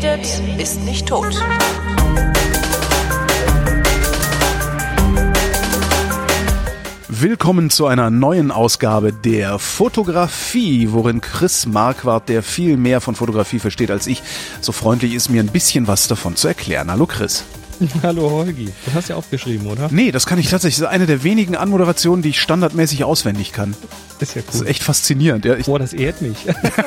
redet, ist nicht tot. Willkommen zu einer neuen Ausgabe der Fotografie, worin Chris Marquardt, der viel mehr von Fotografie versteht als ich, so freundlich ist, mir ein bisschen was davon zu erklären. Hallo Chris. Hallo Holgi, du hast ja aufgeschrieben, oder? Nee, das kann ich tatsächlich. Das ist eine der wenigen Anmoderationen, die ich standardmäßig auswendig kann. Ist ja cool. Das ist echt faszinierend. Ja, Boah, das ehrt mich.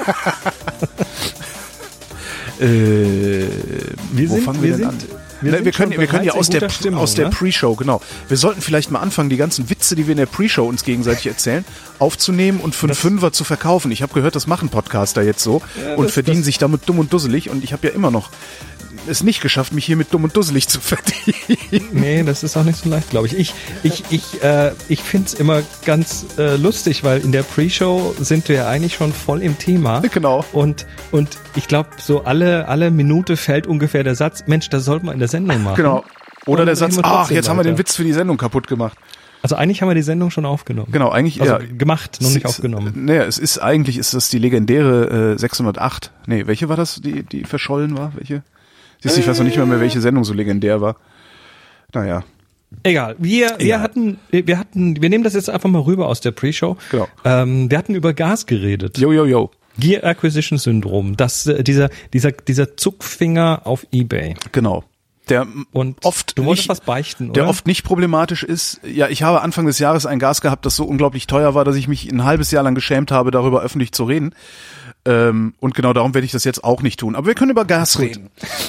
Wo fangen wir denn an? Wir können ja aus der Pre-Show, genau. Wir sollten vielleicht mal anfangen, die ganzen Witze, die wir in der Pre-Show uns gegenseitig erzählen, aufzunehmen und für einen Fünfer zu verkaufen. Ich habe gehört, das machen Podcaster jetzt so und verdienen sich damit dumm und dusselig, und ich habe ja immer noch es nicht geschafft, mich hier mit dumm und dusselig zu verdienen. Nee, das ist auch nicht so leicht, glaube ich. Ich finde es immer ganz lustig, weil in der Pre-Show sind wir ja eigentlich schon voll im Thema. Genau. Und ich glaube, so alle Minute fällt ungefähr der Satz, Mensch, das sollte man in der Sendung machen. Genau. Oder der Satz, jetzt haben wir den weiter. Witz für die Sendung kaputt gemacht. Also eigentlich haben wir die Sendung schon aufgenommen. Genau, eigentlich also ja. Gemacht, noch nicht aufgenommen. Naja, eigentlich ist das die legendäre 608. Nee, welche war das, die verschollen war? Welche? Siehst du, ich weiß noch nicht mehr, welche Sendung so legendär war. Naja. Egal. Wir nehmen das jetzt einfach mal rüber aus der Pre-Show. Genau. Wir hatten über Gas geredet. Jo. Gear Acquisition Syndrom. Dieser Zuckfinger auf eBay. Genau. Der und oft du wolltest nicht, was beichten, oder? Der oft nicht problematisch ist. Ja, ich habe Anfang des Jahres ein Gas gehabt, das so unglaublich teuer war, dass ich mich ein halbes Jahr lang geschämt habe, darüber öffentlich zu reden. Und genau darum werde ich das jetzt auch nicht tun. Aber wir können über Gas reden.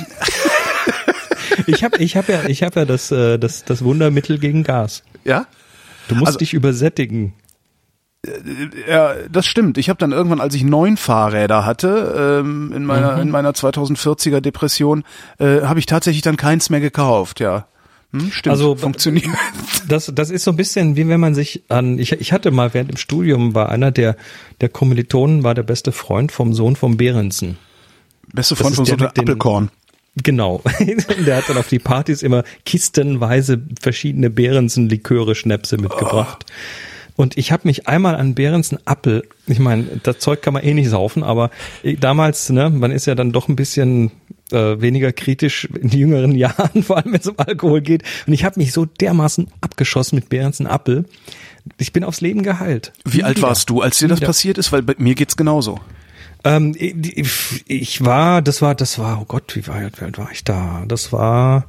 Ich hab ja das Wundermittel gegen Gas. Ja? Du musst dich übersättigen. Ja, das stimmt. Ich habe dann irgendwann, als ich 9 Fahrräder hatte, in meiner 2040er Depression, habe ich tatsächlich dann keins mehr gekauft, ja. Stimmt, also funktioniert. Das ist so ein bisschen, wie wenn man sich ich hatte mal während dem Studium, war einer der Kommilitonen, war der beste Freund vom Sohn vom Behrensen. Beste Freund vom Sohn der Appelkorn. Genau. Der hat dann auf die Partys immer kistenweise verschiedene Behrensen-Liköre-Schnäpse mitgebracht. Und ich habe mich einmal an Behrensen Appel, ich meine, das Zeug kann man eh nicht saufen, aber damals, man ist ja dann doch ein bisschen weniger kritisch in die jüngeren Jahren, vor allem wenn es um Alkohol geht. Und ich habe mich so dermaßen abgeschossen mit Behrensen Appel. Ich bin aufs Leben geheilt. Wie alt warst du, als dir das passiert ist? Weil bei mir geht's genauso. Oh Gott, wie alt war ich da? Das war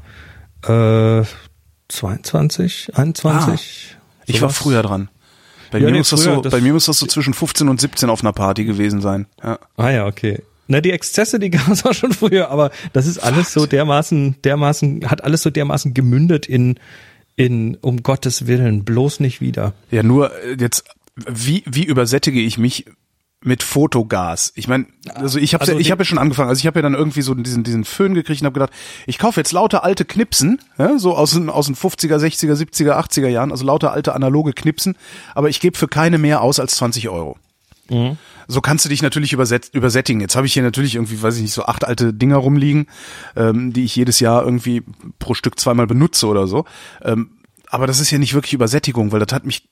22, 21. Ich war früher dran. Bei mir muss das so zwischen 15 und 17 auf einer Party gewesen sein. Ja. Ah ja, okay. Na, die Exzesse, die gab es auch schon früher, aber das ist alles so dermaßen gemündet in um Gottes Willen, bloß nicht wieder. Ja, nur jetzt, wie übersättige ich mich mit Fotogas? Ich meine, also ich habe ja schon angefangen, also ich habe ja dann irgendwie so diesen Föhn gekriegt und habe gedacht, ich kaufe jetzt lauter alte Knipsen, ja, so aus den 50er, 60er, 70er, 80er Jahren, also lauter alte analoge Knipsen, aber ich gebe für keine mehr aus als 20 Euro. Mhm. So kannst du dich natürlich übersättigen. Jetzt habe ich hier natürlich irgendwie, weiß ich nicht, so 8 alte Dinger rumliegen, die ich jedes Jahr irgendwie pro Stück zweimal benutze oder so. Aber das ist ja nicht wirklich Übersättigung, weil das hat mich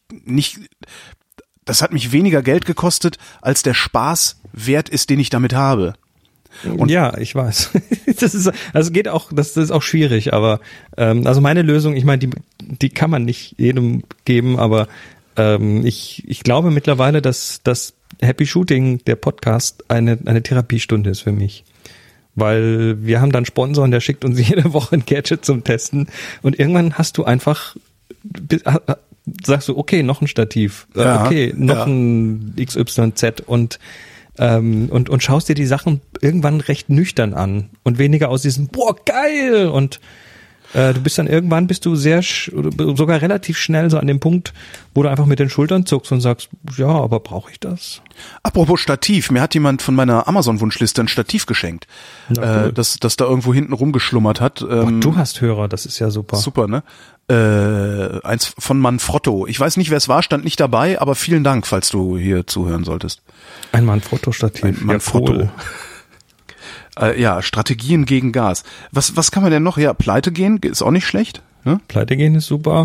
weniger Geld gekostet, als der Spaß wert ist, den ich damit habe. Und ja, ich weiß. Das ist auch schwierig, aber also meine Lösung, ich meine, die kann man nicht jedem geben, aber ich glaube mittlerweile, dass das Happy Shooting, der Podcast, eine Therapiestunde ist für mich. Weil wir haben dann einen Sponsor und der schickt uns jede Woche ein Gadget zum Testen und irgendwann hast du einfach, sagst du, okay, noch ein Stativ, ein XYZ und schaust dir die Sachen irgendwann recht nüchtern an und weniger aus diesem, boah, geil, und du bist sogar relativ schnell so an dem Punkt, wo du einfach mit den Schultern zuckst und sagst, ja, aber brauche ich das? Apropos Stativ, mir hat jemand von meiner Amazon-Wunschliste ein Stativ geschenkt, das da irgendwo hinten rumgeschlummert hat. Du hast Hörer, das ist ja super. Super, ne? Eins von Manfrotto. Ich weiß nicht, wer es war, stand nicht dabei, aber vielen Dank, falls du hier zuhören solltest. Ein Manfrotto-Stativ. Ein Manfrotto. Ja, cool. Strategien gegen Gas. Was kann man denn noch? Ja, pleite gehen ist auch nicht schlecht. Ne? Pleite gehen ist super.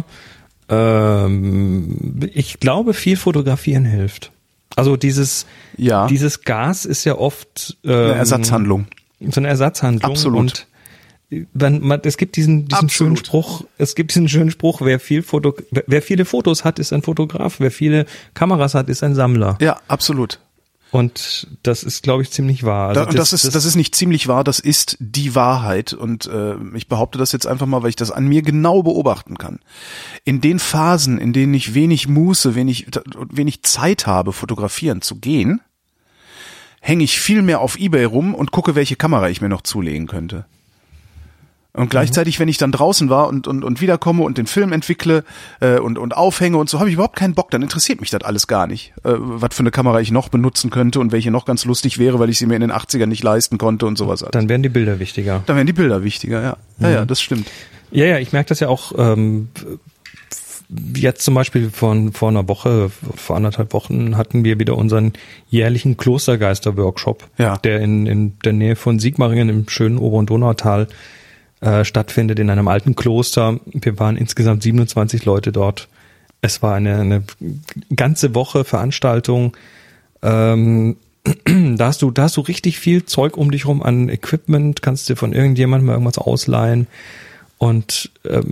Ich glaube, viel fotografieren hilft. Also dieses Gas ist ja oft eine Ersatzhandlung. Ersatzhandlung. Absolut. Und es gibt diesen schönen Spruch, wer viele Fotos hat, ist ein Fotograf, wer viele Kameras hat, ist ein Sammler. Ja, absolut. Und das ist, glaube ich, ziemlich wahr. Also das ist nicht ziemlich wahr, das ist die Wahrheit. Und ich behaupte das jetzt einfach mal, weil ich das an mir genau beobachten kann. In den Phasen, in denen ich wenig Muße, wenig Zeit habe, fotografieren zu gehen, hänge ich viel mehr auf eBay rum und gucke, welche Kamera ich mir noch zulegen könnte. Und gleichzeitig, wenn ich dann draußen war und wiederkomme und den Film entwickle und aufhänge und so, habe ich überhaupt keinen Bock, dann interessiert mich das alles gar nicht. Was für eine Kamera ich noch benutzen könnte und welche noch ganz lustig wäre, weil ich sie mir in den 80ern nicht leisten konnte und sowas. Dann wären die Bilder wichtiger. Ja. Ja, das stimmt. Ja, ich merke das ja auch jetzt zum Beispiel vor einer Woche, vor 1,5 Wochen hatten wir wieder unseren jährlichen Klostergeister-Workshop, der in der Nähe von Sigmaringen im schönen Ober- und Donautal stattfindet, in einem alten Kloster. Wir waren insgesamt 27 Leute dort. Es war eine ganze Woche Veranstaltung. Da hast du richtig viel Zeug um dich rum an Equipment, kannst dir von irgendjemandem irgendwas ausleihen und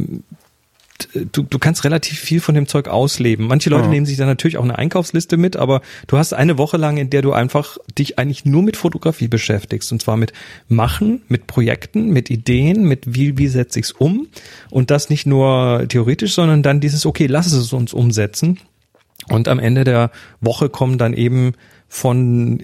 du kannst relativ viel von dem Zeug ausleben. Manche Leute nehmen sich dann natürlich auch eine Einkaufsliste mit, aber du hast eine Woche lang, in der du einfach dich eigentlich nur mit Fotografie beschäftigst. Und zwar mit Machen, mit Projekten, mit Ideen, mit wie setze ich's um. Und das nicht nur theoretisch, sondern dann dieses, okay, lass es uns umsetzen. Und am Ende der Woche kommen dann eben von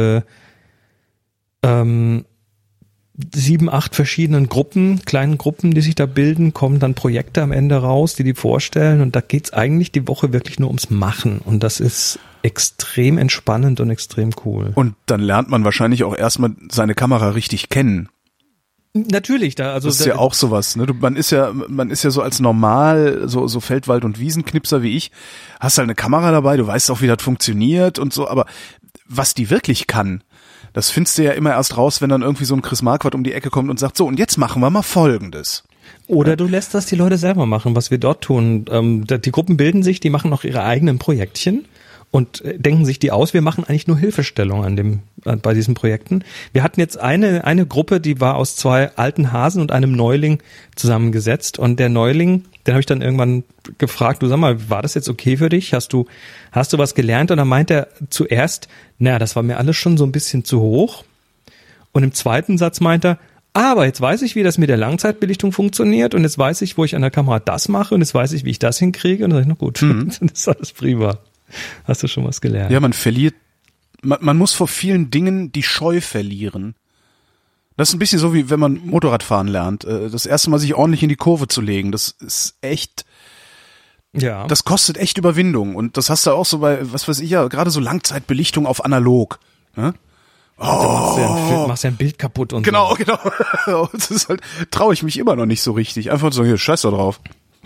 7, 8 verschiedenen kleinen Gruppen, die sich da bilden, kommen dann Projekte am Ende raus, die vorstellen, und da geht's eigentlich die Woche wirklich nur ums Machen, und das ist extrem entspannend und extrem cool. Und dann lernt man wahrscheinlich auch erstmal seine Kamera richtig kennen. Natürlich, das ist ja auch sowas, ne? Man ist ja so als normal, so Feldwald- und Wiesenknipser wie ich, hast halt eine Kamera dabei, du weißt auch, wie das funktioniert und so, aber was die wirklich kann, das findest du ja immer erst raus, wenn dann irgendwie so ein Chris Marquardt um die Ecke kommt und sagt, so, und jetzt machen wir mal Folgendes. Oder du lässt das die Leute selber machen, was wir dort tun. Die Gruppen bilden sich, die machen noch ihre eigenen Projektchen und denken sich die aus. Wir machen eigentlich nur Hilfestellung bei diesen Projekten. Wir hatten jetzt eine Gruppe, die war aus 2 alten Hasen und einem Neuling zusammengesetzt, und der Neuling, den habe ich dann irgendwann gefragt, du sag mal, war das jetzt okay für dich? Hast du was gelernt? Und dann meint er zuerst, das war mir alles schon so ein bisschen zu hoch. Und im zweiten Satz meint er, aber jetzt weiß ich, wie das mit der Langzeitbelichtung funktioniert, und jetzt weiß ich, wo ich an der Kamera das mache, und jetzt weiß ich, wie ich das hinkriege, und dann sage ich, na gut, das ist alles prima. Hast du schon was gelernt? Ja, man muss vor vielen Dingen die Scheu verlieren. Das ist ein bisschen so, wie wenn man Motorradfahren lernt. Das erste Mal sich ordentlich in die Kurve zu legen, das ist echt, das kostet echt Überwindung. Und das hast du auch so bei, was weiß ich ja, gerade so Langzeitbelichtung auf analog. Ne? Machst ja ein Bild kaputt und genau. Das ist halt, traue ich mich immer noch nicht so richtig. Einfach so, hier, scheiß da drauf.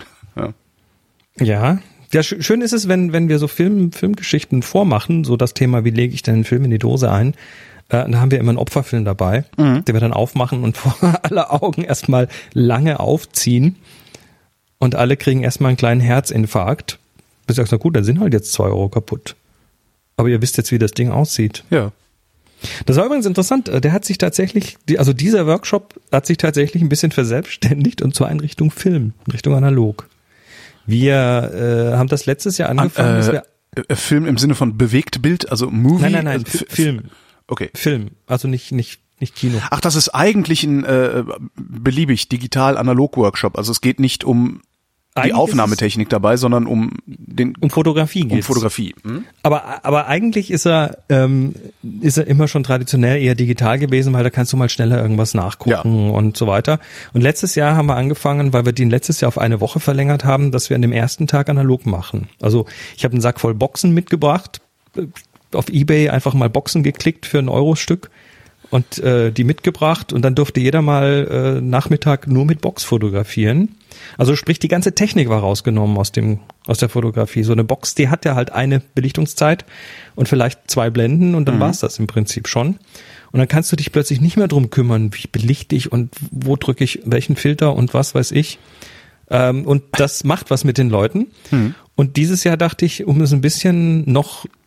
Ja, schön ist es, wenn wir so Filmgeschichten vormachen, so das Thema, wie lege ich denn einen Film in die Dose ein, dann haben wir immer einen Opferfilm dabei, den wir dann aufmachen und vor aller Augen erstmal lange aufziehen, und alle kriegen erstmal einen kleinen Herzinfarkt. Bis ich sage, gut, da sind halt jetzt 2 Euro kaputt. Aber ihr wisst jetzt, wie das Ding aussieht. Ja. Das war übrigens interessant. Der hat sich tatsächlich, dieser Workshop hat sich tatsächlich ein bisschen verselbstständigt, und zwar in Richtung Film, in Richtung analog. Wir haben das letztes Jahr angefangen. Dass wir Film im Sinne von Bewegtbild, also Movie? Nein, Film. Okay. Film, also nicht Kino. Ach, das ist eigentlich ein beliebig Digital-Analog-Workshop. Also es geht nicht um die Aufnahmetechnik dabei, sondern um Fotografie geht's. Fotografie. Aber eigentlich ist er immer schon traditionell eher digital gewesen, weil da kannst du mal schneller irgendwas nachgucken und so weiter. Und letztes Jahr haben wir angefangen, weil wir den letztes Jahr auf eine Woche verlängert haben, dass wir an dem ersten Tag analog machen. Also ich habe einen Sack voll Boxen mitgebracht, auf eBay einfach mal Boxen geklickt für $1 Stück und die mitgebracht, und dann durfte jeder mal Nachmittag nur mit Box fotografieren. Also sprich, die ganze Technik war rausgenommen aus der Fotografie. So eine Box, die hat ja halt eine Belichtungszeit und vielleicht 2 Blenden, und dann war's das im Prinzip schon. Und dann kannst du dich plötzlich nicht mehr drum kümmern, wie belichte ich und wo drücke ich welchen Filter und was weiß ich. Und das macht was mit den Leuten. Und dieses Jahr dachte ich, um es ein bisschen noch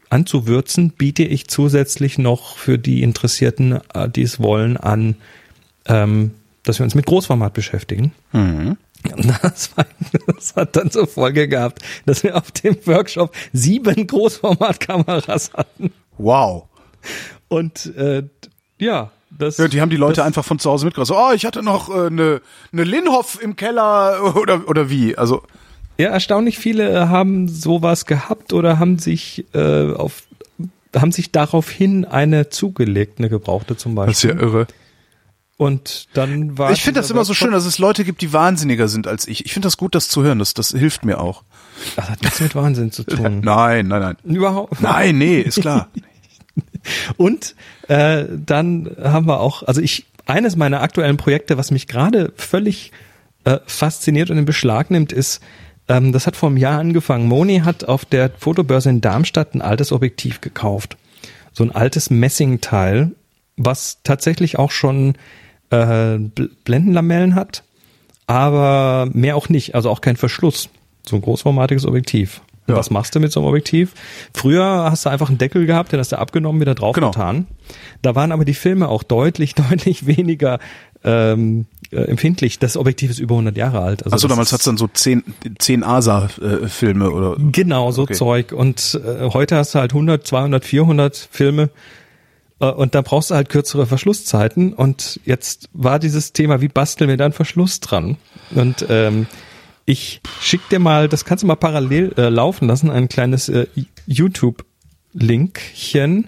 anzuwürzen, biete ich zusätzlich noch für die Interessierten, die es wollen, an, dass wir uns mit Großformat beschäftigen. Mhm. Das hat dann zur Folge gehabt, dass wir auf dem Workshop 7 Großformatkameras hatten. Wow. Und ja, das. Ja, die haben die Leute einfach von zu Hause mitgebracht. So, ich hatte noch eine Linhof im Keller oder wie? Also ja, erstaunlich viele haben sowas gehabt oder haben sich daraufhin eine zugelegt, eine gebrauchte zum Beispiel. Das ist ja irre. Und dann war. Ich finde das immer so schön, dass es Leute gibt, die wahnsinniger sind als ich. Ich finde das gut, das zu hören. Das hilft mir auch. Das hat nichts mit Wahnsinn zu tun. Nein. Überhaupt. Nein, nee, ist klar. Und dann haben wir auch, also eines meiner aktuellen Projekte, was mich gerade völlig fasziniert und in Beschlag nimmt, ist, das hat vor einem Jahr angefangen. Moni hat auf der Fotobörse in Darmstadt ein altes Objektiv gekauft. So ein altes Messingteil, was tatsächlich auch schon Blendenlamellen hat, aber mehr auch nicht, also auch kein Verschluss. So ein großformatiges Objektiv. Und was machst du mit so einem Objektiv? Früher hast du einfach einen Deckel gehabt, den hast du abgenommen, wieder drauf getan. Da waren aber die Filme auch deutlich weniger empfindlich. Das Objektiv ist über 100 Jahre alt. Also damals hat's dann so 10 ASA-Filme oder? Genau, so Zeug. Und heute hast du halt 100, 200, 400 Filme. Und da brauchst du halt kürzere Verschlusszeiten. Und jetzt war dieses Thema, wie basteln wir da einen Verschluss dran? Und ich schick dir mal, das kannst du mal parallel laufen lassen, ein kleines YouTube-Linkchen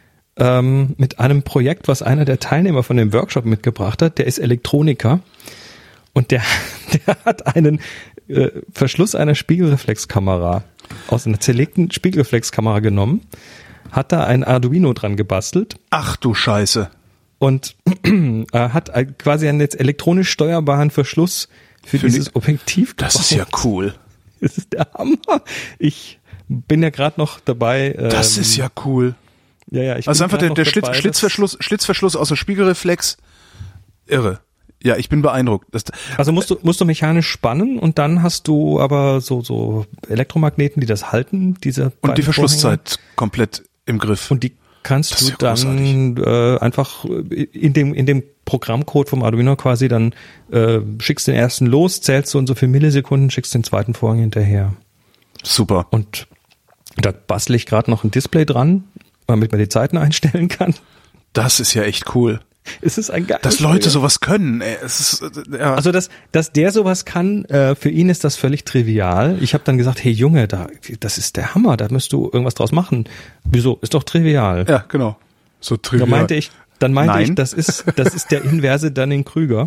mit einem Projekt, was einer der Teilnehmer von dem Workshop mitgebracht hat. Der ist Elektroniker und der hat einen Verschluss einer Spiegelreflexkamera aus einer zerlegten Spiegelreflexkamera genommen, hat da ein Arduino dran gebastelt. Ach du Scheiße. Und hat quasi einen jetzt elektronisch steuerbaren Verschluss für dieses Objektiv gebaut. Das ist ja cool. Das ist der Hammer. Ich bin ja gerade noch dabei. Das ist ja cool. Ja, ich also bin einfach der dabei, Schlitzverschluss aus der Spiegelreflex. Irre. Ja, ich bin beeindruckt. Also musst du mechanisch spannen und dann hast du aber so Elektromagneten, die das halten, und die Verschlusszeit komplett im Griff. Und die kannst du dann einfach in dem Programmcode vom Arduino quasi dann schickst den ersten los, zählst so und so viele Millisekunden, schickst den zweiten Vorgang hinterher. Super. Und da bastle ich gerade noch ein Display dran, damit man die Zeiten einstellen kann. Das ist ja echt cool. Es ist ein geiles Dass Leute sowas können. Ey. Es ist, ja. Also dass der sowas kann, für ihn ist das völlig trivial. Ich habe dann gesagt, hey Junge, das ist der Hammer, da musst du irgendwas draus machen. Wieso? Ist doch trivial. Ja, genau. So trivial. Dann meinte ich, das ist der inverse Dunning-Krüger.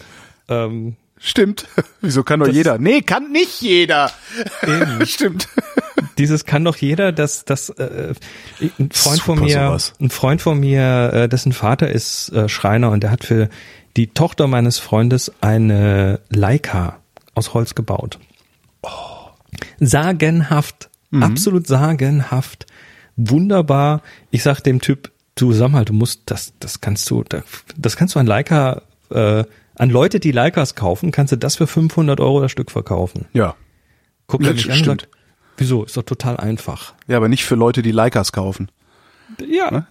Stimmt. Wieso kann doch jeder? Nee, kann nicht jeder. Eben. Stimmt. Dieses kann doch jeder, ein Freund von mir, dessen Vater ist Schreiner und der hat für die Tochter meines Freundes eine Leica aus Holz gebaut. Oh. Sagenhaft, absolut sagenhaft, wunderbar. Ich sag dem Typ, du sag mal, du musst, das kannst du an Leica, an Leute, die Leicas kaufen, kannst du das für 500 € das Stück verkaufen. Ja. Guckt er mich an und sagt, wieso? Ist doch total einfach. Ja, aber nicht für Leute, die Leicas kaufen. Ja. Ne?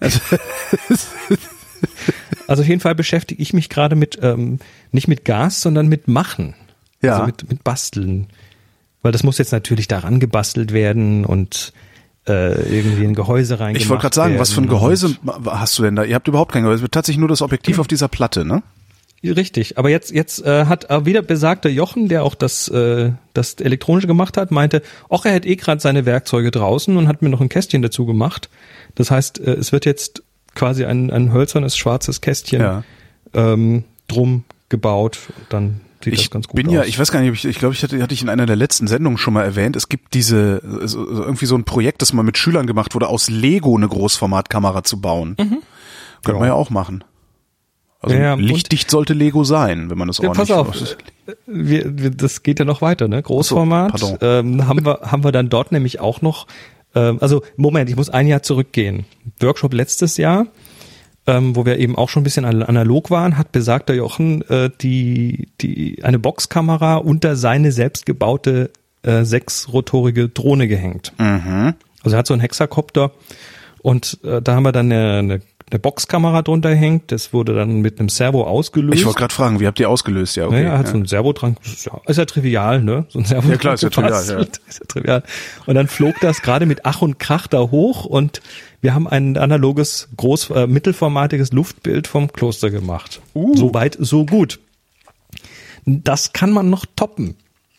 Also auf jeden Fall beschäftige ich mich gerade mit, nicht mit Gas, sondern mit Machen. Ja. Also mit Basteln. Weil das muss jetzt natürlich daran gebastelt werden und irgendwie ein Gehäuse reingemacht. Ich wollte gerade sagen, was für ein Gehäuse hast du denn da? Ihr habt überhaupt kein Gehäuse. Tatsächlich nur das Objektiv auf dieser Platte, ne? Richtig, aber jetzt hat wieder besagter Jochen, der auch das Elektronische gemacht hat, meinte, er hätte gerade seine Werkzeuge draußen und hat mir noch ein Kästchen dazu gemacht. Das heißt, es wird jetzt quasi ein hölzernes, schwarzes Kästchen drum gebaut. Dann sieht das ganz gut aus. Ich weiß gar nicht, ich glaube, hatte ich in einer der letzten Sendungen schon mal erwähnt, es gibt irgendwie so ein Projekt, das mal mit Schülern gemacht wurde, aus Lego eine Großformatkamera zu bauen. Könnte man ja auch machen. Also lichtdicht sollte Lego sein, wenn man das ordentlich... Pass auf, das geht ja noch weiter, ne? Großformat. So, haben wir dann dort nämlich auch noch, Moment, ich muss ein Jahr zurückgehen. Workshop letztes Jahr, wo wir eben auch schon ein bisschen analog waren, hat besagter Jochen eine Boxkamera unter seine selbstgebaute 6-rotorige Drohne gehängt. Mhm. Also er hat so einen Hexakopter und da haben wir dann eine Boxkamera drunter hängt. Das wurde dann mit einem Servo ausgelöst. Ich wollte gerade fragen, wie habt ihr ausgelöst? Ja, okay. Naja, er hat so einen Servo dran. Ist ja trivial, ne? So ein Servo. Ja klar, ist ja trivial. Ja. Ist ja trivial. Und dann flog das gerade mit Ach und Krach da hoch und wir haben ein analoges, mittelformatiges Luftbild vom Kloster gemacht. So weit, so gut. Das kann man noch toppen.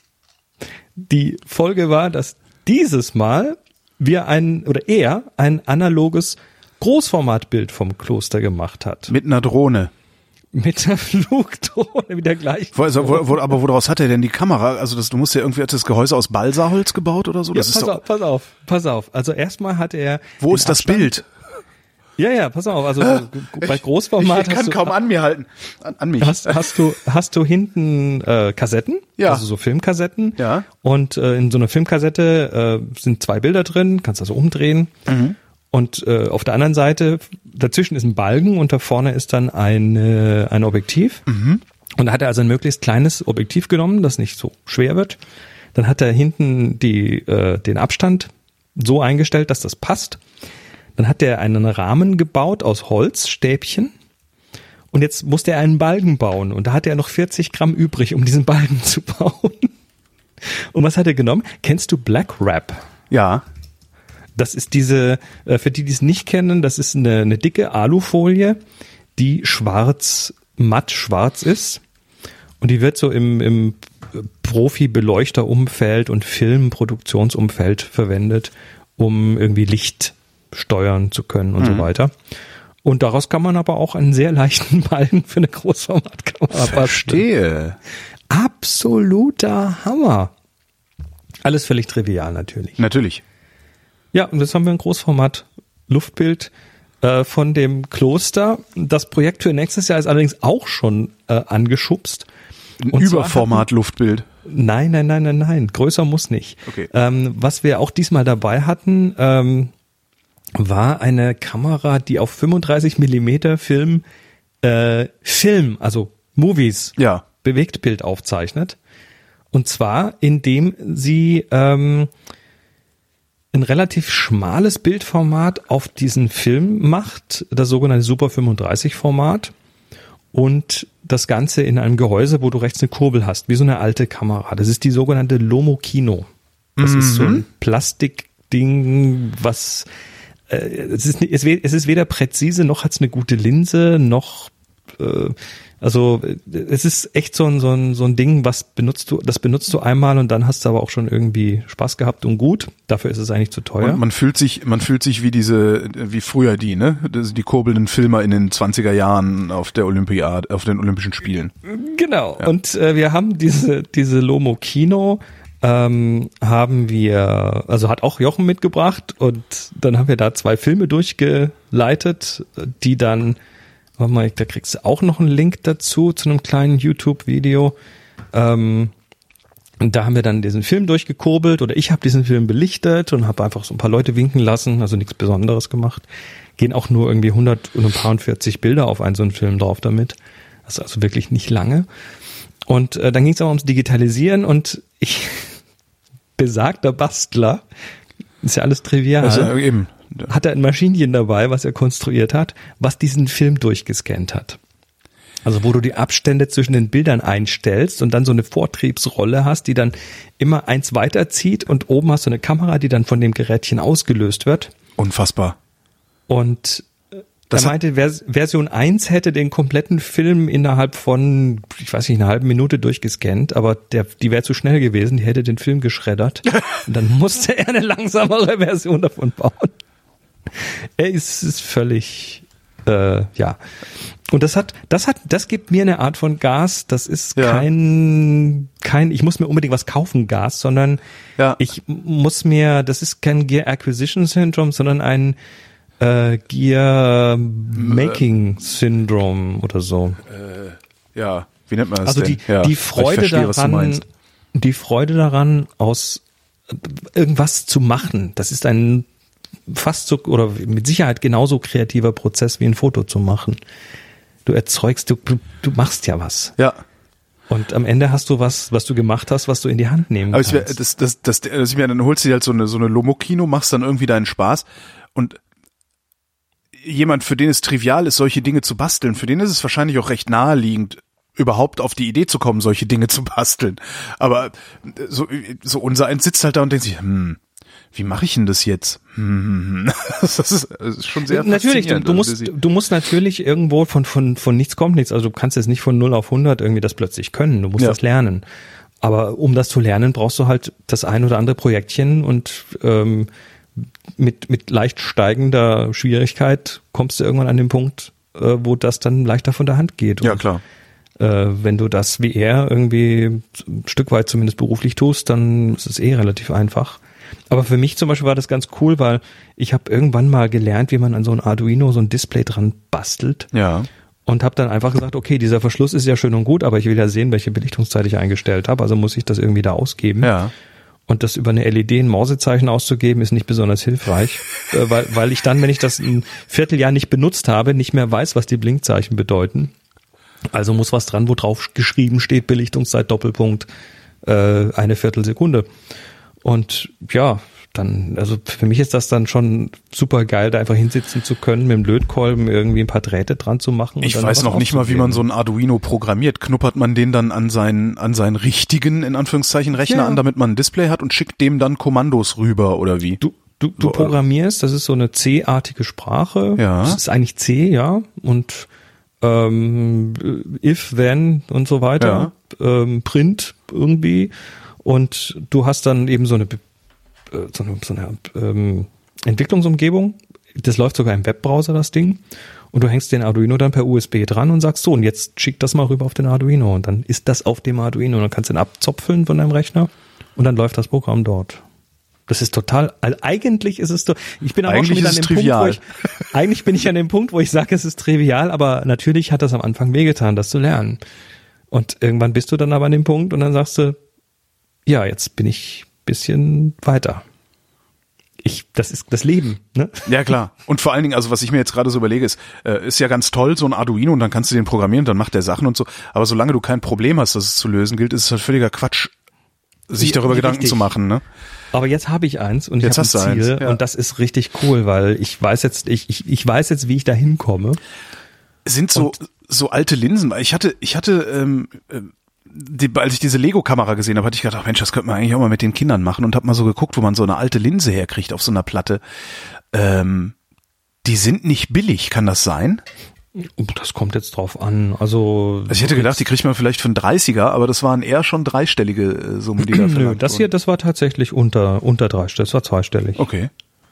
Die Folge war, dass dieses Mal er ein analoges Großformatbild vom Kloster gemacht hat. Mit einer Drohne. Mit einer Flugdrohne, mit der gleichen. Also, aber woraus hat er denn die Kamera? Also du musst ja irgendwie, hat das Gehäuse aus Balsaholz gebaut oder so? Ja, pass auf. Also erstmal hat er... Wo ist das Bild? Ja, pass auf. Also bei Großformat ich kann kaum an mir halten. An mich. Hast du hinten Kassetten, also so Filmkassetten. Ja. Und in so einer Filmkassette sind 2 Bilder drin, kannst also umdrehen. Mhm. Und auf der anderen Seite, dazwischen ist ein Balken und da vorne ist dann ein Objektiv. Mhm. Und da hat er also ein möglichst kleines Objektiv genommen, das nicht so schwer wird. Dann hat er hinten den Abstand so eingestellt, dass das passt. Dann hat er einen Rahmen gebaut aus Holzstäbchen. Und jetzt musste er einen Balken bauen. Und da hatte er noch 40 Gramm übrig, um diesen Balken zu bauen. Und was hat er genommen? Kennst du Black Wrap? Ja. Das ist für die es nicht kennen, das ist eine dicke Alufolie, die matt schwarz ist. Und die wird so im Profi-Beleuchterumfeld und Filmproduktionsumfeld verwendet, um irgendwie Licht steuern zu können und so weiter. Und daraus kann man aber auch einen sehr leichten Balken für eine Großformatkamera basteln. Verstehe. Absoluter Hammer. Alles völlig trivial natürlich. Natürlich. Ja, und jetzt haben wir ein Großformat-Luftbild von dem Kloster. Das Projekt für nächstes Jahr ist allerdings auch schon angeschubst. Ein Überformat-Luftbild. Nein. Größer muss nicht. Okay. Was wir auch diesmal dabei hatten, war eine Kamera, die auf 35 Millimeter Film, also Movies, Bewegtbild aufzeichnet. Und zwar, indem sie ein relativ schmales Bildformat auf diesen Film macht, das sogenannte Super 35 Format. Und das Ganze in einem Gehäuse, wo du rechts eine Kurbel hast, wie so eine alte Kamera. Das ist die sogenannte Lomo Kino. Das ist so ein Plastikding, was es ist weder präzise, noch hat es eine gute Linse, noch es ist echt so ein Ding, das benutzt du einmal und dann hast du aber auch schon irgendwie Spaß gehabt und gut. Dafür ist es eigentlich zu teuer. Und man fühlt sich wie früher die kurbelnden Filmer in den 20er Jahren auf den Olympischen Spielen. Genau. Ja. Und wir haben diese Lomo Kino hat auch Jochen mitgebracht und dann haben wir da 2 Filme durchgeleitet, die dann, warte mal, da kriegst du auch noch einen Link dazu, zu einem kleinen YouTube-Video. Und da haben wir dann diesen Film durchgekurbelt oder ich habe diesen Film belichtet und habe einfach so ein paar Leute winken lassen, also nichts Besonderes gemacht. Gehen auch nur irgendwie 140 Bilder auf so einen Film drauf damit. Das ist also wirklich nicht lange. Und dann ging es aber ums Digitalisieren und besagter Bastler, ist ja alles trivial, also eben. Hat er ein Maschinchen dabei, was er konstruiert hat, was diesen Film durchgescannt hat. Also wo du die Abstände zwischen den Bildern einstellst und dann so eine Vortriebsrolle hast, die dann immer eins weiterzieht und oben hast du eine Kamera, die dann von dem Gerätchen ausgelöst wird. Unfassbar. Und er meinte, Version 1 hätte den kompletten Film innerhalb von, ich weiß nicht, einer halben Minute durchgescannt, aber die wäre zu schnell gewesen, die hätte den Film geschreddert. Und dann musste er eine langsamere Version davon bauen. Er ist völlig, Und das gibt mir eine Art von Gas, das ist kein, ich muss mir unbedingt was kaufen, Gas, sondern das ist kein Gear Acquisition Syndrome, sondern ein Gear Making Syndrome oder so. Wie nennt man das denn? Also die Freude daran, aus irgendwas zu machen, das ist ein fast so oder mit Sicherheit genauso kreativer Prozess wie ein Foto zu machen. Du erzeugst, du machst ja was. Ja. Und am Ende hast du was du gemacht hast, was du in die Hand nehmen kannst. Aber dann holst du dir halt so eine Lomokino, machst dann irgendwie deinen Spaß und jemand, für den es trivial ist, solche Dinge zu basteln, für den ist es wahrscheinlich auch recht naheliegend, überhaupt auf die Idee zu kommen, solche Dinge zu basteln. Aber so unser eins sitzt halt da und denkt sich, wie mache ich denn das jetzt? Das ist schon sehr natürlich, faszinierend. Du musst natürlich irgendwo von nichts kommt nichts. Also du kannst jetzt nicht von 0 auf 100 irgendwie das plötzlich können. Du musst das lernen. Aber um das zu lernen, brauchst du halt das ein oder andere Projektchen und mit leicht steigender Schwierigkeit kommst du irgendwann an den Punkt, wo das dann leichter von der Hand geht. Ja, klar. Wenn du das wie er irgendwie ein Stück weit zumindest beruflich tust, dann ist es relativ einfach. Aber für mich zum Beispiel war das ganz cool, weil ich habe irgendwann mal gelernt, wie man an so ein Arduino so ein Display dran bastelt. Ja. Und habe dann einfach gesagt, okay, dieser Verschluss ist ja schön und gut, aber ich will ja sehen, welche Belichtungszeit ich eingestellt habe, also muss ich das irgendwie da ausgeben. Ja. Und das über eine LED ein Mausezeichen auszugeben, ist nicht besonders hilfreich, weil ich dann, wenn ich das ein Vierteljahr nicht benutzt habe, nicht mehr weiß, was die Blinkzeichen bedeuten. Also muss was dran, wo drauf geschrieben steht, Belichtungszeit, Doppelpunkt, 1/4 Sekunde. Und ja, dann, also für mich ist das dann schon super geil, da einfach hinsitzen zu können, mit dem Lötkolben irgendwie ein paar Drähte dran zu machen. Ich weiß noch nicht mal, wie man so ein Arduino programmiert. Knuppert man den dann an seinen richtigen, in Anführungszeichen, Rechner an, damit man ein Display hat und schickt dem dann Kommandos rüber oder wie? Du programmierst, das ist so eine C-artige Sprache. Ja. Das ist eigentlich C, ja. Und if, then und so weiter. Ja. Print irgendwie. Und du hast dann eben so eine Entwicklungsumgebung. Das läuft sogar im Webbrowser, das Ding. Und du hängst den Arduino dann per USB dran und sagst so, und jetzt schick das mal rüber auf den Arduino. Und dann ist das auf dem Arduino. Und dann kannst du ihn abzopfeln von deinem Rechner. Und dann läuft das Programm dort. Das ist total, also eigentlich ist es so, ich bin aber auch schon wieder an dem Punkt, eigentlich bin ich an dem Punkt, wo ich sage, es ist trivial, aber natürlich hat das am Anfang wehgetan, das zu lernen. Und irgendwann bist du dann aber an dem Punkt und dann sagst du, ja, jetzt bin ich ein bisschen weiter. Das ist das Leben, ne? Ja, klar. Und vor allen Dingen, also was ich mir jetzt gerade so überlege, ist ja ganz toll, so ein Arduino, und dann kannst du den programmieren, dann macht der Sachen und so. Aber solange du kein Problem hast, das es zu lösen gilt, ist es halt völliger Quatsch, sich darüber Gedanken zu machen, ne? Aber jetzt habe ich eins und ich habe ein Ziel und das ist richtig cool, weil ich weiß jetzt, wie ich da hinkomme. Sind so alte Linsen, weil ich hatte als ich diese Lego-Kamera gesehen habe, hatte ich gedacht, ach Mensch, das könnte man eigentlich auch mal mit den Kindern machen, und habe mal so geguckt, wo man so eine alte Linse herkriegt auf so einer Platte. Die sind nicht billig, kann das sein? Das kommt jetzt drauf an. Also ich hätte gedacht, die kriegt man vielleicht für einen 30er, aber das waren eher schon dreistellige Summen, die da verlangt wurden. Das hier, das war tatsächlich unter dreistellig, das war zweistellig. Okay.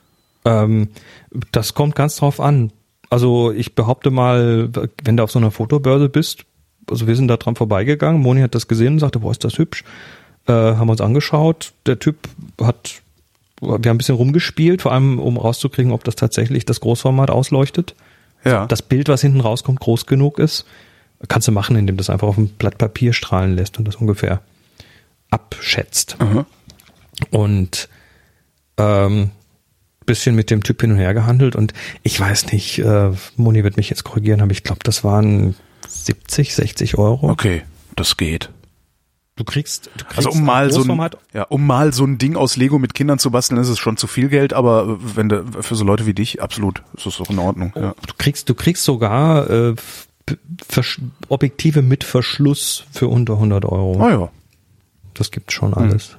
Das kommt ganz drauf an. Also ich behaupte mal, wenn du auf so einer Fotobörse bist, also wir sind da dran vorbeigegangen, Moni hat das gesehen und sagte, boah, ist das hübsch. Haben wir uns angeschaut. Der Typ wir haben ein bisschen rumgespielt, vor allem um rauszukriegen, ob das tatsächlich das Großformat ausleuchtet. Ja. Das Bild, was hinten rauskommt, groß genug ist. Kannst du machen, indem du das einfach auf ein Blatt Papier strahlen lässt und das ungefähr abschätzt. Mhm. Und bisschen mit dem Typ hin und her gehandelt, und ich weiß nicht, Moni wird mich jetzt korrigieren, aber ich glaube, das waren 70, 60 Euro. Okay, das geht. Du kriegst also um mal so ein Ding aus Lego mit Kindern zu basteln, ist es schon zu viel Geld, aber wenn du für so Leute wie dich, absolut, ist das doch in Ordnung. Ja. Du kriegst sogar Objektive mit Verschluss für unter 100 Euro. Ah ja. Das gibt schon alles.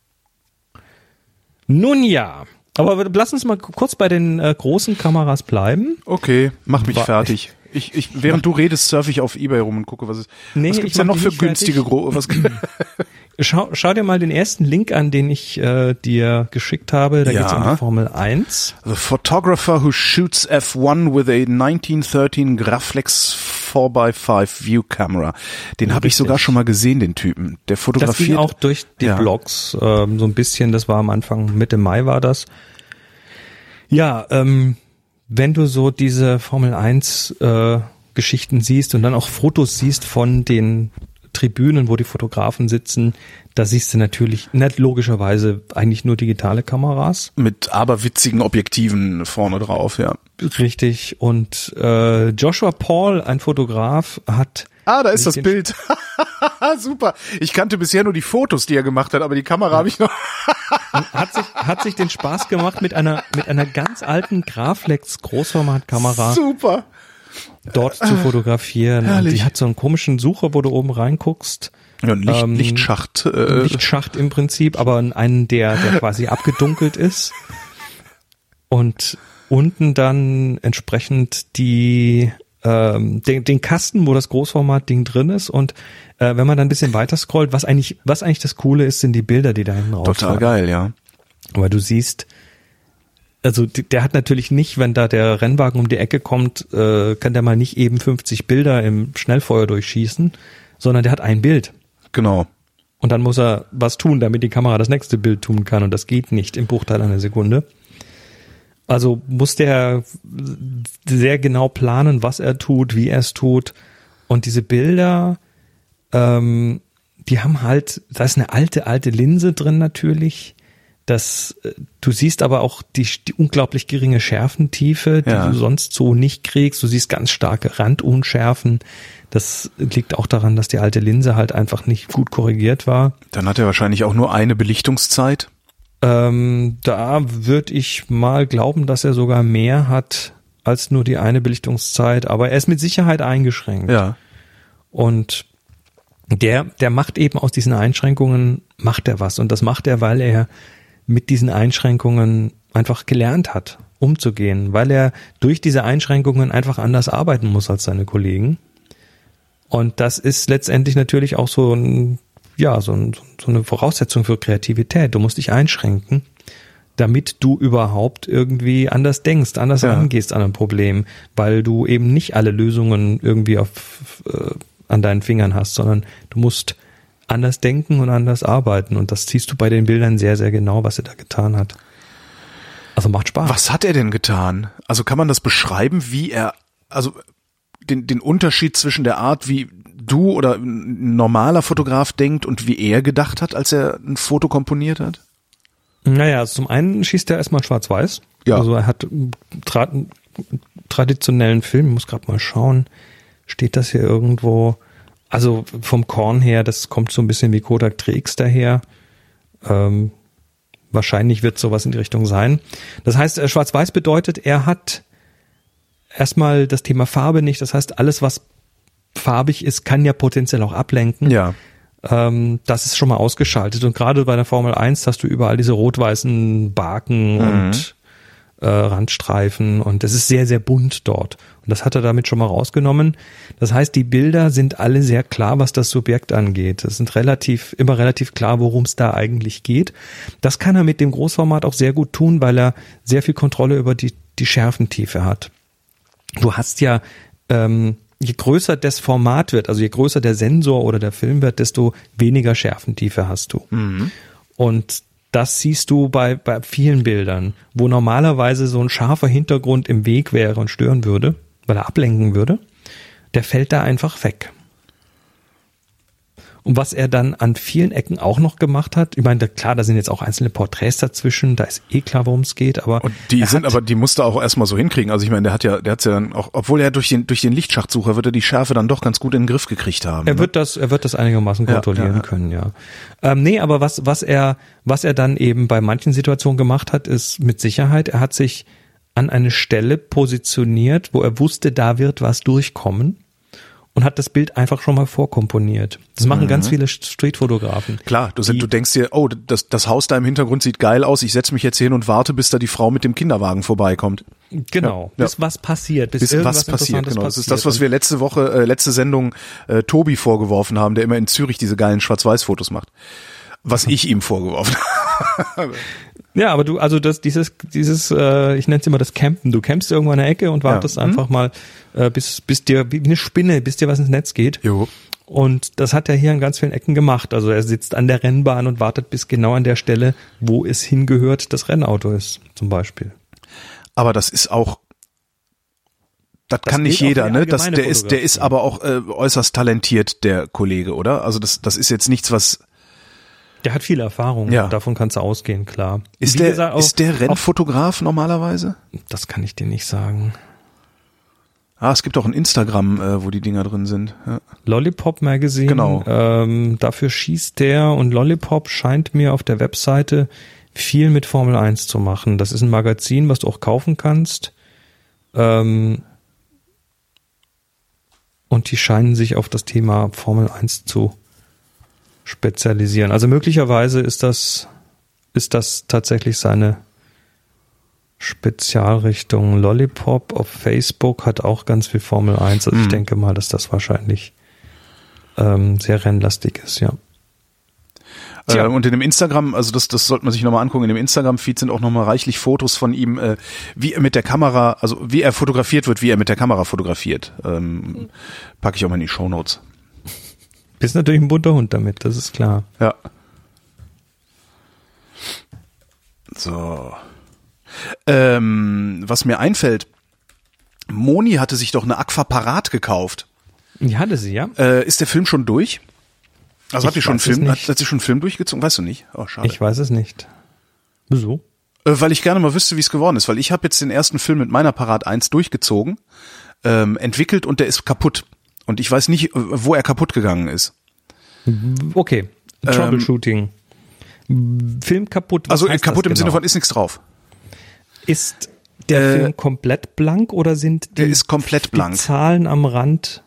Nun ja, aber lass uns mal kurz bei den großen Kameras bleiben. Okay, mach mich fertig. Während du redest, surfe ich auf eBay rum und gucke, was gibt's denn noch für günstige Schau dir mal den ersten Link an, den ich dir geschickt habe. Da geht's um die Formel 1. The photographer who shoots F1 with a 1913 Graflex 4x5 View Camera. Den habe ich sogar schon mal gesehen, den Typen. Der fotografiert. Das ging auch durch die Blogs so ein bisschen. Das war am Anfang, Mitte Mai war das. Ja, wenn du so diese Formel 1 Geschichten siehst und dann auch Fotos siehst von den Tribünen, wo die Fotografen sitzen, da siehst du natürlich logischerweise eigentlich nur digitale Kameras. Mit aberwitzigen Objektiven vorne drauf, ja. Richtig. Und Joshua Paul, ein Fotograf, hat Ah, da ist das Bild. Super. Ich kannte bisher nur die Fotos, die er gemacht hat, aber die Kamera habe ich noch. Hat sich den Spaß gemacht mit einer ganz alten Graflex Großformatkamera. Super. Dort zu fotografieren. Und die hat so einen komischen Sucher, wo du oben reinguckst. Ja, Lichtschacht. Lichtschacht im Prinzip, aber einen, der quasi abgedunkelt ist. Und unten dann entsprechend den Kasten, wo das Großformat-Ding drin ist. Und wenn man dann ein bisschen weiter scrollt, was eigentlich das Coole ist, sind die Bilder, die da hinten rausfallen. Total geil, ja. Aber du siehst, also der hat natürlich nicht, wenn da der Rennwagen um die Ecke kommt, kann der mal nicht eben 50 Bilder im Schnellfeuer durchschießen, sondern der hat ein Bild. Genau. Und dann muss er was tun, damit die Kamera das nächste Bild tun kann. Und das geht nicht im Bruchteil einer Sekunde. Also muss der sehr genau planen, was er tut, wie er es tut. Und diese Bilder, die haben halt, da ist eine alte Linse drin natürlich. Du siehst aber auch die unglaublich geringe Schärfentiefe, die du sonst so nicht kriegst. Du siehst ganz starke Randunschärfen. Das liegt auch daran, dass die alte Linse halt einfach nicht gut korrigiert war. Dann hat er wahrscheinlich auch nur eine Belichtungszeit. Da würde ich mal glauben, dass er sogar mehr hat als nur die eine Belichtungszeit, aber er ist mit Sicherheit eingeschränkt. Ja. Und der macht eben aus diesen Einschränkungen, macht er was. Und das macht er, weil er mit diesen Einschränkungen einfach gelernt hat, umzugehen, weil er durch diese Einschränkungen einfach anders arbeiten muss als seine Kollegen. Und das ist letztendlich natürlich auch so eine Voraussetzung für Kreativität. Du musst dich einschränken, damit du überhaupt irgendwie anders denkst, anders rangehst an ein Problem, weil du eben nicht alle Lösungen irgendwie an deinen Fingern hast, sondern du musst anders denken und anders arbeiten. Und das siehst du bei den Bildern sehr, sehr genau, was er da getan hat. Also macht Spaß. Was hat er denn getan? Also kann man das beschreiben, wie er, also den Unterschied zwischen der Art, wie du oder ein normaler Fotograf denkt und wie er gedacht hat, als er ein Foto komponiert hat? Naja, also zum einen schießt er erstmal schwarz-weiß. Ja. Also er hat traditionellen Film, ich muss gerade mal schauen, steht das hier irgendwo? Also vom Korn her, das kommt so ein bisschen wie Kodak TriX daher. Wahrscheinlich wird sowas in die Richtung sein. Das heißt, schwarz-weiß bedeutet, er hat erstmal das Thema Farbe nicht. Das heißt, alles, was farbig ist, kann ja potenziell auch ablenken. Ja. Das ist schon mal ausgeschaltet. Und gerade bei der Formel 1 hast du überall diese rot-weißen Baken und Randstreifen. Und es ist sehr, sehr bunt dort. Und das hat er damit schon mal rausgenommen. Das heißt, die Bilder sind alle sehr klar, was das Subjekt angeht. Es sind immer relativ klar, worum es da eigentlich geht. Das kann er mit dem Großformat auch sehr gut tun, weil er sehr viel Kontrolle über die Schärfentiefe hat. Du hast ja, je größer das Format wird, also je größer der Sensor oder der Film wird, desto weniger Schärfentiefe hast du. Mhm. Und das siehst du bei vielen Bildern, wo normalerweise so ein scharfer Hintergrund im Weg wäre und stören würde, weil er ablenken würde, der fällt da einfach weg. Und was er dann an vielen Ecken auch noch gemacht hat, ich meine, klar, da sind jetzt auch einzelne Porträts dazwischen, da ist klar, worum es geht, aber. Und die musste er auch erstmal so hinkriegen. Also ich meine, der hat's ja dann auch, obwohl er durch den Lichtschachtsucher wird er die Schärfe dann doch ganz gut in den Griff gekriegt haben. Er wird das einigermaßen kontrollieren können, ja. Nee, aber was er dann eben bei manchen Situationen gemacht hat, ist mit Sicherheit, er hat sich an eine Stelle positioniert, wo er wusste, da wird was durchkommen. Und hat das Bild einfach schon mal vorkomponiert. Das machen ganz viele Streetfotografen. Klar, du denkst dir, oh, das Haus da im Hintergrund sieht geil aus, ich setze mich jetzt hin und warte, bis da die Frau mit dem Kinderwagen vorbeikommt. Genau, bis was passiert, bis irgendwas passiert, genau. Das ist das, was wir letzte Sendung Tobi vorgeworfen haben, der immer in Zürich diese geilen Schwarz-Weiß-Fotos macht. Was ich ihm vorgeworfen habe. Ja, aber dieses, ich nenne es immer das Campen. Du campst irgendwo an der Ecke und wartest einfach mal, bis dir, wie eine Spinne, bis dir was ins Netz geht. Jo. Und das hat er hier an ganz vielen Ecken gemacht. Also er sitzt an der Rennbahn und wartet bis genau an der Stelle, wo es hingehört, das Rennauto ist, zum Beispiel. Aber das ist auch, das kann nicht jeder, ne? Der ist aber auch äußerst talentiert, der Kollege, oder? Also das ist jetzt nichts, was. Der hat viel Erfahrung, davon kannst du ausgehen, klar. Ist der Rennfotograf normalerweise? Das kann ich dir nicht sagen. Es gibt auch ein Instagram, wo die Dinger drin sind. Ja. Lollipop Magazine. Genau. Dafür schießt der und Lollipop scheint mir auf der Webseite viel mit Formel 1 zu machen. Das ist ein Magazin, was du auch kaufen kannst. Und die scheinen sich auf das Thema Formel 1 zu spezialisieren. Also möglicherweise ist das tatsächlich seine Spezialrichtung. Lollipop auf Facebook hat auch ganz viel Formel 1. Also ich denke mal, dass das wahrscheinlich sehr rennlastig ist, ja. Und in dem Instagram, also das sollte man sich nochmal angucken, in dem Instagram-Feed sind auch nochmal reichlich Fotos von ihm, wie er mit der Kamera, also wie er fotografiert wird, wie er mit der Kamera fotografiert. Packe ich auch mal in die Shownotes. Bist natürlich ein bunter Hund damit, das ist klar. Ja. So. Was mir einfällt, Moni hatte sich doch eine Aquaparat gekauft. Die hatte sie, ja. Ist der Film schon durch? Also hat sie schon einen Film durchgezogen? Weißt du nicht? Oh, schade. Ich weiß es nicht. Wieso? Weil ich gerne mal wüsste, wie es geworden ist. Weil ich habe jetzt den ersten Film mit meiner Parat 1 durchgezogen, entwickelt und der ist kaputt. Und ich weiß nicht, wo er kaputt gegangen ist. Okay. Troubleshooting. Film kaputt. Was heißt kaputt im Sinne von ist nichts drauf. Ist der Film komplett blank oder sind der ist komplett blank. Die Zahlen am Rand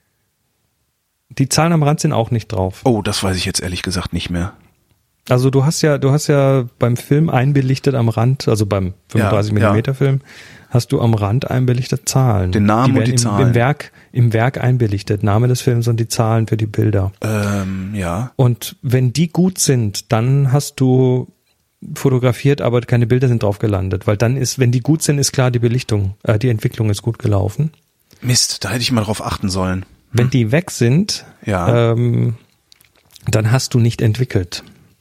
sind auch nicht drauf. Oh, das weiß ich jetzt ehrlich gesagt nicht mehr. Also du hast ja beim Film einbelichtet am Rand, also beim 35mm Film, hast du am Rand einbelichtet Zahlen. Den Namen und die Zahlen. Im Werk einbelichtet. Name des Films und die Zahlen für die Bilder. Ja. Und wenn die gut sind, dann hast du fotografiert, aber keine Bilder sind drauf gelandet. Weil dann wenn die gut sind, ist klar, die Entwicklung ist gut gelaufen. Mist, da hätte ich mal drauf achten sollen. Wenn die weg sind, dann hast du nicht entwickelt.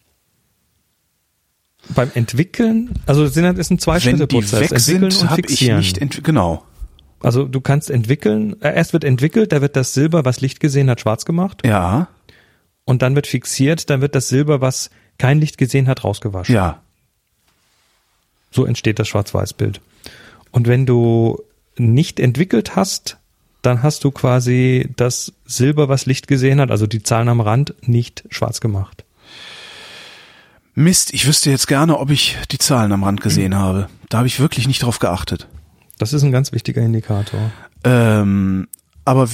Beim Entwickeln, also ist ein Zwei-Schritte-Prozess. Entwickeln und fixieren. Genau. Also du kannst entwickeln, erst wird entwickelt, da wird das Silber, was Licht gesehen hat, schwarz gemacht. Ja. Und dann wird fixiert, dann wird das Silber, was kein Licht gesehen hat, rausgewaschen. Ja. So entsteht das Schwarz-Weiß-Bild. Und wenn du nicht entwickelt hast, dann hast du quasi das Silber, was Licht gesehen hat, also die Zahlen am Rand, nicht schwarz gemacht. Mist, ich wüsste jetzt gerne, ob ich die Zahlen am Rand gesehen habe. Da habe ich wirklich nicht drauf geachtet. Das ist ein ganz wichtiger Indikator. Aber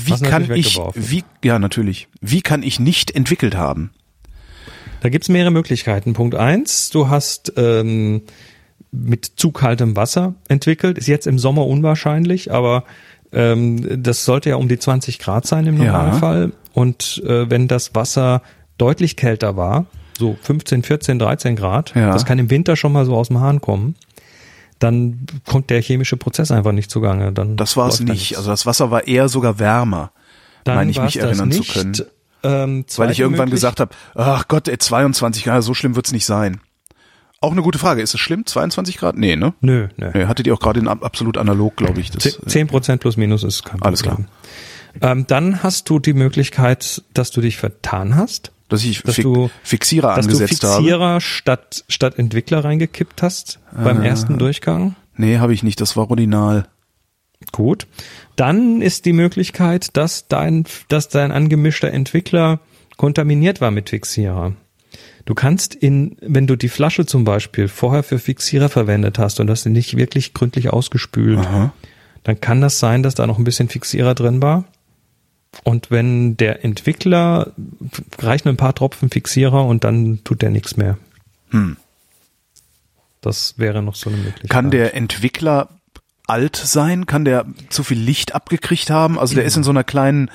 wie kann ich nicht entwickelt haben? Da gibt's mehrere Möglichkeiten. Punkt 1, du hast mit zu kaltem Wasser entwickelt. Ist jetzt im Sommer unwahrscheinlich, aber das sollte ja um die 20 Grad sein im Normalfall. Ja. Und wenn das Wasser deutlich kälter war, so 15, 14, 13 Grad, das kann im Winter schon mal so aus dem Hahn kommen, dann kommt der chemische Prozess einfach nicht zugange. Das war es nicht. Also das Wasser war eher sogar wärmer, meine ich mich erinnern zu können. Weil ich irgendwann gesagt habe, ach Gott, 22 Grad, so schlimm wird's nicht sein. Auch eine gute Frage. Ist es schlimm? 22 Grad? Nee, ne? Nö. Nee, hattet ihr auch gerade in absolut analog, glaube ich. 10% plus minus ist kein Problem. Alles klar. Dann hast du die Möglichkeit, dass du dich vertan hast. Dass ich Fixierer angesetzt habe. Dass du Fixierer statt Entwickler reingekippt hast beim ersten Durchgang. Nee, habe ich nicht. Das war Rodinal. Gut. Dann ist die Möglichkeit, dass dein angemischter Entwickler kontaminiert war mit Fixierer. Du kannst wenn du die Flasche zum Beispiel vorher für Fixierer verwendet hast und hast sie nicht wirklich gründlich ausgespült, dann kann das sein, dass da noch ein bisschen Fixierer drin war. Und wenn der Entwickler, reichen ein paar Tropfen Fixierer und dann tut der nichts mehr. Das wäre noch so eine Möglichkeit. Kann der Entwickler alt sein? Kann der zu viel Licht abgekriegt haben? Also der ist in so einer kleinen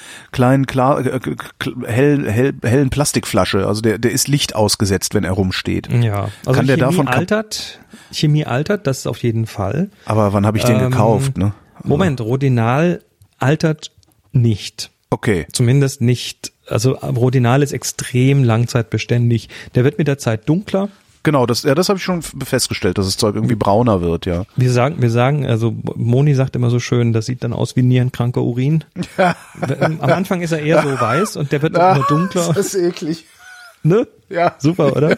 hellen Plastikflasche. Also der ist Licht ausgesetzt, wenn er rumsteht. Ja, also kann der Chemie altert, das ist auf jeden Fall. Aber wann habe ich den gekauft? Ne? Moment, Rodinal altert nicht. Okay. Zumindest nicht. Also Rodinal ist extrem langzeitbeständig. Der wird mit der Zeit dunkler. Genau, das habe ich schon festgestellt, dass das Zeug irgendwie brauner wird, ja. Wir sagen, also Moni sagt immer so schön, das sieht dann aus wie nierenkranker Urin. Am Anfang ist er eher so weiß und der wird dann immer dunkler. Das ist eklig. Ne? Ja. Super, oder?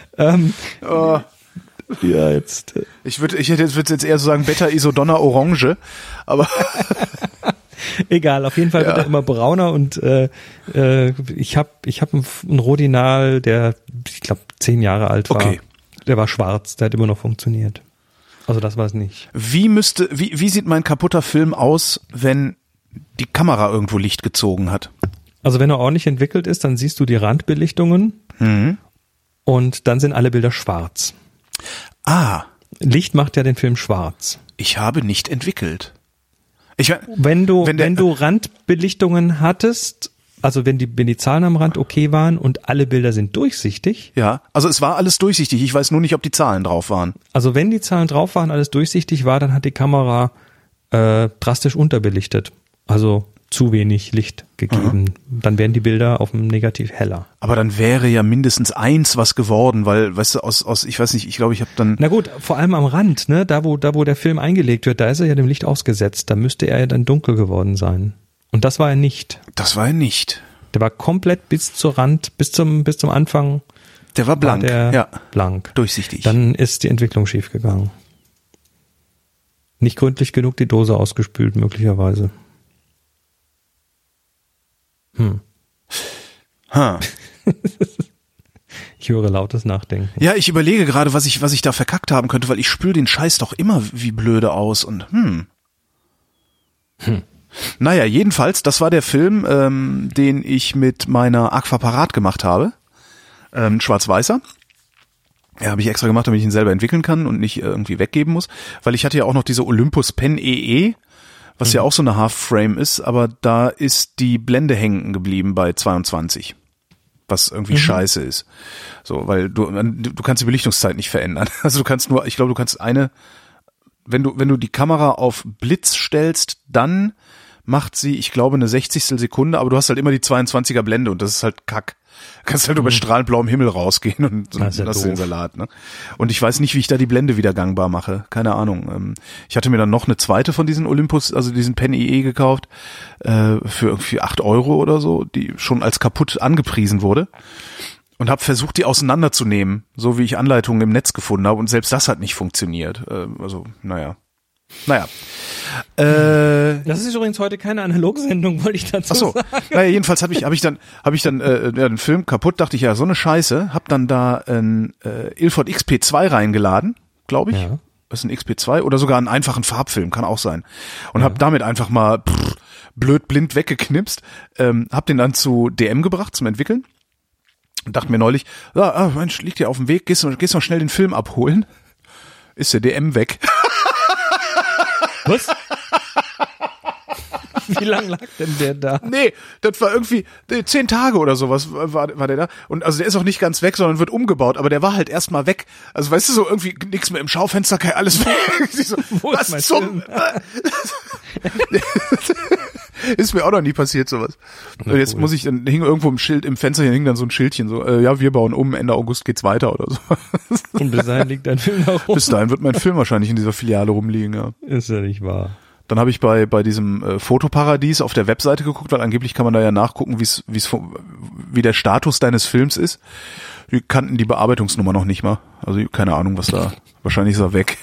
Ja, jetzt. Ich würde jetzt eher so sagen Beta-Isodonna Orange, aber Egal, auf jeden Fall wird er immer brauner und ich hab einen Rodinal, der, ich glaube, 10 Jahre alt war. Okay. Der war schwarz, der hat immer noch funktioniert. Also das war es nicht. Wie sieht mein kaputter Film aus, wenn die Kamera irgendwo Licht gezogen hat? Also wenn er ordentlich entwickelt ist, dann siehst du die Randbelichtungen und dann sind alle Bilder schwarz. Licht macht ja den Film schwarz. Ich habe nicht entwickelt. Wenn du Randbelichtungen hattest, also wenn die Zahlen am Rand okay waren und alle Bilder sind durchsichtig. Ja, also es war alles durchsichtig. Ich weiß nur nicht, ob die Zahlen drauf waren. Also wenn die Zahlen drauf waren, alles durchsichtig war, dann hat die Kamera drastisch unterbelichtet. Also zu wenig Licht gegeben. Dann wären die Bilder auf dem Negativ heller. Aber dann wäre ja mindestens 1 was geworden, weil, weißt du, aus ich weiß nicht, ich glaube, ich habe dann... Na gut, vor allem am Rand, ne, da wo der Film eingelegt wird, da ist er ja dem Licht ausgesetzt. Da müsste er ja dann dunkel geworden sein. Und das war er nicht. Das war er nicht. Der war komplett bis zur Rand, bis zum Anfang. Der war blank, blank. Durchsichtig. Dann ist die Entwicklung schiefgegangen. Nicht gründlich genug die Dose ausgespült, möglicherweise. Ich höre lautes Nachdenken. Ja, ich überlege gerade, was ich da verkackt haben könnte, weil ich spüle den Scheiß doch immer wie blöde aus und Naja, jedenfalls, das war der Film, den ich mit meiner Aquaparat gemacht habe. Schwarz-Weißer. Ja, habe ich extra gemacht, damit ich ihn selber entwickeln kann und nicht irgendwie weggeben muss. Weil ich hatte ja auch noch diese Olympus Pen EE, was ja auch so eine Half-Frame ist, aber da ist die Blende hängen geblieben bei 22. Was irgendwie scheiße ist. So, weil du kannst die Belichtungszeit nicht verändern. Also du kannst nur, ich glaube, du kannst wenn du die Kamera auf Blitz stellst, dann macht sie, ich glaube, eine 60. Sekunde, aber du hast halt immer die 22er Blende und das ist halt Kack. Du kannst halt über strahlend blauem Himmel rausgehen und das ist den Salat, ne? Und ich weiß nicht, wie ich da die Blende wieder gangbar mache. Keine Ahnung. Ich hatte mir dann noch eine zweite von diesen Olympus, also diesen Pen EE gekauft, für irgendwie 8 Euro oder so, die schon als kaputt angepriesen wurde. Und habe versucht, die auseinanderzunehmen, so wie ich Anleitungen im Netz gefunden habe. Und selbst das hat nicht funktioniert. Naja. Das ist übrigens heute keine Analogsendung, wollte ich dazu sagen. Naja, jedenfalls habe ich dann den Film kaputt, dachte ich, ja, so eine Scheiße, hab dann da ein Ilford XP2 reingeladen, glaube ich. Ja. Das ist ein XP2 oder sogar einen einfachen Farbfilm, kann auch sein. Und hab damit einfach mal blöd blind weggeknipst, hab den dann zu DM gebracht zum Entwickeln und dachte mir neulich, Mensch, liegt ja auf dem Weg, gehst mal schnell den Film abholen. Ist der DM weg. Was? Wie lang lag denn der da? Nee, das war irgendwie 10 Tage oder sowas war der da. Und also der ist auch nicht ganz weg, sondern wird umgebaut, aber der war halt erstmal weg. Also weißt du, so irgendwie nichts mehr im Schaufenster, alles weg. So, was zum... Ist mir auch noch nie passiert, sowas. Und jetzt muss ich, dann hing irgendwo im Fenster hing dann so ein Schildchen, so, wir bauen um, Ende August geht's weiter oder so. Und bis dahin liegt dein Film noch rum. Bis dahin wird mein Film wahrscheinlich in dieser Filiale rumliegen, ja. Ist ja nicht wahr. Dann habe ich bei diesem Fotoparadies auf der Webseite geguckt, weil angeblich kann man da ja nachgucken, wie der Status deines Films ist. Die kannten die Bearbeitungsnummer noch nicht mal. Also keine Ahnung, was da, wahrscheinlich ist er weg.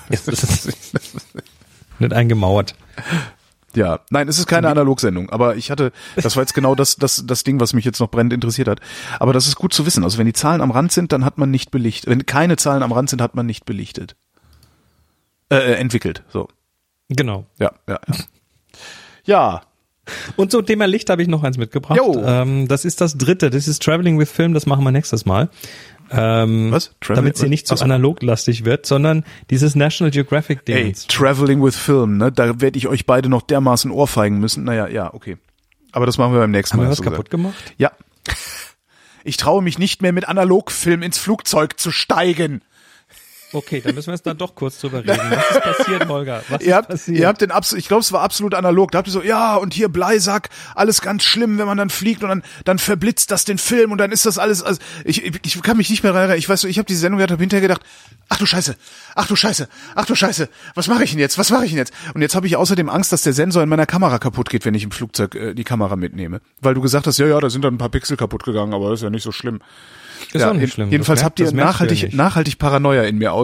Nicht eingemauert. Ja, nein, es ist keine Analogsendung, aber das war jetzt genau das Ding, was mich jetzt noch brennend interessiert hat. Aber das ist gut zu wissen. Also wenn die Zahlen am Rand sind, dann hat man nicht belichtet. Wenn keine Zahlen am Rand sind, hat man nicht belichtet. Entwickelt, so. Genau. Ja. Ja. Und zum Thema Licht habe ich noch eins mitgebracht. Das ist das dritte. Das ist Traveling with Film. Das machen wir nächstes Mal. Was? Damit es hier nicht zu analoglastig wird, sondern dieses National Geographic-Ding. Ey, Traveling with Film, ne? Da werde ich euch beide noch dermaßen ohrfeigen müssen. Naja, ja, okay. Aber das machen wir beim nächsten Mal. Haben wir was kaputt gemacht? Ja. Ich traue mich nicht mehr mit Analogfilm ins Flugzeug zu steigen. Okay, dann müssen wir jetzt da doch kurz drüber reden. Was ist passiert, Holger? Was ist passiert? Ihr habt ich glaube, es war absolut analog. Da habt ihr so, ja, und hier Bleisack, alles ganz schlimm, wenn man dann fliegt und dann verblitzt das den Film und dann ist das alles, also ich kann mich nicht mehr erinnern. Ich weiß so, ich habe diese Sendung gehabt, habe hinterher gedacht, ach du Scheiße, was mache ich denn jetzt? Und jetzt habe ich außerdem Angst, dass der Sensor in meiner Kamera kaputt geht, wenn ich im Flugzeug die Kamera mitnehme. Weil du gesagt hast, ja, da sind dann ein paar Pixel kaputt gegangen, aber das ist ja nicht so schlimm. Ist auch nicht schlimm. Jedenfalls habt ihr nachhaltig Paranoia in mir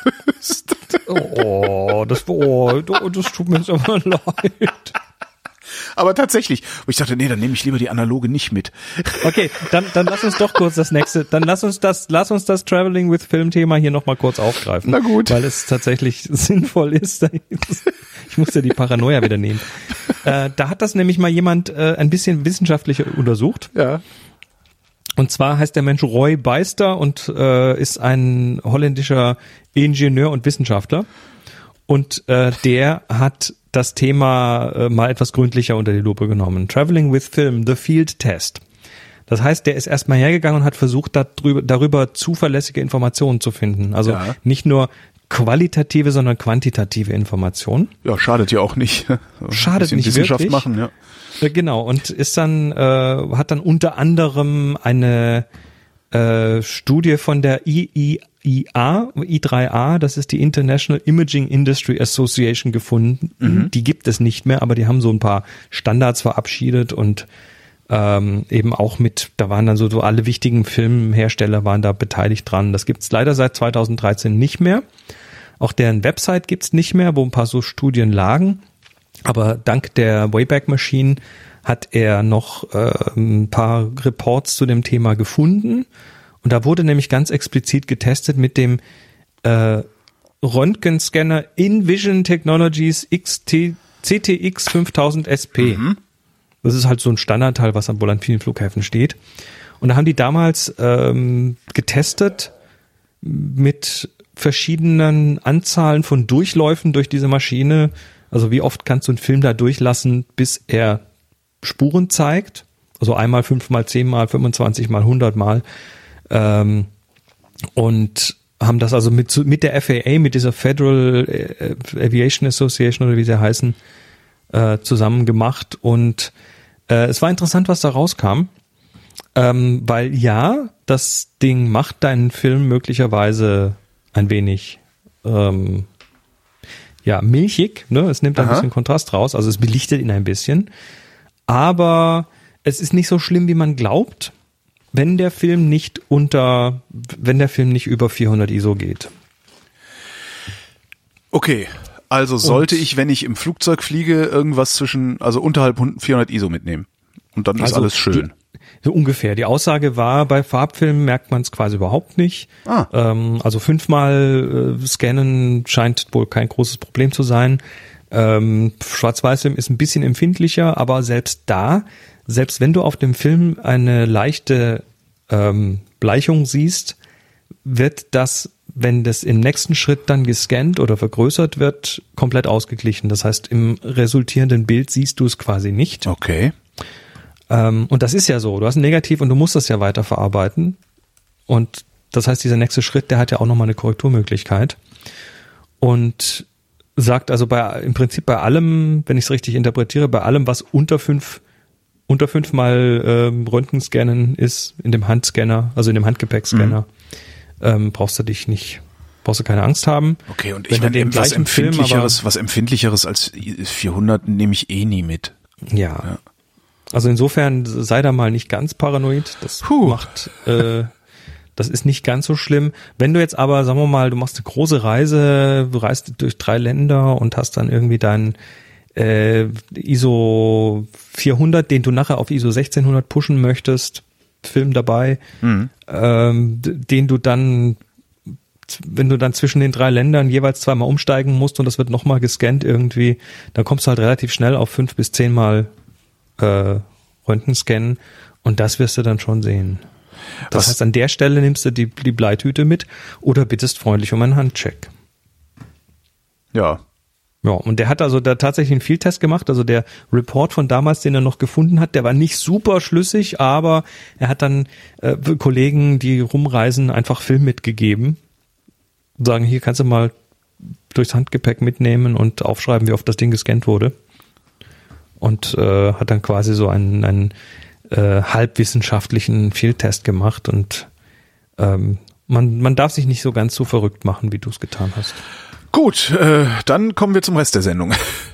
ausgelöst. Das tut mir jetzt aber leid. Aber tatsächlich, wo ich dachte, nee, dann nehme ich lieber die analoge nicht mit. Okay, dann lass uns doch kurz das nächste, lass uns das Traveling with Film Thema hier nochmal kurz aufgreifen. Na gut. Weil es tatsächlich sinnvoll ist. Ich muss ja die Paranoia wieder nehmen. Da hat das nämlich mal jemand ein bisschen wissenschaftlich untersucht. Ja. Und zwar heißt der Mensch Roy Beister und ist ein holländischer Ingenieur und Wissenschaftler. Und der hat das Thema mal etwas gründlicher unter die Lupe genommen. Traveling with Film, the Field Test. Das heißt, der ist erstmal hergegangen und hat versucht, darüber zuverlässige Informationen zu finden. Also nicht nur qualitative, sondern quantitative Informationen. Ja, schadet ja auch nicht. Schadet nicht Wissenschaft wirklich. Machen, ja. Genau, und ist dann hat dann unter anderem eine Studie von der I3A, das ist die International Imaging Industry Association, gefunden. Mhm. Die gibt es nicht mehr, aber die haben so ein paar Standards verabschiedet und eben auch da waren dann so alle wichtigen Filmhersteller waren da beteiligt dran. Das gibt's leider seit 2013 nicht mehr. Auch deren Website gibt's nicht mehr, wo ein paar so Studien lagen. Aber dank der Wayback Machine hat er noch ein paar Reports zu dem Thema gefunden. Und da wurde nämlich ganz explizit getestet mit dem Röntgenscanner InVision Technologies CTX 5000 SP. Mhm. Das ist halt so ein Standardteil, was wohl an vielen Flughäfen steht. Und da haben die damals getestet mit verschiedenen Anzahlen von Durchläufen durch diese Maschine. Also wie oft kannst du einen Film da durchlassen, bis er Spuren zeigt? Also einmal, 5-mal, 10-mal, 25-mal, 100-mal. Und haben das also mit der FAA, mit dieser Federal Aviation Association oder wie sie heißen, zusammen gemacht. Und es war interessant, was da rauskam, weil ja, das Ding macht deinen Film möglicherweise ein wenig milchig, ne? Es nimmt ein bisschen Kontrast raus, also es belichtet ihn ein bisschen, aber es ist nicht so schlimm, wie man glaubt, wenn der Film nicht über 400 ISO geht. Okay. Also sollte ich, wenn ich im Flugzeug fliege, irgendwas unterhalb 400 ISO mitnehmen. Und dann ist alles schön. So ungefähr. Die Aussage war, bei Farbfilmen merkt man es quasi überhaupt nicht. Also 5-mal scannen scheint wohl kein großes Problem zu sein. Schwarz-Weiß-Film ist ein bisschen empfindlicher, aber selbst wenn du auf dem Film eine leichte Bleichung siehst, wird das, wenn das im nächsten Schritt dann gescannt oder vergrößert wird, komplett ausgeglichen. Das heißt, im resultierenden Bild siehst du es quasi nicht. Okay. Und das ist ja so. Du hast ein Negativ und du musst das ja weiterverarbeiten. Und das heißt, dieser nächste Schritt, der hat ja auch nochmal eine Korrekturmöglichkeit. Und sagt also im Prinzip bei allem, wenn ich es richtig interpretiere, bei allem, was unter 5-mal Röntgenscannen ist, in dem Handscanner, also in dem Handgepäckscanner, brauchst du keine Angst haben. Okay, und ich meine, was Empfindlicheres als 400 nehme ich eh nie mit. Ja. Also insofern sei da mal nicht ganz paranoid. Das das ist nicht ganz so schlimm. Wenn du jetzt aber, sagen wir mal, du machst eine große Reise, du reist durch 3 Länder und hast dann irgendwie deinen ISO 400, den du nachher auf ISO 1600 pushen möchtest, Film dabei, den du dann, wenn du dann zwischen den 3 Ländern jeweils 2-mal umsteigen musst und das wird nochmal gescannt irgendwie, dann kommst du halt relativ schnell auf 5 bis 10-mal Röntgenscannen und das wirst du dann schon sehen. Das heißt, an der Stelle nimmst du die Bleitüte mit oder bittest freundlich um einen Handcheck. Ja. Ja, und der hat also da tatsächlich einen Fieldtest gemacht. Also der Report von damals, den er noch gefunden hat, der war nicht super schlüssig, aber er hat dann Kollegen, die rumreisen, einfach Film mitgegeben. Sagen, hier kannst du mal durchs Handgepäck mitnehmen und aufschreiben, wie oft das Ding gescannt wurde. Und hat dann quasi so einen halbwissenschaftlichen Fieldtest gemacht und man darf sich nicht so ganz so verrückt machen, wie du es getan hast. Gut, dann kommen wir zum Rest der Sendung.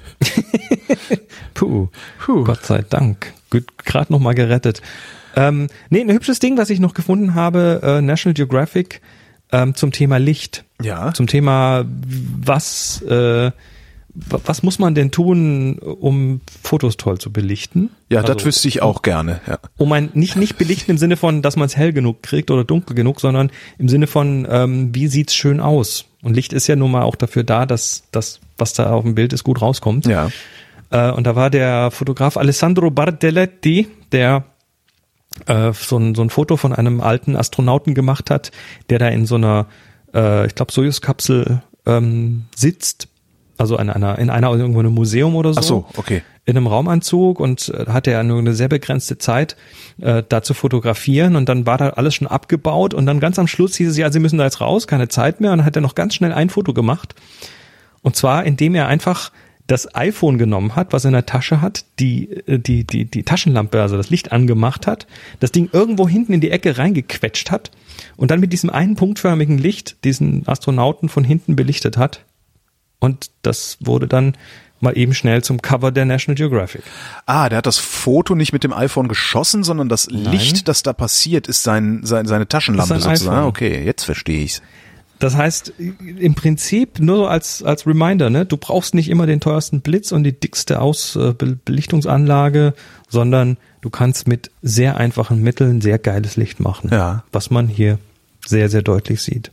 Puh, Gott sei Dank. Gerade noch mal gerettet. Ein hübsches Ding, was ich noch gefunden habe, National Geographic zum Thema Licht. Ja. Zum Thema, was was muss man denn tun, um Fotos toll zu belichten? Ja, also, das wüsste ich auch gerne. Ja. Nicht belichten im Sinne von, dass man es hell genug kriegt oder dunkel genug, sondern im Sinne von, wie sieht's schön aus? Und Licht ist ja nun mal auch dafür da, dass das, was da auf dem Bild ist, gut rauskommt. Ja. Und da war der Fotograf Alessandro Bardelletti, der so ein Foto von einem alten Astronauten gemacht hat, der da in so einer, ich glaube, Sojus-Kapsel sitzt. Also in einer irgendwo einem Museum oder so. Ach so, okay. In einem Raumanzug und hatte ja nur eine sehr begrenzte Zeit, da zu fotografieren und dann war da alles schon abgebaut und dann ganz am Schluss hieß es, ja, Sie müssen da jetzt raus, keine Zeit mehr und dann hat er noch ganz schnell ein Foto gemacht und zwar, indem er einfach das iPhone genommen hat, was er in der Tasche hat, die Taschenlampe, also das Licht angemacht hat, das Ding irgendwo hinten in die Ecke reingequetscht hat und dann mit diesem einen punktförmigen Licht diesen Astronauten von hinten belichtet hat. Und das wurde dann mal eben schnell zum Cover der National Geographic. Ah, der hat das Foto nicht mit dem iPhone geschossen, sondern das Licht, das da passiert, ist seine Taschenlampe sozusagen. Ah, okay, jetzt verstehe ich's. Das heißt, im Prinzip nur so als Reminder, ne, du brauchst nicht immer den teuersten Blitz und die dickste Belichtungsanlage, sondern du kannst mit sehr einfachen Mitteln sehr geiles Licht machen. Ja. Was man hier sehr, sehr deutlich sieht.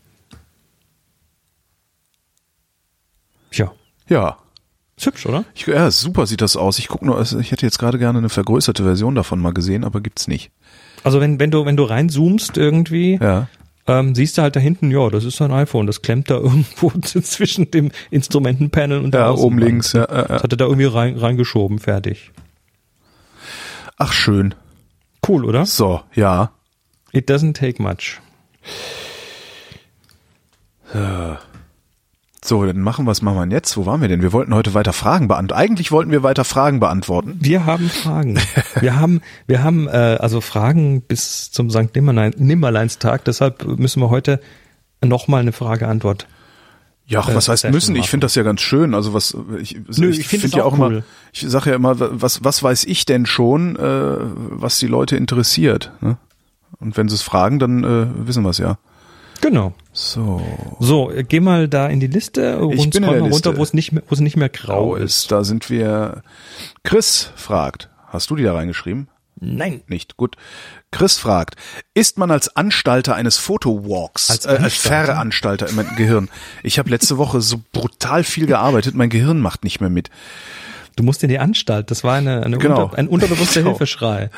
Tja. Ja. Ist hübsch, oder? Ja, super sieht das aus. Ich gucke nur, ich hätte jetzt gerade gerne eine vergrößerte Version davon mal gesehen, aber gibt's nicht. Also wenn du reinzoomst irgendwie, ja. Siehst du halt da hinten, ja, das ist ein iPhone, das klemmt da irgendwo zwischen dem Instrumentenpanel und der Außenband. Oben links, ja. Das hat er da irgendwie reingeschoben, fertig. Ach, schön. Cool, oder? So, ja. It doesn't take much. So, dann was machen wir denn jetzt? Wo waren wir denn? Wir wollten heute weiter Fragen beantworten. Eigentlich wollten wir weiter Fragen beantworten. Wir haben Fragen. wir haben also Fragen bis zum St. Nimmerleinstag. Deshalb müssen wir heute nochmal eine Frage-Antwort. Ja, was heißt müssen? Ich finde das ja ganz schön. Also ich finde ja auch cool. Immer, ich sage ja immer, was weiß ich denn schon, was die Leute interessiert. Ne? Und wenn sie es fragen, dann wissen wir es ja. Genau. So, geh mal da in die Liste und scroll mal runter, wo es nicht mehr grau ist. Da sind wir. Chris fragt. Hast du die da reingeschrieben? Nein. Nicht. Gut. Chris fragt, ist man als Anstalter eines Fotowalks, als Veranstalter in meinem Gehirn? Ich habe letzte Woche so brutal viel gearbeitet, mein Gehirn macht nicht mehr mit. Du musst in die Anstalt, das war ein unterbewusster Hilfeschrei.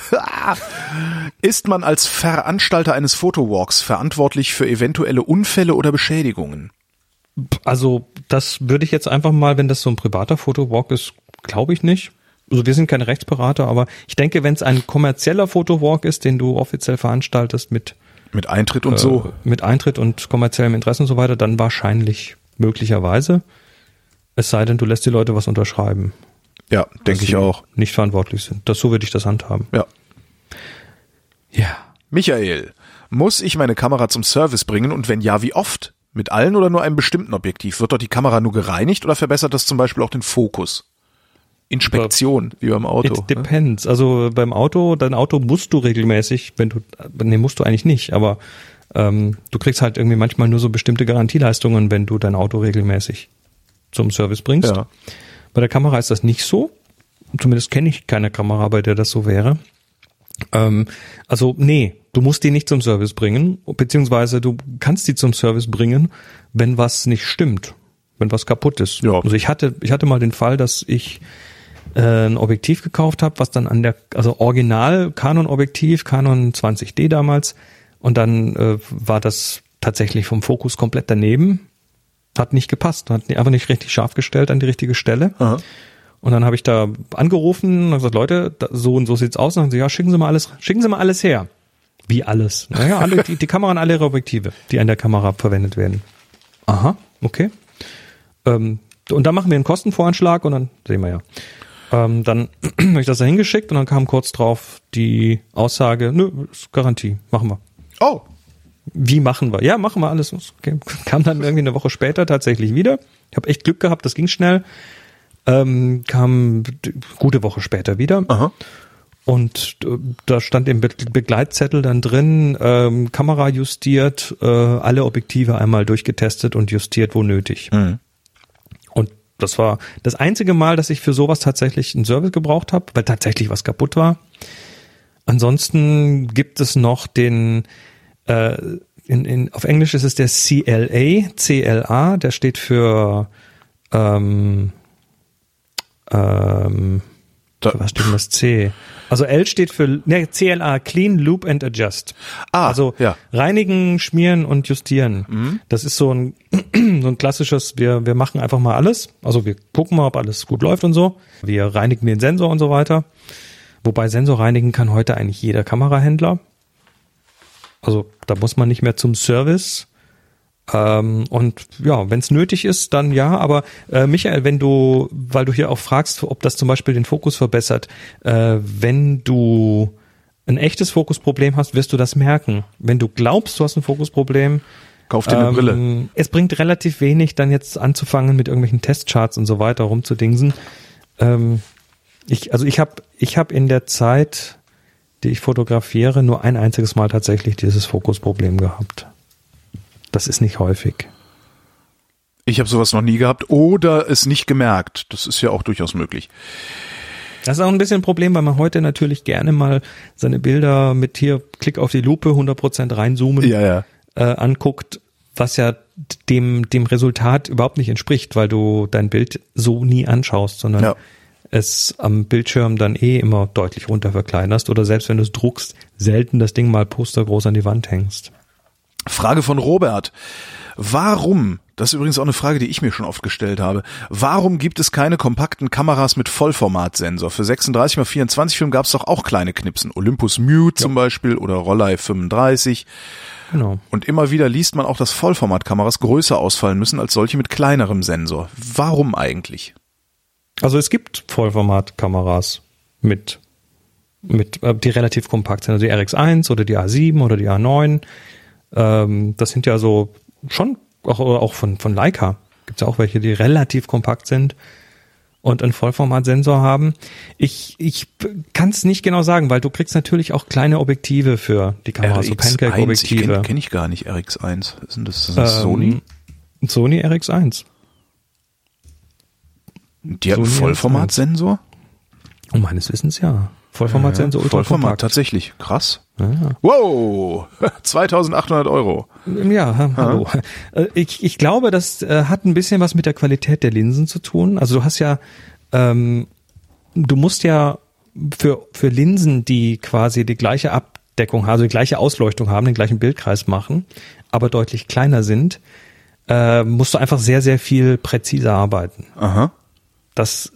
Ist man als Veranstalter eines Fotowalks verantwortlich für eventuelle Unfälle oder Beschädigungen? Also das würde ich jetzt einfach mal, wenn das so ein privater Fotowalk ist, glaube ich nicht. Also wir sind keine Rechtsberater, aber ich denke, wenn es ein kommerzieller Fotowalk ist, den du offiziell veranstaltest mit Eintritt und so. Mit Eintritt und kommerziellem Interesse und so weiter, dann wahrscheinlich möglicherweise. Es sei denn, du lässt die Leute was unterschreiben. Ja, denke ich auch. Nicht verantwortlich sind. So würde ich das handhaben. Ja. Ja. Michael, muss ich meine Kamera zum Service bringen und wenn ja, wie oft? Mit allen oder nur einem bestimmten Objektiv? Wird dort die Kamera nur gereinigt oder verbessert das zum Beispiel auch den Fokus? Inspektion, wie beim Auto. It depends. Also beim Auto, dein Auto musst du regelmäßig, musst du eigentlich nicht, aber du kriegst halt irgendwie manchmal nur so bestimmte Garantieleistungen, wenn du dein Auto regelmäßig zum Service bringst. Ja. Bei der Kamera ist das nicht so. Zumindest kenne ich keine Kamera, bei der das so wäre. Also nee, du musst die nicht zum Service bringen, beziehungsweise du kannst die zum Service bringen, wenn was nicht stimmt, wenn was kaputt ist. Ja. Also ich hatte mal den Fall, dass ich ein Objektiv gekauft habe, was dann also Original Canon-Objektiv, Canon 20D damals, und dann war das tatsächlich vom Fokus komplett daneben. Hat nicht gepasst, hat einfach nicht richtig scharf gestellt an die richtige Stelle. Aha. Und dann habe ich da angerufen und gesagt, Leute, so und so sieht's aus. Und dann haben sie, ja, schicken Sie mal alles her. Wie alles? Naja, die Kamera und alle ihre Objektive, die an der Kamera verwendet werden. Aha, okay. Und dann machen wir einen Kostenvoranschlag und dann sehen wir ja. Dann habe ich das da hingeschickt und dann kam kurz drauf die Aussage, nö, ist Garantie, machen wir. Oh. Wie machen wir? Ja, machen wir alles. Okay. Kam dann irgendwie eine Woche später tatsächlich wieder. Ich habe echt Glück gehabt, das ging schnell. Kam gute Woche später wieder. Aha. Und da stand im Begleitzettel dann drin, Kamera justiert, alle Objektive einmal durchgetestet und justiert, wo nötig. Mhm. Und Das war das einzige Mal, dass ich für sowas tatsächlich einen Service gebraucht habe, weil tatsächlich was kaputt war. Ansonsten gibt es noch den, auf Englisch ist es der CLA, der steht für, was steht denn das C? Also L steht für, CLA, Clean, Loop and Adjust. Also reinigen, schmieren und justieren. Mhm. Das ist so ein klassisches, wir machen einfach mal alles. Also wir gucken mal, ob alles gut läuft und so. Wir reinigen den Sensor und so weiter. Wobei Sensor reinigen kann heute eigentlich jeder Kamerahändler. Also da muss man nicht mehr zum Service. Und ja, wenn es nötig ist, dann ja. Aber Michael, weil du hier auch fragst, ob das zum Beispiel den Fokus verbessert, wenn du ein echtes Fokusproblem hast, wirst du das merken. Wenn du glaubst, du hast ein Fokusproblem, kauf dir eine Brille. Es bringt relativ wenig, dann jetzt anzufangen, mit irgendwelchen Testcharts und so weiter rumzudingsen. Ich habe in der Zeit, die ich fotografiere, nur ein einziges Mal tatsächlich dieses Fokusproblem gehabt. Das ist nicht häufig. Ich habe sowas noch nie gehabt oder es nicht gemerkt. Das ist ja auch durchaus möglich. Das ist auch ein bisschen ein Problem, weil man heute natürlich gerne mal seine Bilder mit hier Klick auf die Lupe 100% reinzoomen anguckt, was ja dem Resultat überhaupt nicht entspricht, weil du dein Bild so nie anschaust, sondern es am Bildschirm dann immer deutlich runter verkleinerst oder selbst wenn du es druckst, selten das Ding mal postergroß an die Wand hängst. Frage von Robert. Warum, das ist übrigens auch eine Frage, die ich mir schon oft gestellt habe, warum gibt es keine kompakten Kameras mit Vollformatsensor? Für 36x24 Film gab es doch auch kleine Knipsen. Olympus Mute zum Beispiel oder Rollei 35. Genau. Und immer wieder liest man auch, dass Vollformatkameras größer ausfallen müssen als solche mit kleinerem Sensor. Warum eigentlich? Also es gibt Vollformatkameras die relativ kompakt sind. Also die RX1 oder die A7 oder die A9. Das sind ja so schon auch von Leica. Gibt es ja auch welche, die relativ kompakt sind und einen Vollformatsensor haben. Ich kann es nicht genau sagen, weil du kriegst natürlich auch kleine Objektive für die Kamera, so Pancake-Objektive. Kenn ich gar nicht, RX1. Ist das Sony? Sony RX1. Die hat einen Vollformatsensor? Meines Wissens ja. Vollformatsensor, Vollformat, tatsächlich. Krass. Ja. Wow! 2.800 Euro. Ja, hallo. Ich glaube, das hat ein bisschen was mit der Qualität der Linsen zu tun. Also du hast ja, du musst ja für Linsen, die quasi die gleiche Abdeckung haben, also die gleiche Ausleuchtung haben, den gleichen Bildkreis machen, aber deutlich kleiner sind, musst du einfach sehr, sehr viel präziser arbeiten. Aha. Das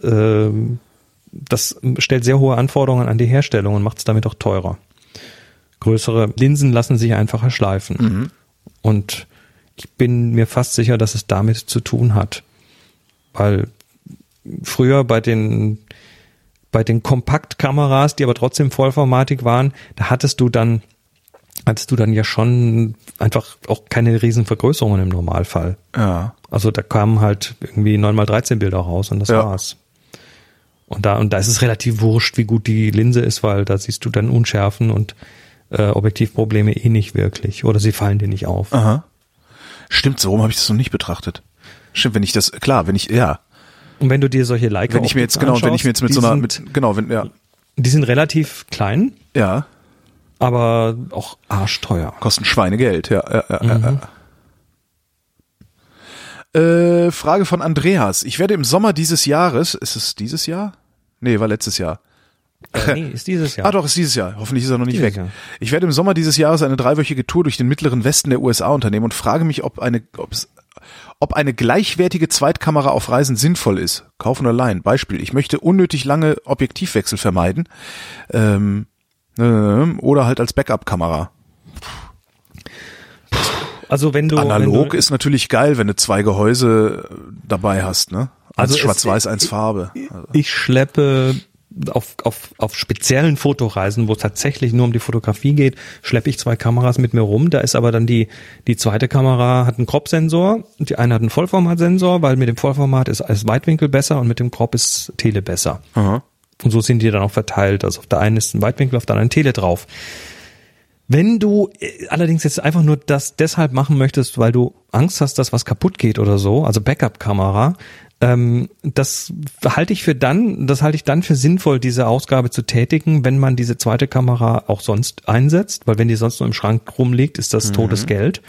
stellt sehr hohe Anforderungen an die Herstellung und macht es damit auch teurer. Größere Linsen lassen sich einfacher schleifen. Mhm. Und ich bin mir fast sicher, dass es damit zu tun hat. Weil früher bei den Kompaktkameras, die aber trotzdem vollformatig waren, da hattest du dann ja schon einfach auch keine riesen Vergrößerungen im Normalfall. Ja. Also da kamen halt irgendwie 9x13 Bilder raus und das war's. Und da ist es relativ wurscht, wie gut die Linse ist, weil da siehst du dann Unschärfen und Objektivprobleme nicht wirklich. Oder sie fallen dir nicht auf. Aha. Stimmt, so warum habe ich das noch nicht betrachtet? Stimmt, Und wenn du dir solche Leica wenn ich mir jetzt mit so einer, die sind relativ klein. Ja. Aber auch arschteuer. Kosten Schweinegeld, ja. Frage von Andreas. Ich werde im Sommer dieses Jahres, ist es dieses Jahr? Nee, war letztes Jahr. Ist dieses Jahr. Doch, ist dieses Jahr. Hoffentlich ist er noch nicht weg. Ich werde im Sommer dieses Jahres eine 3-wöchige Tour durch den mittleren Westen der USA unternehmen und frage mich, ob eine gleichwertige Zweitkamera auf Reisen sinnvoll ist. Kaufen oder leihen. Beispiel. Ich möchte unnötig lange Objektivwechsel vermeiden. Oder halt als Backup-Kamera. Also wenn du analog ist natürlich geil, wenn du 2 Gehäuse dabei hast, ne? Eins schwarz-weiß, eins Farbe. Ich schleppe auf speziellen Fotoreisen, wo es tatsächlich nur um die Fotografie geht, schleppe ich 2 Kameras mit mir rum. Da ist aber dann die zweite Kamera hat einen Crop-Sensor und die eine hat einen Vollformatsensor, weil mit dem Vollformat ist alles Weitwinkel besser und mit dem Crop ist Tele besser. Aha. Und so sind die dann auch verteilt. Also auf der einen ist ein Weitwinkel, auf der anderen ein Tele drauf. Wenn du allerdings jetzt einfach nur das deshalb machen möchtest, weil du Angst hast, dass was kaputt geht oder so, also Backup-Kamera, Das halte ich dann für sinnvoll, diese Ausgabe zu tätigen, wenn man diese zweite Kamera auch sonst einsetzt, weil wenn die sonst nur im Schrank rumliegt, ist das totes Geld.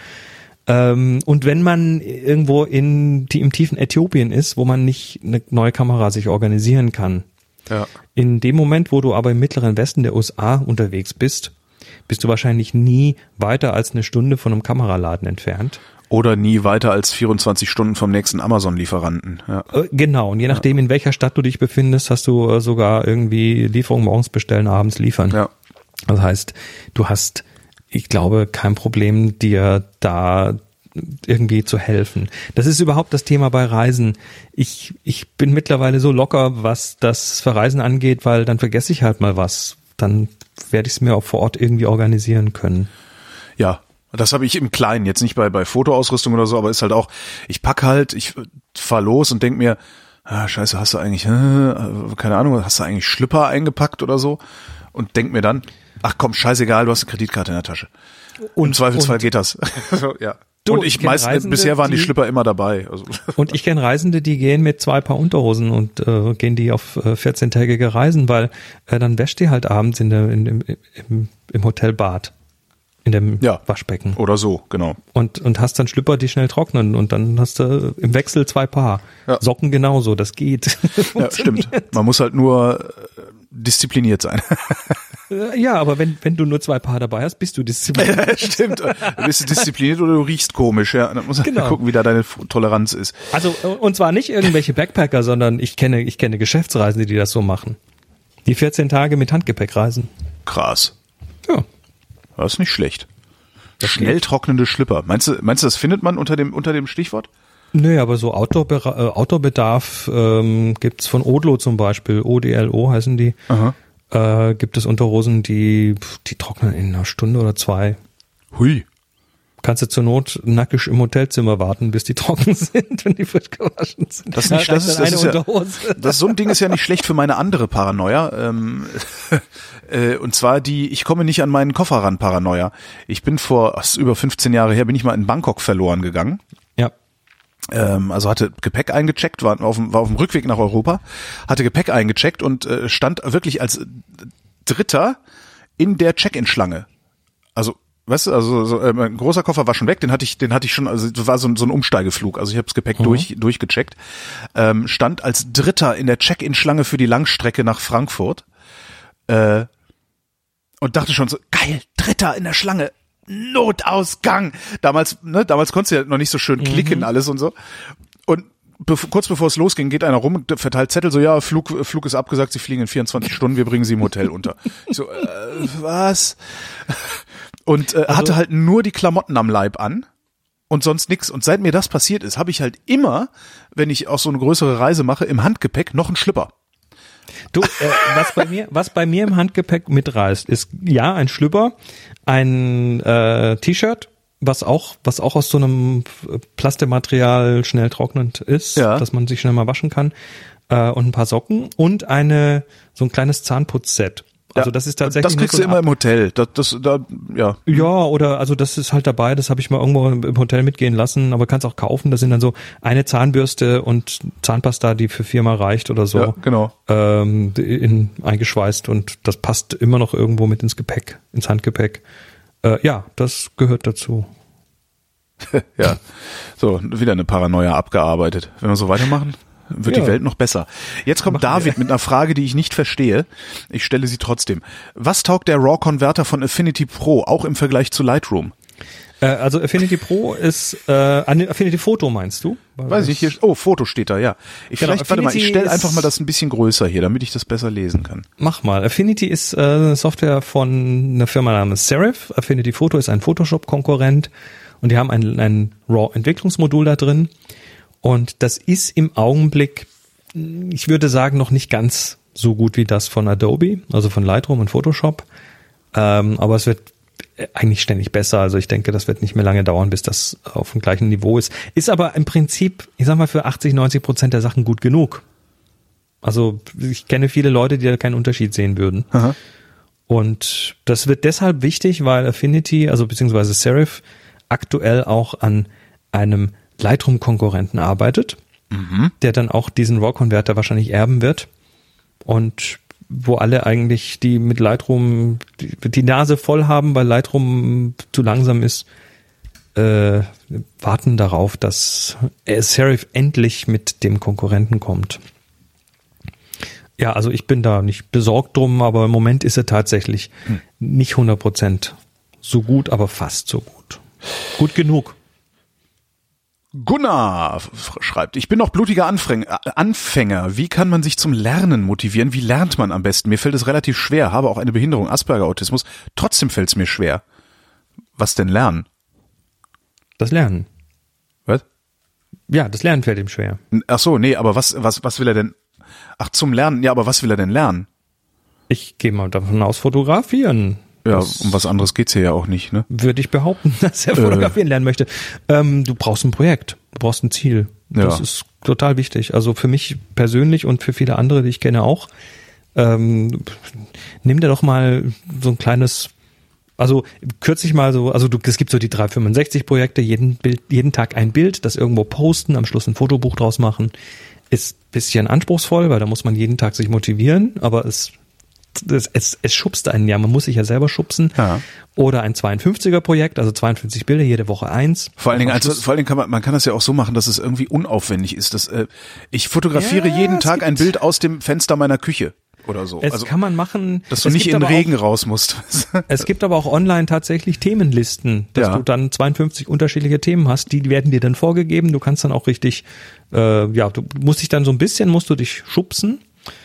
Und wenn man irgendwo im tiefen Äthiopien ist, wo man nicht eine neue Kamera sich organisieren kann. Ja. In dem Moment, wo du aber im mittleren Westen der USA unterwegs bist, bist du wahrscheinlich nie weiter als eine Stunde von einem Kameraladen entfernt. Oder nie weiter als 24 Stunden vom nächsten Amazon-Lieferanten. Ja. Genau, und je nachdem, in welcher Stadt du dich befindest, hast du sogar irgendwie Lieferung morgens bestellen, abends liefern. Ja. Das heißt, du hast, ich glaube, kein Problem, dir da irgendwie zu helfen. Das ist überhaupt das Thema bei Reisen. Ich bin mittlerweile so locker, was das Verreisen angeht, weil dann vergesse ich halt mal was. Dann werde ich es mir auch vor Ort irgendwie organisieren können. Ja. Das habe ich im Kleinen, jetzt nicht bei Fotoausrüstung oder so, aber ist halt auch, ich fahr los und denk mir, scheiße, hast du eigentlich, keine Ahnung, hast du eigentlich Schlüpper eingepackt oder so? Und denk mir dann, ach komm, scheißegal, du hast eine Kreditkarte in der Tasche. Und im Zweifelsfall geht das. So, ja. Und bisher waren die Schlüpper immer dabei. Also. Und ich kenne Reisende, die gehen mit 2 Paar Unterhosen und gehen die auf 14-tägige Reisen, weil dann wäscht die halt abends im Hotelbad. In dem Waschbecken. Oder so, genau. Und hast dann Schlüpper, die schnell trocknen und dann hast du im Wechsel 2 Paar. Ja. Socken genauso, das geht. Ja, stimmt. Man muss halt nur diszipliniert sein. Ja, aber wenn du nur 2 Paar dabei hast, bist du diszipliniert. Ja, stimmt. Bist du diszipliniert oder du riechst komisch, ja. Dann musst du gucken, wie da deine Toleranz ist. Also, und zwar nicht irgendwelche Backpacker, sondern ich kenne Geschäftsreisende, die das so machen. Die 14 Tage mit Handgepäck reisen. Krass. Ja. Das ist nicht schlecht. Schnell trocknende Schlüpper. Meinst du, das findet man unter dem Stichwort? Nö, aber so Outdoor-Bedarf gibt's von Odlo zum Beispiel, ODLO heißen die. Gibt es Unterhosen, die trocknen in einer Stunde oder 2. Hui. Kannst du zur Not nackig im Hotelzimmer warten, bis die trocken sind, wenn die frisch gewaschen sind. Das ist so ein Ding ist ja nicht schlecht für meine andere Paranoia. Und zwar ich komme nicht an meinen Koffer ran Paranoia. Ich bin ist über 15 Jahre her, bin ich mal in Bangkok verloren gegangen. Ja. Also hatte Gepäck eingecheckt, war auf dem Rückweg nach Europa, hatte Gepäck eingecheckt und stand wirklich als Dritter in der Check-in-Schlange. Also weißt du, mein großer Koffer war schon weg, den hatte ich schon, also das war so ein Umsteigeflug, also ich habe das Gepäck durchgecheckt, stand als Dritter in der Check-in-Schlange für die Langstrecke nach Frankfurt und dachte schon so, geil, Dritter in der Schlange, Notausgang. Damals konntest du ja noch nicht so schön klicken alles und so. Und kurz bevor es losging, geht einer rum, verteilt Zettel, so, ja, Flug ist abgesagt, Sie fliegen in 24 Stunden, wir bringen Sie im Hotel unter. Ich so, was? Und hatte halt nur die Klamotten am Leib an und sonst nix. Und seit mir das passiert ist, habe ich halt immer, wenn ich auch so eine größere Reise mache, im Handgepäck noch einen Schlüpper. Du, was bei mir im Handgepäck mitreißt, ist ja ein Schlüpper, ein T-Shirt, was auch aus so einem Plastematerial schnell trocknend ist, dass man sich schnell mal waschen kann, und ein paar Socken und so ein kleines Zahnputzset. Also das ist tatsächlich. Das kriegst du immer im Hotel. Ja. Ja, oder also das ist halt dabei, das habe ich mal irgendwo im Hotel mitgehen lassen, aber kannst auch kaufen. Das sind dann so eine Zahnbürste und Zahnpasta, die für 4-mal reicht oder so. Ja, genau. Eingeschweißt und das passt immer noch irgendwo mit ins Handgepäck. Ja, das gehört dazu. Ja. So, wieder eine Paranoia abgearbeitet. Wenn wir so weitermachen, wird die Welt noch besser. Jetzt kommt David mit einer Frage, die ich nicht verstehe. Ich stelle sie trotzdem. Was taugt der RAW-Converter von Affinity Pro, auch im Vergleich zu Lightroom? Also Affinity Pro ist Affinity Photo, meinst du? Weiß ich, hier, Foto steht da, ja. Ich stelle einfach mal das ein bisschen größer hier, damit ich das besser lesen kann. Mach mal. Affinity ist Software von einer Firma namens Serif. Affinity Photo ist ein Photoshop-Konkurrent und die haben ein RAW-Entwicklungsmodul da drin. Und das ist im Augenblick, ich würde sagen, noch nicht ganz so gut wie das von Adobe, also von Lightroom und Photoshop. Aber es wird eigentlich ständig besser. Also ich denke, das wird nicht mehr lange dauern, bis das auf dem gleichen Niveau ist. Ist aber im Prinzip, ich sag mal, für 80-90% der Sachen gut genug. Also ich kenne viele Leute, die da keinen Unterschied sehen würden. Aha. Und das wird deshalb wichtig, weil Affinity, also beziehungsweise Serif, aktuell auch an einem Lightroom-Konkurrenten arbeitet. der dann auch diesen RAW-Konverter wahrscheinlich erben wird und wo alle eigentlich, die mit Lightroom die Nase voll haben, weil Lightroom zu langsam ist, warten darauf, dass Serif endlich mit dem Konkurrenten kommt. Ja, also ich bin da nicht besorgt drum, aber im Moment ist er tatsächlich nicht 100% so gut, aber fast so gut. Gut genug. Gunnar schreibt, ich bin noch blutiger Anfänger. Wie kann man sich zum Lernen motivieren? Wie lernt man am besten? Mir fällt es relativ schwer, habe auch eine Behinderung, Asperger-Autismus. Trotzdem fällt es mir schwer. Was denn lernen? Das Lernen. Was? Ja, das Lernen fällt ihm schwer. Ach so, nee, aber was will er denn? Ach, zum Lernen. Ja, aber was will er denn lernen? Ich gehe mal davon aus, fotografieren. Ja, um was anderes geht's hier ja auch nicht, ne? Würde ich behaupten, dass er fotografieren lernen möchte. Du brauchst ein Projekt, du brauchst ein Ziel. Das ist total wichtig. Also für mich persönlich und für viele andere, die ich kenne auch. Nimm dir doch mal so ein kleines, also kürzlich mal so, also es gibt so die 365-Projekte, jeden Tag ein Bild, das irgendwo posten, am Schluss ein Fotobuch draus machen. Ist ein bisschen anspruchsvoll, weil da muss man jeden Tag sich motivieren, aber es schubst einen ja, man muss sich ja selber schubsen. Ja. Oder ein 52er-Projekt, also 52 Bilder, jede Woche eins. Vor allen Dingen kann man kann das ja auch so machen, dass es irgendwie unaufwendig ist. Ich fotografiere jeden Tag ein Bild aus dem Fenster meiner Küche oder so. Es kann man machen. Dass du nicht in den Regen raus musst. Es gibt aber auch online tatsächlich Themenlisten, dass du dann 52 unterschiedliche Themen hast, die werden dir dann vorgegeben. Du kannst dann auch richtig, du musst dich dann so ein bisschen, musst du dich schubsen.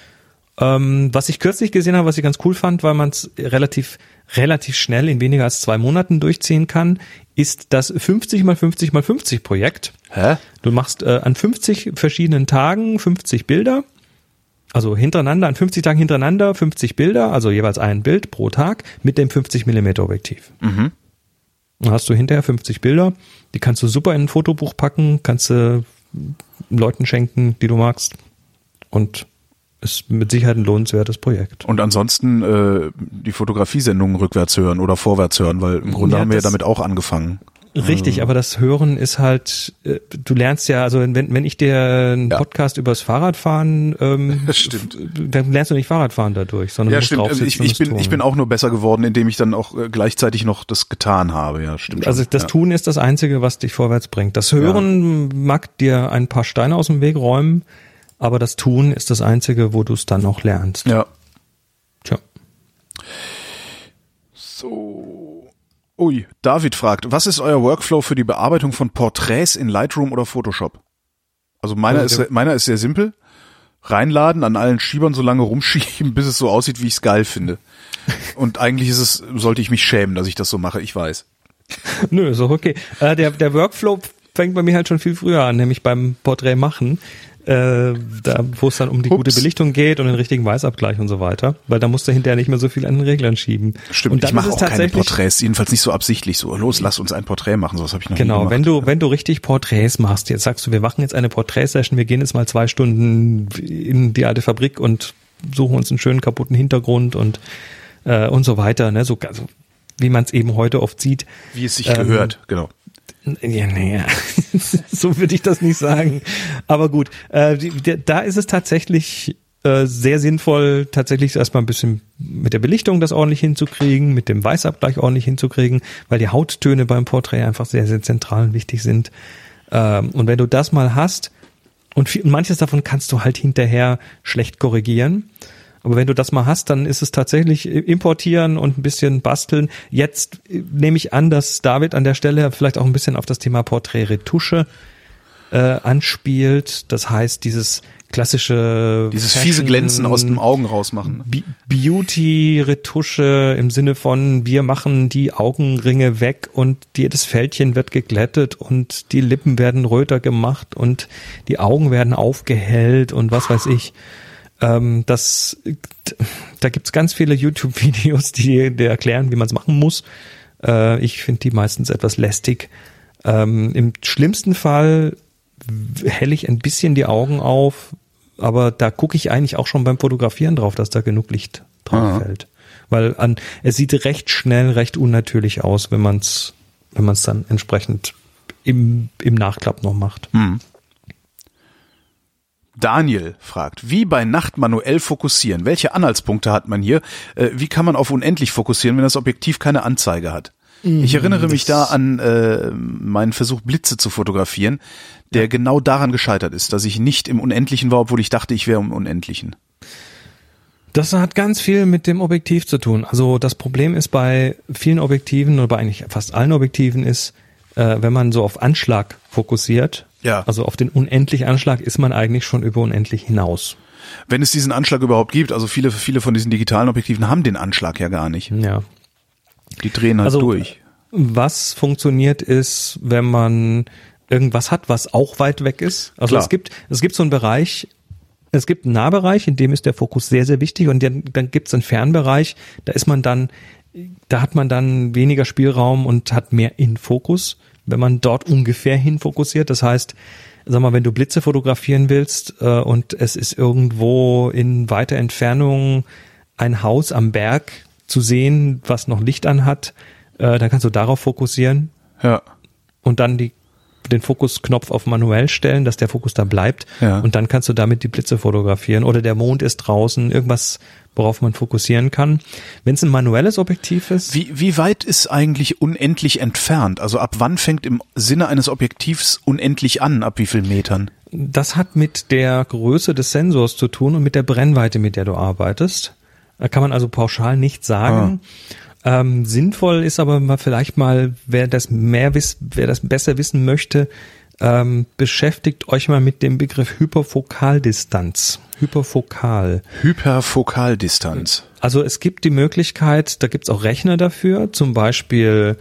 Was ich kürzlich gesehen habe, was ich ganz cool fand, weil man es relativ schnell in weniger als 2 Monaten durchziehen kann, ist das 50x50x50 Projekt. Hä? Du machst an 50 verschiedenen Tagen 50 Bilder, also hintereinander, an 50 Tagen hintereinander 50 Bilder, also jeweils ein Bild pro Tag mit dem 50mm Objektiv. Mhm. Dann hast du hinterher 50 Bilder, die kannst du super in ein Fotobuch packen, kannst du Leuten schenken, die du magst, und ist mit Sicherheit ein lohnenswertes Projekt. Und ansonsten die Fotografiesendungen rückwärts hören oder vorwärts hören, weil im Grunde haben wir ja damit auch angefangen. Richtig, aber das Hören ist halt, du lernst ja, also wenn ich dir einen Podcast übers Fahrradfahren, stimmt. Dann lernst du nicht Fahrradfahren dadurch, sondern ja, stimmt. Also ich bin auch nur besser geworden, indem ich dann auch gleichzeitig noch das getan habe. Ja, stimmt. Also das Tun ist das Einzige, was dich vorwärts bringt. Das Hören mag dir ein paar Steine aus dem Weg räumen, aber das Tun ist das Einzige, wo du es dann auch lernst. Ja. Tja. So. Ui, David fragt, was ist euer Workflow für die Bearbeitung von Porträts in Lightroom oder Photoshop? Also meiner ist sehr simpel. Reinladen, an allen Schiebern so lange rumschieben, bis es so aussieht, wie ich es geil finde. Und eigentlich sollte ich mich schämen, dass ich das so mache, ich weiß. Nö, ist auch okay. Der Workflow fängt bei mir halt schon viel früher an, nämlich beim Porträt machen. Wo es dann um die gute Belichtung geht und den richtigen Weißabgleich und so weiter, weil da musst du hinterher nicht mehr so viel an den Reglern schieben. Stimmt, und ich mache auch keine Porträts, jedenfalls nicht so absichtlich so, los, lass uns ein Porträt machen, sowas habe ich noch nie gemacht. Genau, wenn du richtig Porträts machst, jetzt sagst du, wir machen jetzt eine Porträtsession, wir gehen jetzt mal 2 Stunden in die alte Fabrik und suchen uns einen schönen kaputten Hintergrund und so weiter, ne, so wie man es eben heute oft sieht. Wie es sich gehört, genau. Ja, naja, so würde ich das nicht sagen. Aber gut, da ist es tatsächlich sehr sinnvoll, tatsächlich erstmal ein bisschen mit der Belichtung das ordentlich hinzukriegen, mit dem Weißabgleich ordentlich hinzukriegen, weil die Hauttöne beim Porträt einfach sehr, sehr zentral und wichtig sind. Und wenn du das mal hast, und manches davon kannst du halt hinterher schlecht korrigieren, aber wenn du das mal hast, dann ist es tatsächlich importieren und ein bisschen basteln. Jetzt nehme ich an, dass David an der Stelle vielleicht auch ein bisschen auf das Thema Porträtretusche anspielt. Das heißt, dieses klassische fiese Glänzen aus den Augen rausmachen. Beauty-Retusche im Sinne von, wir machen die Augenringe weg und jedes Fältchen wird geglättet und die Lippen werden röter gemacht und die Augen werden aufgehellt und was weiß ich. Da gibt's ganz viele YouTube-Videos, die erklären, wie man es machen muss. Ich finde die meistens etwas lästig. Im schlimmsten Fall helle ich ein bisschen die Augen auf, aber da gucke ich eigentlich auch schon beim Fotografieren drauf, dass da genug Licht drauf fällt. Weil es sieht recht schnell, recht unnatürlich aus, wenn man es dann entsprechend im Nachklapp noch macht. Mhm. Daniel fragt, wie bei Nacht manuell fokussieren? Welche Anhaltspunkte hat man hier? Wie kann man auf unendlich fokussieren, wenn das Objektiv keine Anzeige hat? Ich erinnere mich da an meinen Versuch, Blitze zu fotografieren, der genau daran gescheitert ist, dass ich nicht im Unendlichen war, obwohl ich dachte, ich wäre im Unendlichen. Das hat ganz viel mit dem Objektiv zu tun. Also das Problem ist bei vielen Objektiven oder bei eigentlich fast allen Objektiven ist, wenn man so auf Anschlag fokussiert, also auf den unendlichen Anschlag, ist man eigentlich schon über unendlich hinaus. Wenn es diesen Anschlag überhaupt gibt, also viele von diesen digitalen Objektiven haben den Anschlag ja gar nicht. Ja. Die drehen halt durch. Was funktioniert ist, wenn man irgendwas hat, was auch weit weg ist. Also es gibt so einen Bereich, es gibt einen Nahbereich, in dem ist der Fokus sehr, sehr wichtig, und dann gibt es einen Fernbereich, da hat man dann weniger Spielraum und hat mehr in Fokus, wenn man dort ungefähr hin fokussiert. Das heißt, sag mal, wenn du Blitze fotografieren willst und es ist irgendwo in weiter Entfernung ein Haus am Berg zu sehen, was noch Licht anhat, dann kannst du darauf fokussieren und dann den Fokusknopf auf manuell stellen, dass der Fokus da bleibt, und dann kannst du damit die Blitze fotografieren, oder der Mond ist draußen, irgendwas, worauf man fokussieren kann. Wenn es ein manuelles Objektiv ist. Wie weit ist eigentlich unendlich entfernt? Also ab wann fängt im Sinne eines Objektivs unendlich an? Ab wie vielen Metern? Das hat mit der Größe des Sensors zu tun und mit der Brennweite, mit der du arbeitest. Da kann man also pauschal nicht sagen. Sinnvoll ist aber vielleicht mal, wer das besser wissen möchte, beschäftigt euch mal mit dem Begriff Hyperfokaldistanz. Hyperfokaldistanz. Also es gibt die Möglichkeit, da gibt es auch Rechner dafür, zum Beispiel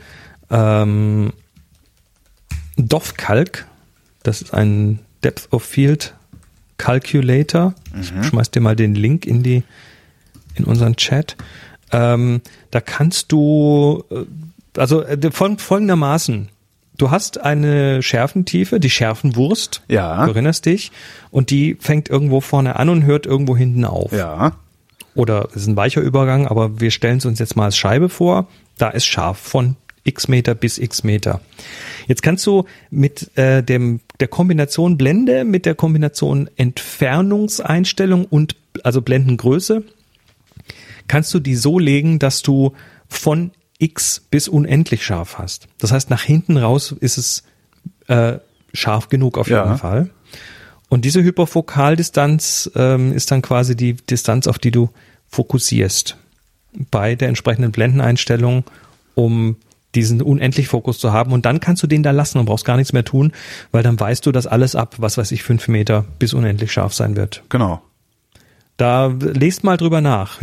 DOF-Calc, das ist ein Depth of Field Calculator. Ich schmeiß dir mal den Link in unseren Chat. Da kannst du, folgendermaßen, du hast eine Schärfentiefe, die Schärfenwurst, du erinnerst dich, und die fängt irgendwo vorne an und hört irgendwo hinten auf. Ja. Oder es ist ein weicher Übergang, aber wir stellen es uns jetzt mal als Scheibe vor, da ist scharf von x Meter bis x Meter. Jetzt kannst du mit der Kombination Blende, mit der Kombination Entfernungseinstellung und also Blendengröße, kannst du die so legen, dass du von x bis unendlich scharf hast. Das heißt, nach hinten raus ist es scharf genug auf jeden Fall. Und diese Hyperfokaldistanz ist dann quasi die Distanz, auf die du fokussierst bei der entsprechenden Blendeneinstellung, um diesen unendlich Fokus zu haben. Und dann kannst du den da lassen und brauchst gar nichts mehr tun, weil dann weißt du, dass alles ab, 5 Meter bis unendlich scharf sein wird. Genau. Da lest mal drüber nach.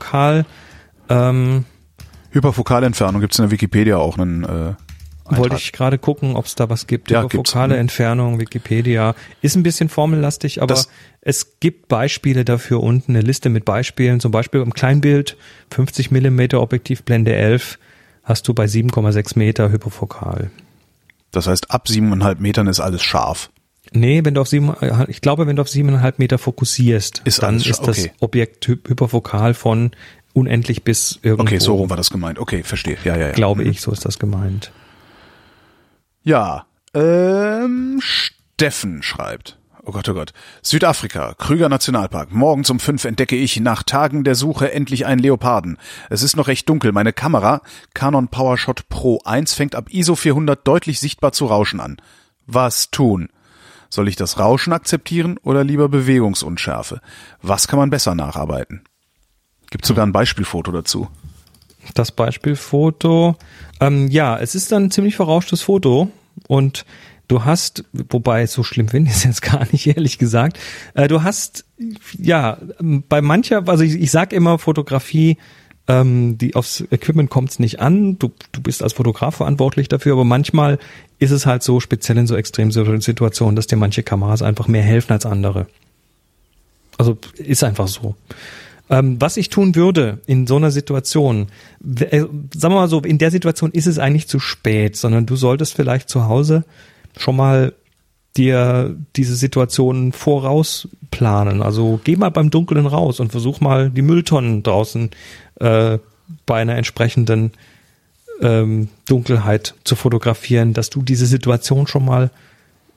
Hyperfokalentfernung gibt es in der Wikipedia auch einen Eintrag. Wollte ich gerade gucken, ob es da was gibt. Hyperfokale Entfernung, Wikipedia. Ist ein bisschen formellastig, aber es gibt Beispiele dafür unten, eine Liste mit Beispielen. Zum Beispiel im Kleinbild, 50 mm Objektiv Blende 11, hast du bei 7,6 Meter Hyperfokal. Das heißt, ab 7,5 Metern ist alles scharf. Nee, wenn du auf 7,5 Meter fokussierst, dann ist das Objekt hyperfokal von unendlich bis irgendwo. Okay, so rum war das gemeint. Okay, verstehe. Ja. Glaube ich, so ist das gemeint. Ja, Steffen schreibt. Oh Gott. Südafrika, Krüger Nationalpark. Morgens um 5 entdecke ich nach Tagen der Suche endlich einen Leoparden. Es ist noch recht dunkel. Meine Kamera, Canon PowerShot Pro 1, fängt ab ISO 400 deutlich sichtbar zu rauschen an. Was tun? Soll ich das Rauschen akzeptieren oder lieber Bewegungsunschärfe? Was kann man besser nacharbeiten? Gibt sogar ein Beispielfoto dazu. Das Beispielfoto, es ist dann ein ziemlich verrauschtes Foto, und du hast, wobei so schlimm finde ich es jetzt gar nicht, ehrlich gesagt, du hast, bei mancher, also ich sag immer, Fotografie, aufs Equipment kommt es nicht an, du bist als Fotograf verantwortlich dafür, aber manchmal ist es halt so, speziell in so extremen Situationen, dass dir manche Kameras einfach mehr helfen als andere. Also ist einfach so. Was ich tun würde in so einer Situation, sagen wir mal so, in der Situation ist es eigentlich zu spät, sondern du solltest vielleicht zu Hause schon mal dir diese Situation vorausplanen. Also geh mal beim Dunkeln raus und versuch mal die Mülltonnen draußen bei einer entsprechenden Dunkelheit zu fotografieren, dass du diese Situation schon mal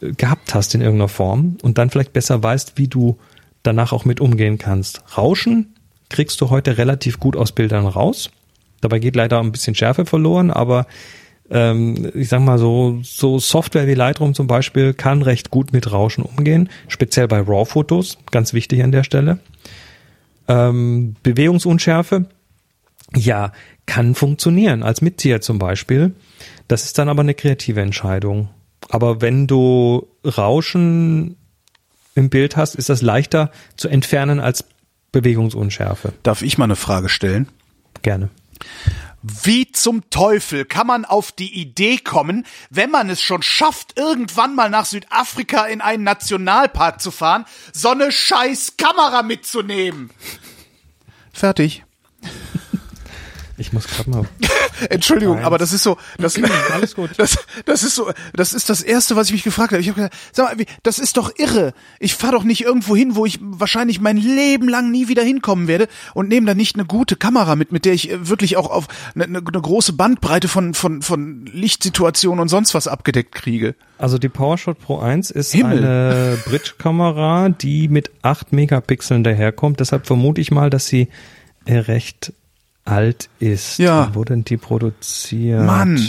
gehabt hast in irgendeiner Form und dann vielleicht besser weißt, wie du danach auch mit umgehen kannst. Rauschen kriegst du heute relativ gut aus Bildern raus. Dabei geht leider ein bisschen Schärfe verloren, aber ich sag mal so Software wie Lightroom zum Beispiel kann recht gut mit Rauschen umgehen, speziell bei RAW-Fotos, ganz wichtig an der Stelle. Bewegungsunschärfe, ja, kann funktionieren, als Mitzieher zum Beispiel. Das ist dann aber eine kreative Entscheidung. Aber wenn du Rauschen im Bild hast, ist das leichter zu entfernen als Bewegungsunschärfe. Darf ich mal eine Frage stellen? Gerne. Wie zum Teufel kann man auf die Idee kommen, wenn man es schon schafft, irgendwann mal nach Südafrika in einen Nationalpark zu fahren, so eine scheiß Kamera mitzunehmen? Fertig. Ich muss gerade mal. Entschuldigung, aber das ist so, alles gut. Das ist das Erste, was ich mich gefragt habe. Ich habe gesagt, sag mal, das ist doch irre. Ich fahre doch nicht irgendwo hin, wo ich wahrscheinlich mein Leben lang nie wieder hinkommen werde und nehme da nicht eine gute Kamera mit der ich wirklich auch auf eine große Bandbreite von Lichtsituationen und sonst was abgedeckt kriege. Also die PowerShot Pro 1 ist eine Bridge-Kamera, die mit 8 Megapixeln daherkommt. Deshalb vermute ich mal, dass sie recht alt ist. Ja. Wo denn die produziert? Mann.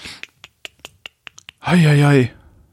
Heieiei.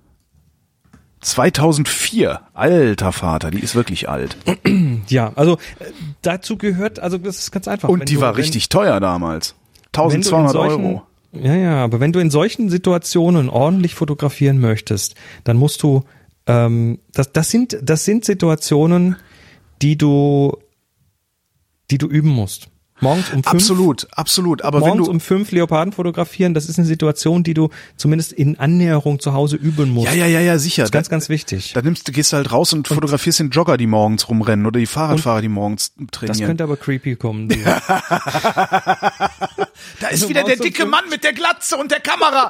2004. Alter Vater, die ist wirklich alt. Ja, also dazu gehört, also das ist ganz einfach. Und die war richtig teuer damals. 1200 Euro. Ja, aber wenn du in solchen Situationen ordentlich fotografieren möchtest, dann musst du, das sind Situationen, die du üben musst. Morgens um 5. Absolut. Aber morgens wenn du um 5 Leoparden fotografieren, das ist eine Situation, die du zumindest in Annäherung zu Hause üben musst. Ja, sicher. Das ist ganz, ganz wichtig. Da gehst du halt raus und fotografierst den Jogger, die morgens rumrennen oder die Fahrradfahrer, die morgens trainieren. Das könnte aber creepy kommen. Da ist wieder der dicke Mann mit der Glatze und der Kamera.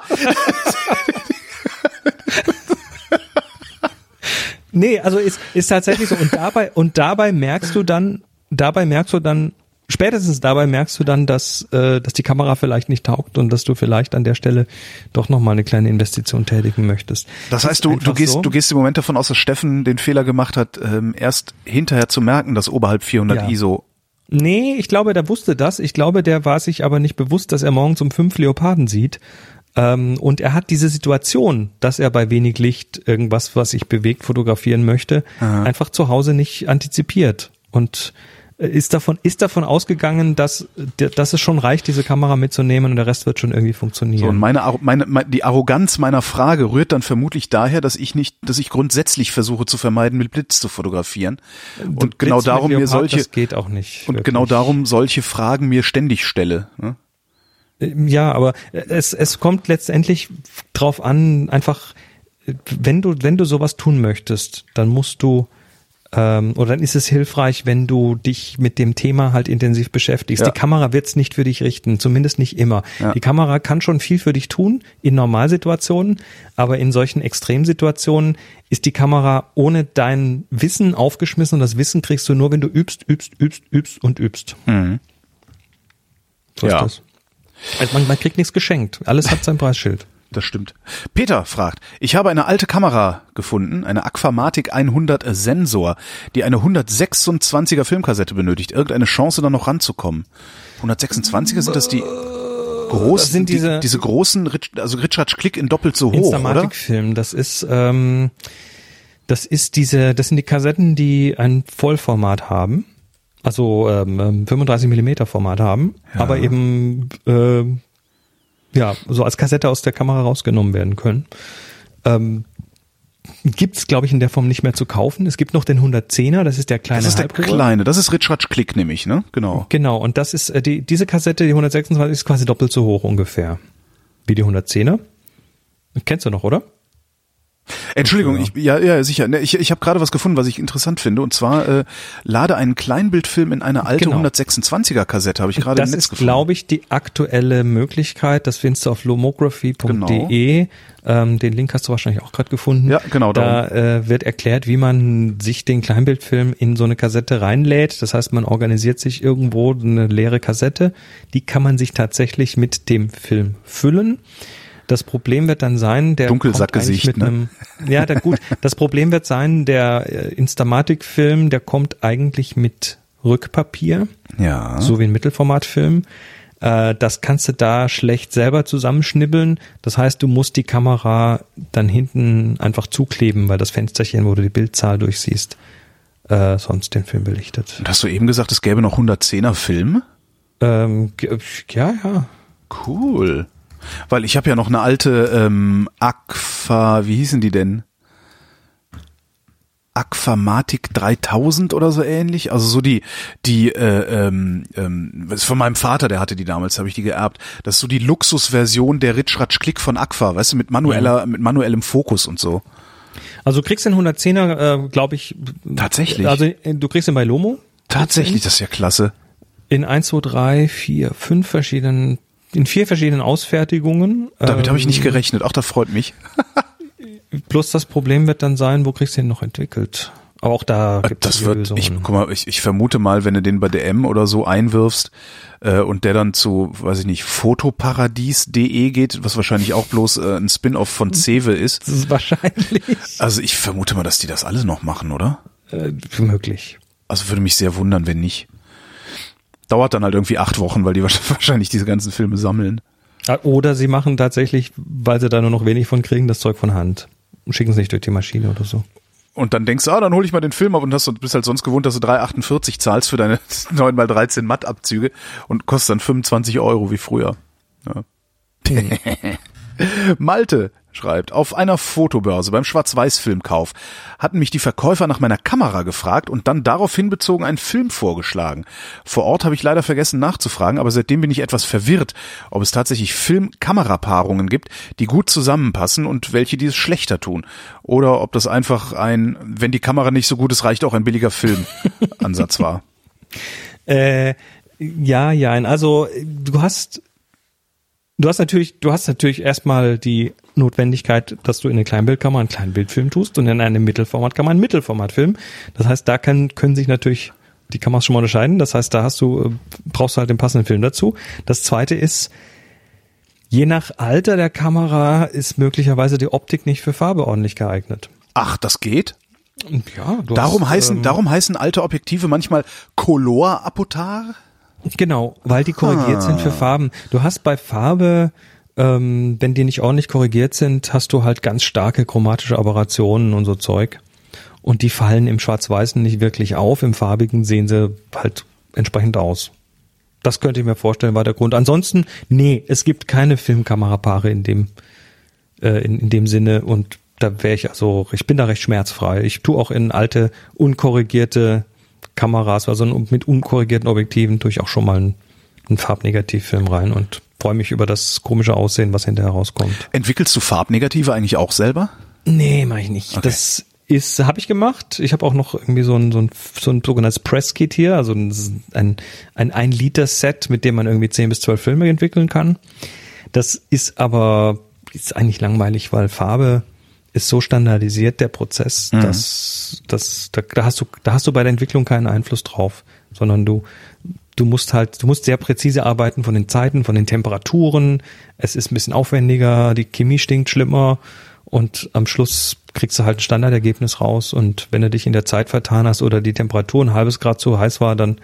Nee, also ist tatsächlich so. Und dabei merkst du dann, spätestens dabei merkst du dann, dass die Kamera vielleicht nicht taugt und dass du vielleicht an der Stelle doch nochmal eine kleine Investition tätigen möchtest. Das heißt, du gehst im Moment davon aus, dass Steffen den Fehler gemacht hat, erst hinterher zu merken, dass oberhalb 400 ISO. Nee, ich glaube, der wusste das. Ich glaube, der war sich aber nicht bewusst, dass er morgens um 5 Leoparden sieht. Und er hat diese Situation, dass er bei wenig Licht irgendwas, was sich bewegt, fotografieren möchte, einfach zu Hause nicht antizipiert. Und ist davon ausgegangen, dass es schon reicht, diese Kamera mitzunehmen und der Rest wird schon irgendwie funktionieren. So, und die Arroganz meiner Frage rührt dann vermutlich daher, dass ich grundsätzlich versuche zu vermeiden, mit Blitz zu fotografieren. Und genau darum mir das geht auch nicht. Und wirklich. Genau darum solche Fragen mir ständig stelle. Ne? Ja, aber es kommt letztendlich drauf an, einfach, wenn du sowas tun möchtest, dann musst du oder dann ist es hilfreich, wenn du dich mit dem Thema halt intensiv beschäftigst. Ja. Die Kamera wird's nicht für dich richten, zumindest nicht immer. Ja. Die Kamera kann schon viel für dich tun in Normalsituationen, aber in solchen Extremsituationen ist die Kamera ohne dein Wissen aufgeschmissen und das Wissen kriegst du nur, wenn du übst. Mhm. So ist das. Also man kriegt nichts geschenkt. Alles hat sein Preisschild. Das stimmt. Peter fragt, ich habe eine alte Kamera gefunden, eine Aquamatic 100 Sensor, die eine 126er Filmkassette benötigt. Irgendeine Chance, da noch ranzukommen? 126er, sind das die großen, sind diese großen, also Ritschratsch-Klick in doppelt so hoch, oder? Instamatic-Film, das sind die Kassetten, die ein Vollformat haben. Also 35 mm Format haben, aber eben so als Kassette aus der Kamera rausgenommen werden können. Gibt's, glaube ich, in der Form nicht mehr zu kaufen. Es gibt noch den 110er, das ist der kleine. Das ist der kleine, das ist Ritschratsch-Klick nämlich, ne? Genau. Genau, und das ist diese Kassette, die 126, ist quasi doppelt so hoch ungefähr wie die 110er. Kennst du noch, oder? Entschuldigung, ja, sicher. Ich habe gerade was gefunden, was ich interessant finde. Und zwar lade einen Kleinbildfilm in eine alte 126er Kassette, habe ich gerade im Netz gefunden. Das ist, glaube ich, die aktuelle Möglichkeit. Das findest du auf lomography.de. Den Link hast du wahrscheinlich auch gerade gefunden. Ja, genau. Da wird erklärt, wie man sich den Kleinbildfilm in so eine Kassette reinlädt. Das heißt, man organisiert sich irgendwo eine leere Kassette. Die kann man sich tatsächlich mit dem Film füllen. Das Problem wird dann sein, der Dunkelsackgesicht, kommt eigentlich mit einem, gut. Das Problem wird sein, der Instamatic-Film, der kommt eigentlich mit Rückpapier. Ja. So wie ein Mittelformatfilm. Das kannst du da schlecht selber zusammenschnibbeln. Das heißt, du musst die Kamera dann hinten einfach zukleben, weil das Fensterchen, wo du die Bildzahl durchsiehst, sonst den Film belichtet. Und hast du eben gesagt, es gäbe noch 110er Film? Ja. Cool. Weil ich habe ja noch eine alte Agfa, wie hießen die denn? Agfamatic 3000 oder so ähnlich. Also so die ist von meinem Vater, der hatte die damals, habe ich die geerbt. Das ist so die Luxusversion der Ritsch-Ratsch-Klick von Agfa, weißt du, mit manuellem Fokus und so. Also du kriegst den 110er, glaube ich. Tatsächlich? Also du kriegst den bei Lomo. Tatsächlich, das ist ja klasse. In 1, 2, 3, 4, 5 verschiedenen, in 4 verschiedenen Ausfertigungen. Damit habe ich nicht gerechnet. Ach, das freut mich. Bloß das Problem wird dann sein, wo kriegst du den noch entwickelt? Aber auch da gibt es Lösungen. Guck mal, ich vermute mal, wenn du den bei DM oder so einwirfst und der dann zu, weiß ich nicht, fotoparadies.de geht, was wahrscheinlich auch bloß ein Spin-off von Cewe ist. Das ist wahrscheinlich. Also ich vermute mal, dass die das alle noch machen, oder? Möglich. Also würde mich sehr wundern, wenn nicht. Dauert dann halt irgendwie 8 Wochen, weil die wahrscheinlich diese ganzen Filme sammeln. Oder sie machen tatsächlich, weil sie da nur noch wenig von kriegen, das Zeug von Hand. Und schicken es nicht durch die Maschine oder so. Und dann denkst du, dann hole ich mal den Film ab und bist halt sonst gewohnt, dass du 3,48 zahlst für deine 9x13 Mattabzüge und kostet dann 25 € wie früher. Ja. Malte schreibt, auf einer Fotobörse beim Schwarz-Weiß-Filmkauf hatten mich die Verkäufer nach meiner Kamera gefragt und dann daraufhin bezogen einen Film vorgeschlagen. Vor Ort habe ich leider vergessen nachzufragen, aber seitdem bin ich etwas verwirrt, ob es tatsächlich Film-Kamera-Paarungen gibt, die gut zusammenpassen und welche, die es schlechter tun. Oder ob das einfach wenn die Kamera nicht so gut ist, reicht auch ein billiger Film-Ansatz war. Also du hast natürlich erstmal die Notwendigkeit, dass du in eine Kleinbildkamera einen Kleinbildfilm tust und in eine Mittelformatkamera einen Mittelformatfilm. Das heißt, da können sich natürlich die Kameras schon mal unterscheiden. Das heißt, da brauchst du halt den passenden Film dazu. Das zweite ist, je nach Alter der Kamera ist möglicherweise die Optik nicht für Farbe ordentlich geeignet. Ach, das geht? Ja. Darum heißen alte Objektive manchmal Color-Apotar? Genau, weil die korrigiert sind für Farben. Du hast bei Farbe, wenn die nicht ordentlich korrigiert sind, hast du halt ganz starke chromatische Aberrationen und so Zeug. Und die fallen im Schwarz-Weißen nicht wirklich auf. Im Farbigen sehen sie halt entsprechend aus. Das könnte ich mir vorstellen, war der Grund. Ansonsten, es gibt keine Filmkamerapaare in dem Sinne. Und da ich bin da recht schmerzfrei. Ich tue auch in alte, unkorrigierte Kameras, also mit unkorrigierten Objektiven tue ich auch schon mal einen Farbnegativfilm rein und freue mich über das komische Aussehen, was hinterher rauskommt. Entwickelst du Farbnegative eigentlich auch selber? Nee, mache ich nicht. Okay. Das habe ich gemacht. Ich habe auch noch irgendwie so ein sogenanntes Presskit hier, also ein 1-Liter-Set, mit dem man irgendwie 10 bis 12 Filme entwickeln kann. Das ist eigentlich langweilig, weil Farbe ist so standardisiert, der Prozess, dass da hast du bei der Entwicklung keinen Einfluss drauf, sondern du musst sehr präzise arbeiten von den Zeiten, von den Temperaturen. Es ist ein bisschen aufwendiger, die Chemie stinkt schlimmer und am Schluss kriegst du halt ein Standardergebnis raus und wenn du dich in der Zeit vertan hast oder die Temperatur ein halbes Grad zu heiß war, dann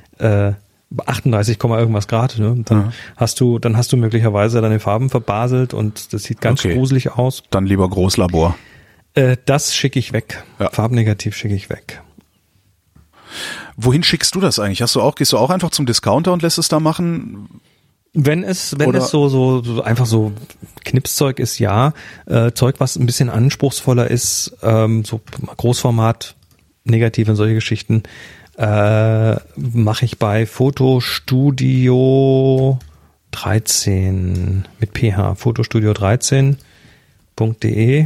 38, irgendwas Grad, ne? Dann hast du möglicherweise deine Farben verbaselt und das sieht ganz gruselig aus. Dann lieber Großlabor. Das schicke ich weg. Ja. Farbnegativ schicke ich weg. Wohin schickst du das eigentlich? Gehst du auch einfach zum Discounter und lässt es da machen? Wenn es so einfach so Knipszeug ist, ja. Zeug, was ein bisschen anspruchsvoller ist, so Großformat, Negativ und solche Geschichten, mache ich bei Fotostudio 13 mit ph, fotostudio13.de.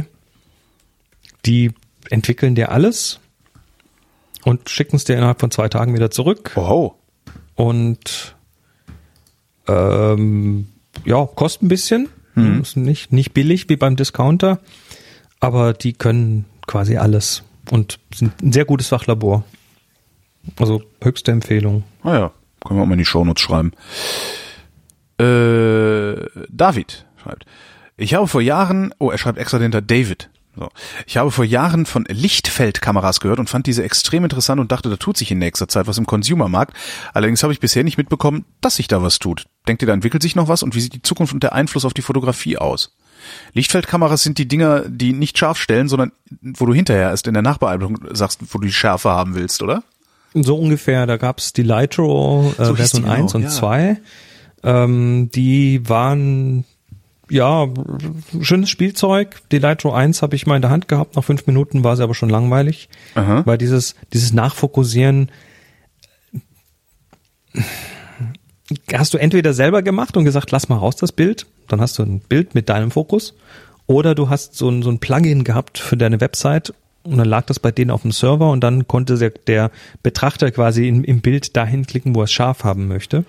Die entwickeln dir alles und schicken es dir innerhalb von 2 Tagen wieder zurück. Wow. Und kostet ein bisschen. Ist nicht billig wie beim Discounter, aber die können quasi alles und sind ein sehr gutes Fachlabor. Also höchste Empfehlung. Ja, können wir auch mal in die Shownotes schreiben. David schreibt, Ich habe vor Jahren, er schreibt extra dahinter David. So. Ich habe vor Jahren von Lichtfeldkameras gehört und fand diese extrem interessant und dachte, da tut sich in nächster Zeit was im Consumermarkt. Allerdings habe ich bisher nicht mitbekommen, dass sich da was tut. Denkt ihr, da entwickelt sich noch was und wie sieht die Zukunft und der Einfluss auf die Fotografie aus? Lichtfeldkameras sind die Dinger, die nicht scharf stellen, sondern wo du hinterher erst in der Nachbearbeitung sagst, wo du die Schärfe haben willst, oder? So ungefähr, da gab's die Lytro Version 1 und 2. Die waren schönes Spielzeug. Die Lytro 1 habe ich mal in der Hand gehabt, nach 5 Minuten war sie aber schon langweilig. Aha. Weil dieses Nachfokussieren hast du entweder selber gemacht und gesagt, lass mal raus das Bild, dann hast du ein Bild mit deinem Fokus, oder du hast so ein Plugin gehabt für deine Website und dann lag das bei denen auf dem Server und dann konnte der Betrachter quasi im Bild dahin klicken, wo er es scharf haben möchte.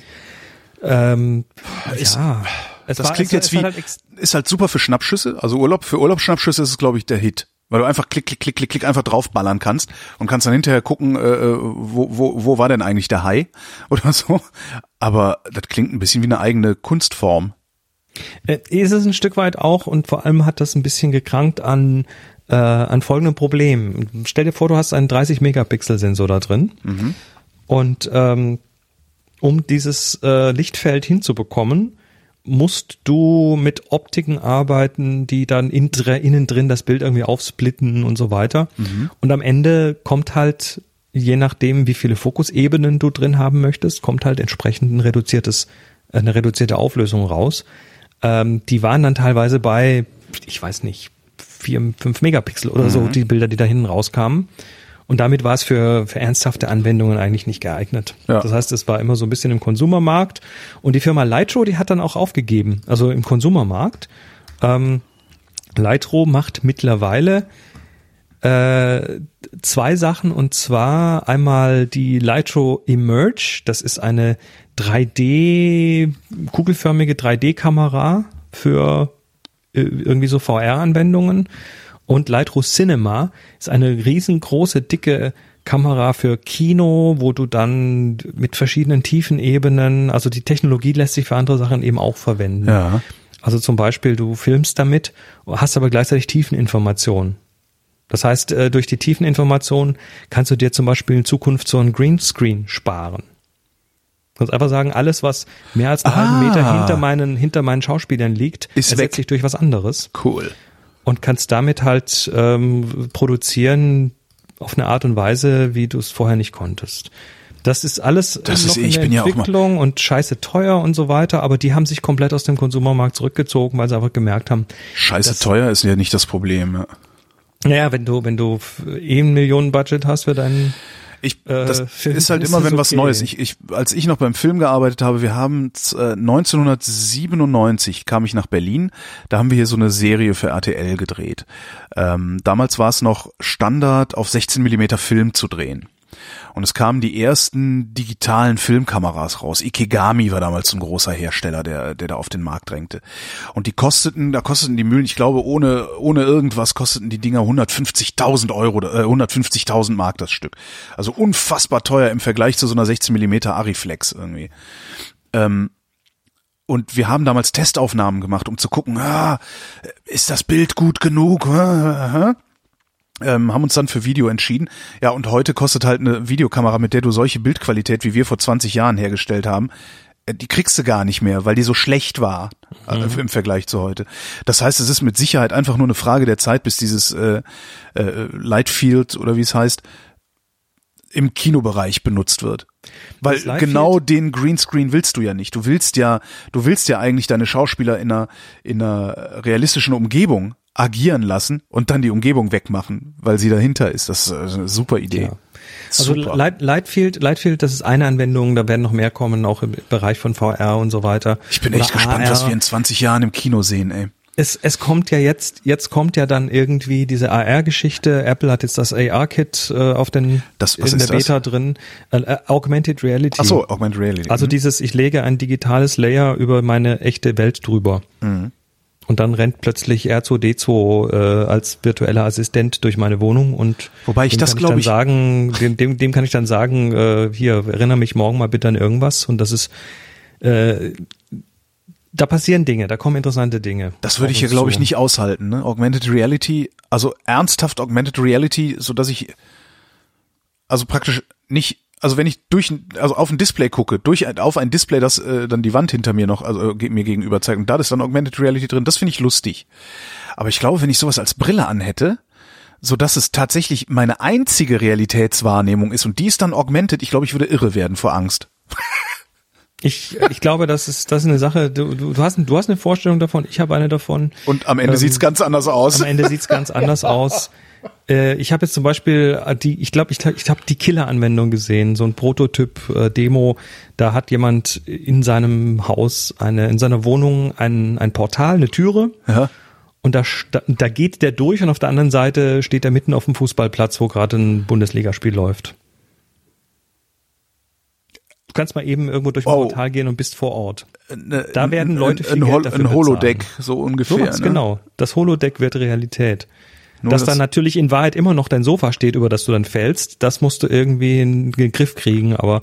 Das klingt jetzt wie, ist halt super für Schnappschüsse, also für Urlaubsschnappschüsse ist es, glaube ich, der Hit. Weil du einfach klick einfach draufballern kannst und kannst dann hinterher gucken, wo war denn eigentlich der Hai oder so. Aber das klingt ein bisschen wie eine eigene Kunstform. Ist es ein Stück weit auch und vor allem hat das ein bisschen gekrankt an folgendem Problem. Stell dir vor, du hast einen 30-Megapixel-Sensor da drin und um dieses Lichtfeld hinzubekommen, musst du mit Optiken arbeiten, die dann innen drin das Bild irgendwie aufsplitten und so weiter. Und am Ende kommt halt, je nachdem, wie viele Fokusebenen du drin haben möchtest, kommt halt entsprechend eine reduzierte Auflösung raus. Die waren dann teilweise bei, ich weiß nicht, 4, 5 Megapixel oder so, die Bilder, die da hinten rauskamen. Und damit war es für ernsthafte Anwendungen eigentlich nicht geeignet. Ja. Das heißt, es war immer so ein bisschen im Konsumermarkt. Und die Firma Lytro, die hat dann auch aufgegeben. Also im Konsumermarkt. Lytro macht mittlerweile 2 Sachen. Und zwar einmal die Lytro Emerge. Das ist eine kugelförmige 3D-Kamera für irgendwie so VR-Anwendungen. Und Lytro Cinema ist eine riesengroße, dicke Kamera für Kino, wo du dann mit verschiedenen Tiefenebenen, also die Technologie lässt sich für andere Sachen eben auch verwenden. Ja. Also zum Beispiel, du filmst damit, hast aber gleichzeitig Tiefeninformationen. Das heißt, durch die Tiefeninformationen kannst du dir zum Beispiel in Zukunft so einen Greenscreen sparen. Du kannst einfach sagen, alles, was mehr als einen halben Meter hinter meinen Schauspielern liegt, ersetzt sich durch was anderes. Cool. Und kannst damit halt produzieren auf eine Art und Weise, wie du es vorher nicht konntest. Das ist alles noch in der Entwicklung und scheiße teuer und so weiter, aber die haben sich komplett aus dem Konsumermarkt zurückgezogen, weil sie einfach gemerkt haben. Scheiße teuer ist ja nicht das Problem. Ja. Naja, wenn du ein Millionen-Budget hast für deinen das ist halt immer, wenn was Neues. Als ich noch beim Film gearbeitet habe, wir haben 1997 kam ich nach Berlin, da haben wir hier so eine Serie für RTL gedreht. Damals war es noch Standard, auf 16 mm Film zu drehen. Und es kamen die ersten digitalen Filmkameras raus. Ikegami war damals so ein großer Hersteller, der da auf den Markt drängte. Und da kosteten die Mühlen, ich glaube, ohne irgendwas kosteten die Dinger 150.000 Euro, 150.000 Mark das Stück. Also unfassbar teuer im Vergleich zu so einer 16 mm Arriflex irgendwie. Und wir haben damals Testaufnahmen gemacht, um zu gucken, ist das Bild gut genug? Haben uns dann für Video entschieden. Ja, und heute kostet halt eine Videokamera, mit der du solche Bildqualität, wie wir vor 20 Jahren hergestellt haben, die kriegst du gar nicht mehr, weil die so schlecht war im Vergleich zu heute. Das heißt, es ist mit Sicherheit einfach nur eine Frage der Zeit, bis dieses Lightfield oder wie es heißt, im Kinobereich benutzt wird. Weil genau den Greenscreen willst du ja nicht. Du willst ja eigentlich deine Schauspieler in einer realistischen Umgebung agieren lassen und dann die Umgebung wegmachen, weil sie dahinter ist. Das ist eine super Idee. Ja. Also Lightfield, das ist eine Anwendung, da werden noch mehr kommen, auch im Bereich von VR und so weiter. Ich bin echt gespannt, was wir in 20 Jahren im Kino sehen, ey. Es kommt ja jetzt kommt ja dann irgendwie diese AR-Geschichte. Apple hat jetzt das AR-Kit in der Beta drin. Augmented Reality. Ach so, Augmented Reality. Also ich lege ein digitales Layer über meine echte Welt drüber. Mhm. Und dann rennt plötzlich R2D2 als virtueller Assistent durch meine Wohnung und wobei ich das glaube ich dem kann ich dann sagen, hier erinnere mich morgen mal bitte an irgendwas und das ist da passieren Dinge, da kommen interessante Dinge. Das würde ich ja, glaube ich, nicht aushalten, ne? Augmented Reality, also ernsthaft Augmented Reality, so dass ich also praktisch nicht, also wenn ich auf ein Display gucke, auf ein Display, das dann die Wand hinter mir noch, also mir gegenüber zeigt, und da ist dann Augmented Reality drin, das finde ich lustig. Aber ich glaube, wenn ich sowas als Brille anhätte, so dass es tatsächlich meine einzige Realitätswahrnehmung ist und die ist dann augmented, ich glaube, ich würde irre werden vor Angst. Ich glaube, das ist eine Sache, du hast eine Vorstellung davon, ich habe eine davon. Und am Ende sieht's ganz anders aus. Am Ende sieht's ganz anders aus. Ich habe jetzt zum Beispiel ich habe die Killer-Anwendung gesehen, so ein Prototyp-Demo. Da hat jemand in seinem Haus in seiner Wohnung ein Portal, eine Türe. Ja. Und da geht der durch und auf der anderen Seite steht er mitten auf dem Fußballplatz, wo gerade ein Bundesligaspiel läuft. Du kannst mal eben irgendwo durch ein Portal gehen und bist vor Ort. Da werden Leute viel Geld dafür bezahlen. Ein Holodeck, so ungefähr. So, ne? Genau. Das Holodeck wird Realität. Nur dass da natürlich in Wahrheit immer noch dein Sofa steht, über das du dann fällst, das musst du irgendwie in den Griff kriegen, aber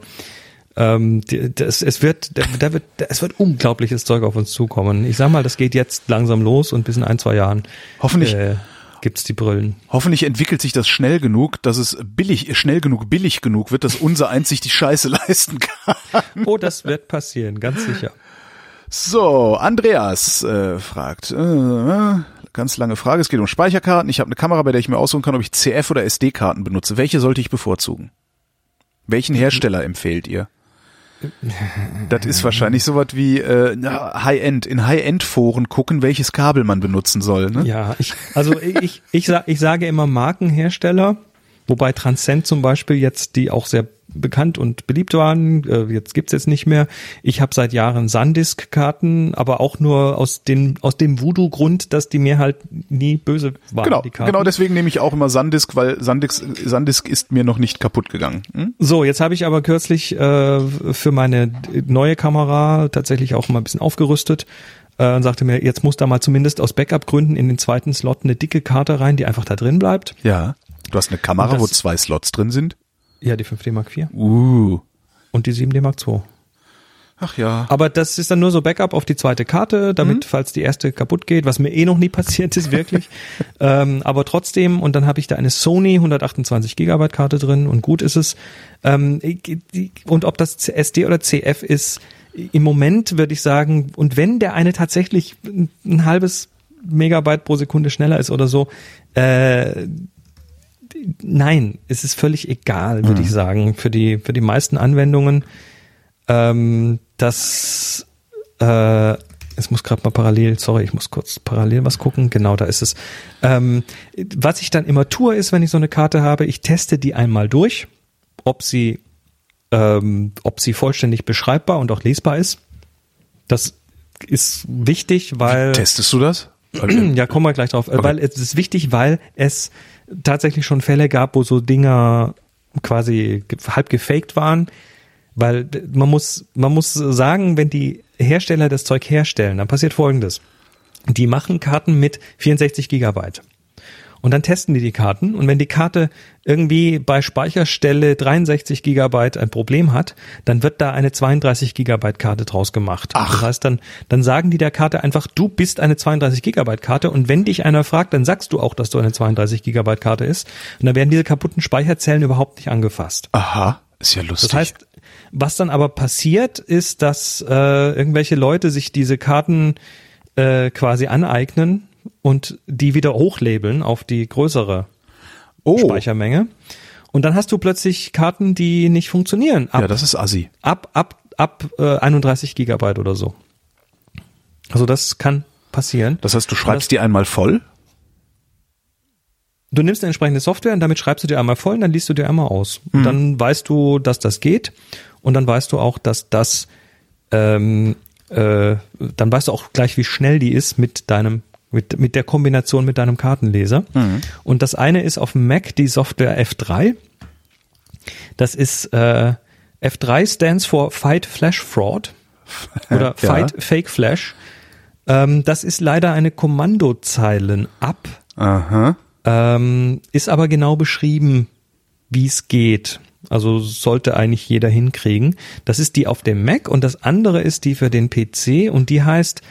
es wird unglaubliches Zeug auf uns zukommen. Ich sag mal, das geht jetzt langsam los und bis in 1-2 Jahren hoffentlich gibt's die Brillen. Hoffentlich entwickelt sich das schnell genug, dass es billig genug wird, dass unser einzig die Scheiße leisten kann. Oh, das wird passieren, ganz sicher. So, Andreas fragt, ganz lange Frage, es geht um Speicherkarten. Ich habe eine Kamera, bei der ich mir aussuchen kann, ob ich CF oder SD-Karten benutze. Welche sollte ich bevorzugen? Welchen Hersteller empfehlt ihr? Das ist wahrscheinlich sowas wie High-End. In High-End-Foren gucken, welches Kabel man benutzen soll. Ne? Ja, ich sage immer Markenhersteller, wobei Transcend zum Beispiel jetzt, die auch sehr bekannt und beliebt waren, jetzt gibt's jetzt nicht mehr. Ich habe seit Jahren SanDisk-Karten, aber auch nur aus dem Voodoo-Grund, dass die mir halt nie böse waren, die Karten. Genau, deswegen nehme ich auch immer SanDisk, weil SanDisk ist mir noch nicht kaputt gegangen. So, jetzt habe ich aber kürzlich für meine neue Kamera tatsächlich auch mal ein bisschen aufgerüstet und sagte mir, jetzt muss da mal zumindest aus Backup-Gründen in den zweiten Slot eine dicke Karte rein, die einfach da drin bleibt. Ja, du hast eine Kamera, wo 2 Slots drin sind? Ja, die 5D Mark IV. Und die 7D Mark II. Ach ja. Aber das ist dann nur so Backup auf die zweite Karte, damit, falls die erste kaputt geht, was mir noch nie passiert ist, wirklich. Aber trotzdem, und dann habe ich da eine Sony 128 GB Karte drin und gut ist es. Und ob das SD oder CF ist, im Moment würde ich sagen, und wenn der eine tatsächlich ein halbes Megabyte pro Sekunde schneller ist oder so, nein, es ist völlig egal, würde ich sagen, für die meisten Anwendungen. Es muss gerade mal ich muss kurz parallel was gucken. Genau, da ist es. Was ich dann immer tue, ist, wenn ich so eine Karte habe, ich teste die einmal durch, ob sie vollständig beschreibbar und auch lesbar ist. Das ist wichtig, weil... Wie testest du das? Ja, kommen wir gleich drauf. Okay. Weil es ist wichtig, weil es tatsächlich schon Fälle gab, wo so Dinger quasi halb gefaked waren, weil man muss sagen, wenn die Hersteller das Zeug herstellen, dann passiert Folgendes. Die machen Karten mit 64 Gigabyte. Und dann testen die Karten und wenn die Karte irgendwie bei Speicherstelle 63 Gigabyte ein Problem hat, dann wird da eine 32 Gigabyte Karte draus gemacht. Ach. Das heißt, dann sagen die der Karte einfach, du bist eine 32 Gigabyte Karte und wenn dich einer fragt, dann sagst du auch, dass du eine 32 Gigabyte Karte ist und dann werden diese kaputten Speicherzellen überhaupt nicht angefasst. Aha, ist ja lustig. Das heißt, was dann aber passiert, ist, dass irgendwelche Leute sich diese Karten quasi aneignen und die wieder hochlabeln auf die größere Speichermenge. Und dann hast du plötzlich Karten, die nicht funktionieren. Ja, das ist assi. Ab 31 Gigabyte oder so. Also das kann passieren. Das heißt, du schreibst die einmal voll? Du nimmst eine entsprechende Software und damit schreibst du dir einmal voll und dann liest du dir einmal aus. Und dann weißt du, dass das geht und dann weißt du auch, dass das dann weißt du auch gleich, wie schnell die ist mit der Kombination mit deinem Kartenleser. Und das eine ist auf dem Mac die Software F3. Das ist F3 stands for Fight Flash Fraud oder Fight Fake Flash. Das ist leider eine Kommandozeilen-App. Aha. Ist aber genau beschrieben, wie es geht. Also sollte eigentlich jeder hinkriegen. Das ist die auf dem Mac und das andere ist die für den PC und die heißt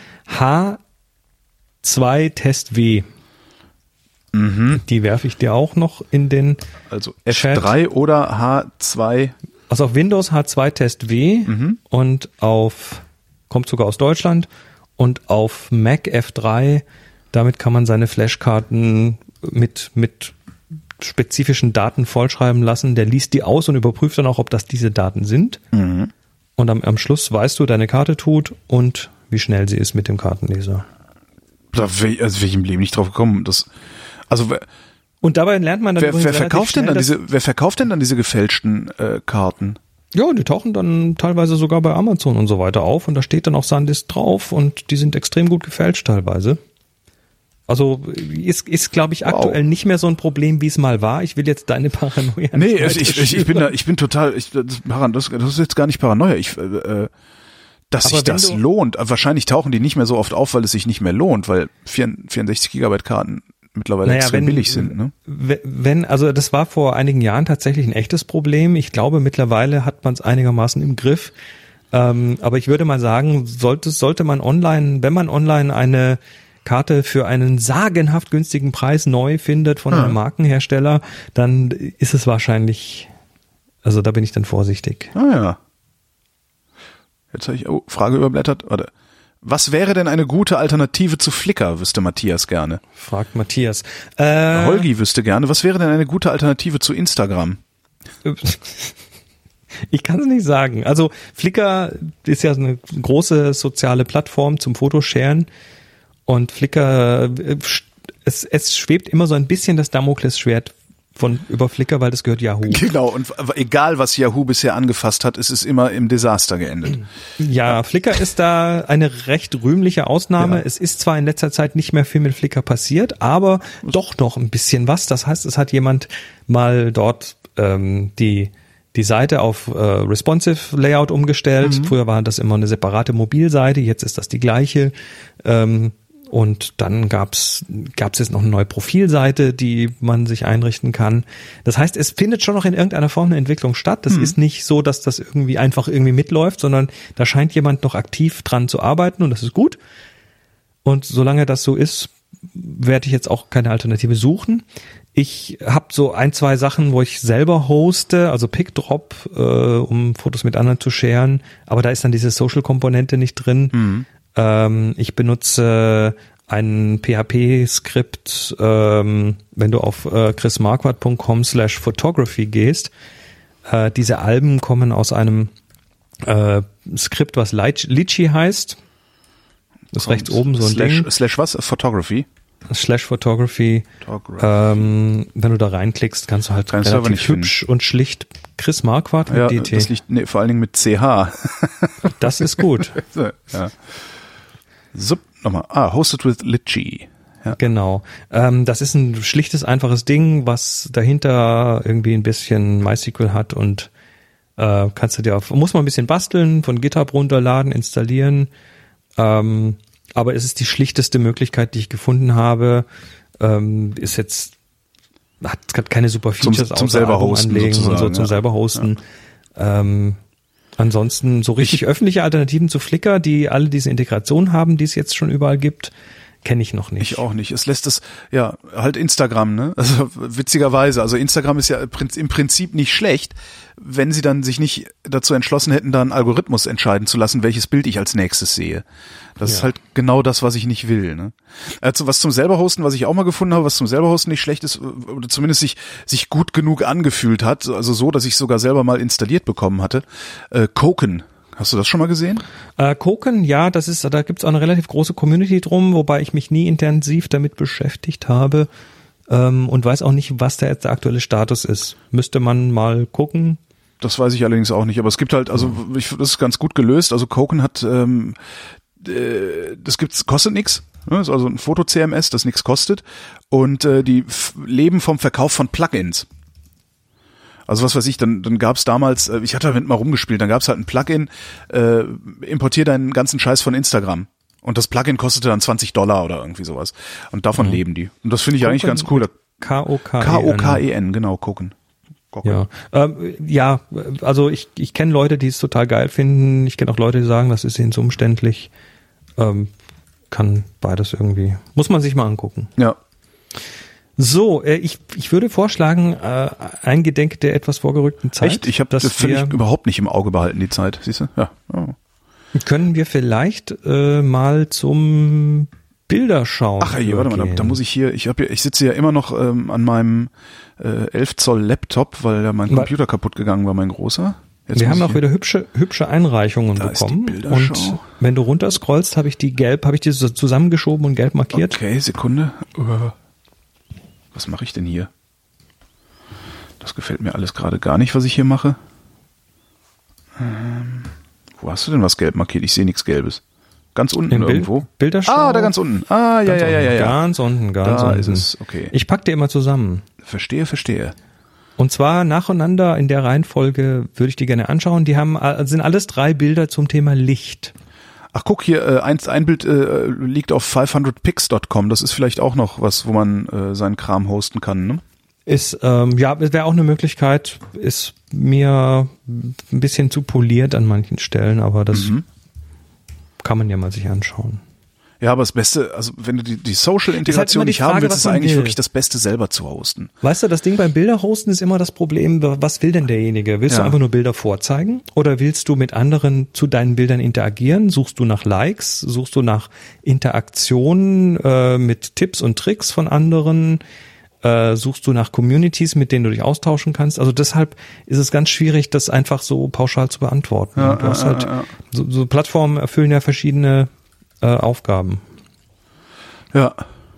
H2 Test W. Die werfe ich dir auch noch in den Also F3 Chat. Oder H2. Also auf Windows H2 Test W und kommt sogar aus Deutschland und auf Mac F3, damit kann man seine Flashkarten mit spezifischen Daten vollschreiben lassen. Der liest die aus und überprüft dann auch, ob das diese Daten sind. Und am Schluss weißt du, deine Karte tut und wie schnell sie ist mit dem Kartenleser. Da wäre ich im Leben nicht drauf gekommen. Und dabei lernt man dann wer verkauft denn dann diese gefälschten Karten? Ja, die tauchen dann teilweise sogar bei Amazon und so weiter auf und da steht dann auch SanDisk drauf und die sind extrem gut gefälscht teilweise. Also ist glaube ich, aktuell nicht mehr so ein Problem, wie es mal war. Ich will jetzt deine Paranoia nicht. Nee, ich bin total, das ist jetzt gar nicht Paranoia. Dass sich das lohnt. Wahrscheinlich tauchen die nicht mehr so oft auf, weil es sich nicht mehr lohnt, weil 64 Gigabyte Karten mittlerweile extrem billig sind. Ne? Also das war vor einigen Jahren tatsächlich ein echtes Problem. Ich glaube, mittlerweile hat man es einigermaßen im Griff. Aber ich würde mal sagen, sollte man online, wenn man online eine Karte für einen sagenhaft günstigen Preis neu findet von einem Markenhersteller, dann ist es wahrscheinlich, also da bin ich dann vorsichtig. Ja. Jetzt habe ich Frage überblättert. Warte. Was wäre denn eine gute Alternative zu Flickr, wüsste Matthias gerne. Fragt Matthias. Holgi wüsste gerne, was wäre denn eine gute Alternative zu Instagram? Ich kann es nicht sagen. Also Flickr ist ja eine große soziale Plattform zum Fotosharen und Flickr, es schwebt immer so ein bisschen das Damoklesschwert über Flickr, weil das gehört Yahoo. Genau, und egal was Yahoo bisher angefasst hat, es ist immer im Desaster geendet. Ja, Flickr ist da eine recht rühmliche Ausnahme. Ja. Es ist zwar in letzter Zeit nicht mehr viel mit Flickr passiert, aber doch noch ein bisschen was. Das heißt, es hat jemand mal dort die Seite auf Responsive Layout umgestellt. Früher war das immer eine separate Mobilseite, jetzt ist das die gleiche. Und dann gab's jetzt noch eine neue Profilseite, die man sich einrichten kann. Das heißt, es findet schon noch in irgendeiner Form eine Entwicklung statt. Das ist nicht so, dass das irgendwie mitläuft, sondern da scheint jemand noch aktiv dran zu arbeiten und das ist gut. Und solange das so ist, werde ich jetzt auch keine Alternative suchen. Ich habe so 1-2 Sachen, wo ich selber hoste, also PicDrop, um Fotos mit anderen zu sharen, aber da ist dann diese Social-Komponente nicht drin. Ich benutze ein PHP-Skript, wenn du auf chrismarquardt.com/photography gehst. Diese Alben kommen aus einem Skript, was Litchi heißt. Das ist rechts oben so ein Ding. Slash was? Photography? /Photography. Wenn du da reinklickst, kannst du halt relativ hübsch und schlicht Chris Marquardt mit DT. Das liegt, vor allen Dingen mit CH. Das ist gut. Ja. Nochmal. Hosted with Litchi. Ja. Genau. Das ist ein schlichtes, einfaches Ding, was dahinter irgendwie ein bisschen MySQL hat und muss man ein bisschen basteln, von GitHub runterladen, installieren. Aber es ist die schlichteste Möglichkeit, die ich gefunden habe. Hat keine super Features zum selber hosten anlegen und so zum selber hosten. Ja. Ansonsten so richtig öffentliche Alternativen zu Flickr, die alle diese Integration haben, die es jetzt schon überall gibt, kenne ich noch nicht. Ich auch nicht. Es lässt es, halt Instagram, ne? Also witzigerweise, also Instagram ist ja im Prinzip nicht schlecht, wenn sie dann sich nicht dazu entschlossen hätten, da einen Algorithmus entscheiden zu lassen, welches Bild ich als nächstes sehe. Das ist halt genau das, was ich nicht will, ne? Also was zum selber hosten, was ich auch mal gefunden habe, was zum selber hosten nicht schlecht ist, oder zumindest sich gut genug angefühlt hat, also so, dass ich sogar selber mal installiert bekommen hatte. Koken. Hast du das schon mal gesehen? Koken, ja, da gibt's auch eine relativ große Community drum, wobei ich mich nie intensiv damit beschäftigt habe und weiß auch nicht, was da jetzt der aktuelle Status ist. Müsste man mal gucken. Das weiß ich allerdings auch nicht, aber es gibt halt, das ist ganz gut gelöst. Also Koken hat, kostet nichts. Das ist also ein Foto-CMS, das nichts kostet und die leben vom Verkauf von Plugins. Also was weiß ich, dann gab's damals, ich hatte damit mal rumgespielt, dann gab's halt ein Plugin, importier deinen ganzen Scheiß von Instagram. Und das Plugin kostete dann $20 oder irgendwie sowas. Und davon leben die. Und das finde ich eigentlich ganz cool. Koken, genau, Koken. Ja, also ich kenne Leute, die es total geil finden. Ich kenne auch Leute, die sagen, das ist ihnen zu umständlich. Kann beides irgendwie. Muss man sich mal angucken. Ja. So, ich würde vorschlagen, eingedenk der etwas vorgerückten Zeit. Echt? Ich habe das völlig überhaupt nicht im Auge behalten, die Zeit. Siehst du? Ja. Oh. Können wir vielleicht mal zum Bilderschauen Ach ey, warte mal, da muss ich hier, ich sitze ja immer noch an meinem 11 Zoll Laptop, weil ja mein Computer kaputt gegangen war, mein großer. Wir haben auch wieder hübsche Einreichungen bekommen. Und wenn du runterscrollst, habe ich die so zusammengeschoben und gelb markiert. Okay, Sekunde. Was mache ich denn hier? Das gefällt mir alles gerade gar nicht, was ich hier mache. Wo hast du denn was gelb markiert? Ich sehe nichts Gelbes. Ganz unten irgendwo. Bilderschau. Ah, da ganz unten. Ah, ja. Ganz unten. Da ist es, okay. Ich pack dir immer zusammen. Verstehe. Und zwar nacheinander in der Reihenfolge würde ich die gerne anschauen. Sind alles 3 Bilder zum Thema Licht. Ach, guck hier, ein Bild liegt auf 500pix.com. Das ist vielleicht auch noch was, wo man seinen Kram hosten kann, ne? Wäre auch eine Möglichkeit. Ist mir ein bisschen zu poliert an manchen Stellen, aber das kann man ja mal sich anschauen. Ja, aber das Beste, also wenn du die Social-Integration nicht haben willst, ist eigentlich wirklich das Beste selber zu hosten. Weißt du, das Ding beim Bilderhosten ist immer das Problem, was will denn derjenige? Willst du einfach nur Bilder vorzeigen oder willst du mit anderen zu deinen Bildern interagieren? Suchst du nach Likes? Suchst du nach Interaktionen mit Tipps und Tricks von anderen? Suchst du nach Communities, mit denen du dich austauschen kannst? Also deshalb ist es ganz schwierig, das einfach so pauschal zu beantworten. Du hast halt so Plattformen erfüllen ja verschiedene Aufgaben. Ja.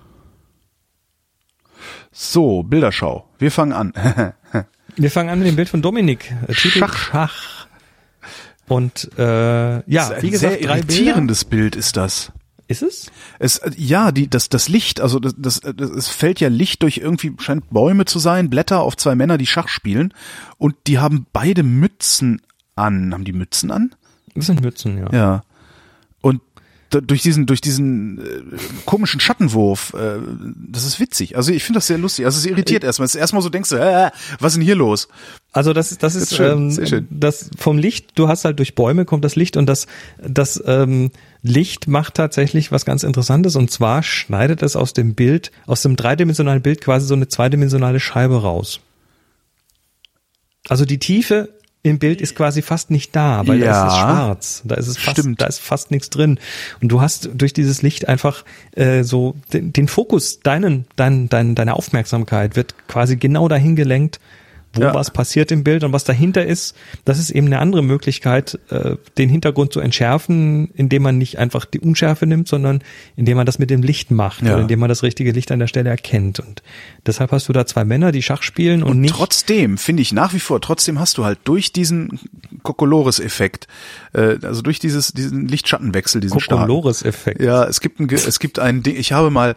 So, Bilderschau. Wir fangen an. Wir fangen an mit dem Bild von Dominik. Schach. Und wie gesagt, sehr irritierendes Bild ist das. Ist es? Das Licht, also es fällt ja Licht durch irgendwie, scheint Bäume zu sein, Blätter auf 2 Männer, die Schach spielen und die haben beide Mützen an. Haben die Mützen an? Das sind Mützen, ja. Ja. Und durch diesen komischen Schattenwurf, das ist witzig. Also ich finde das sehr lustig. Also es irritiert erstmal. Es ist erstmal so denkst du, was ist denn hier los? Also das ist schön, sehr schön. Das vom Licht, du hast halt durch Bäume kommt das Licht und das Licht macht tatsächlich was ganz Interessantes und zwar schneidet es aus dem dreidimensionalen Bild quasi so eine zweidimensionale Scheibe raus. Also die Tiefe im Bild ist quasi fast nicht da, weil da ist es schwarz. Da ist fast nichts drin. Und du hast durch dieses Licht einfach so den Fokus, deine Aufmerksamkeit wird quasi genau dahin gelenkt, wo was passiert im Bild und was dahinter ist. Das ist eben eine andere Möglichkeit, den Hintergrund zu entschärfen, indem man nicht einfach die Unschärfe nimmt, sondern indem man das mit dem Licht macht oder indem man das richtige Licht an der Stelle erkennt. Und deshalb hast du da 2 Männer, die Schach spielen und nicht. Trotzdem, finde ich nach wie vor, hast du halt durch diesen Kokolores-Effekt, also durch diesen Lichtschattenwechsel, diesen Kokolores-Effekt. Ja, es gibt ein Ding, ich habe mal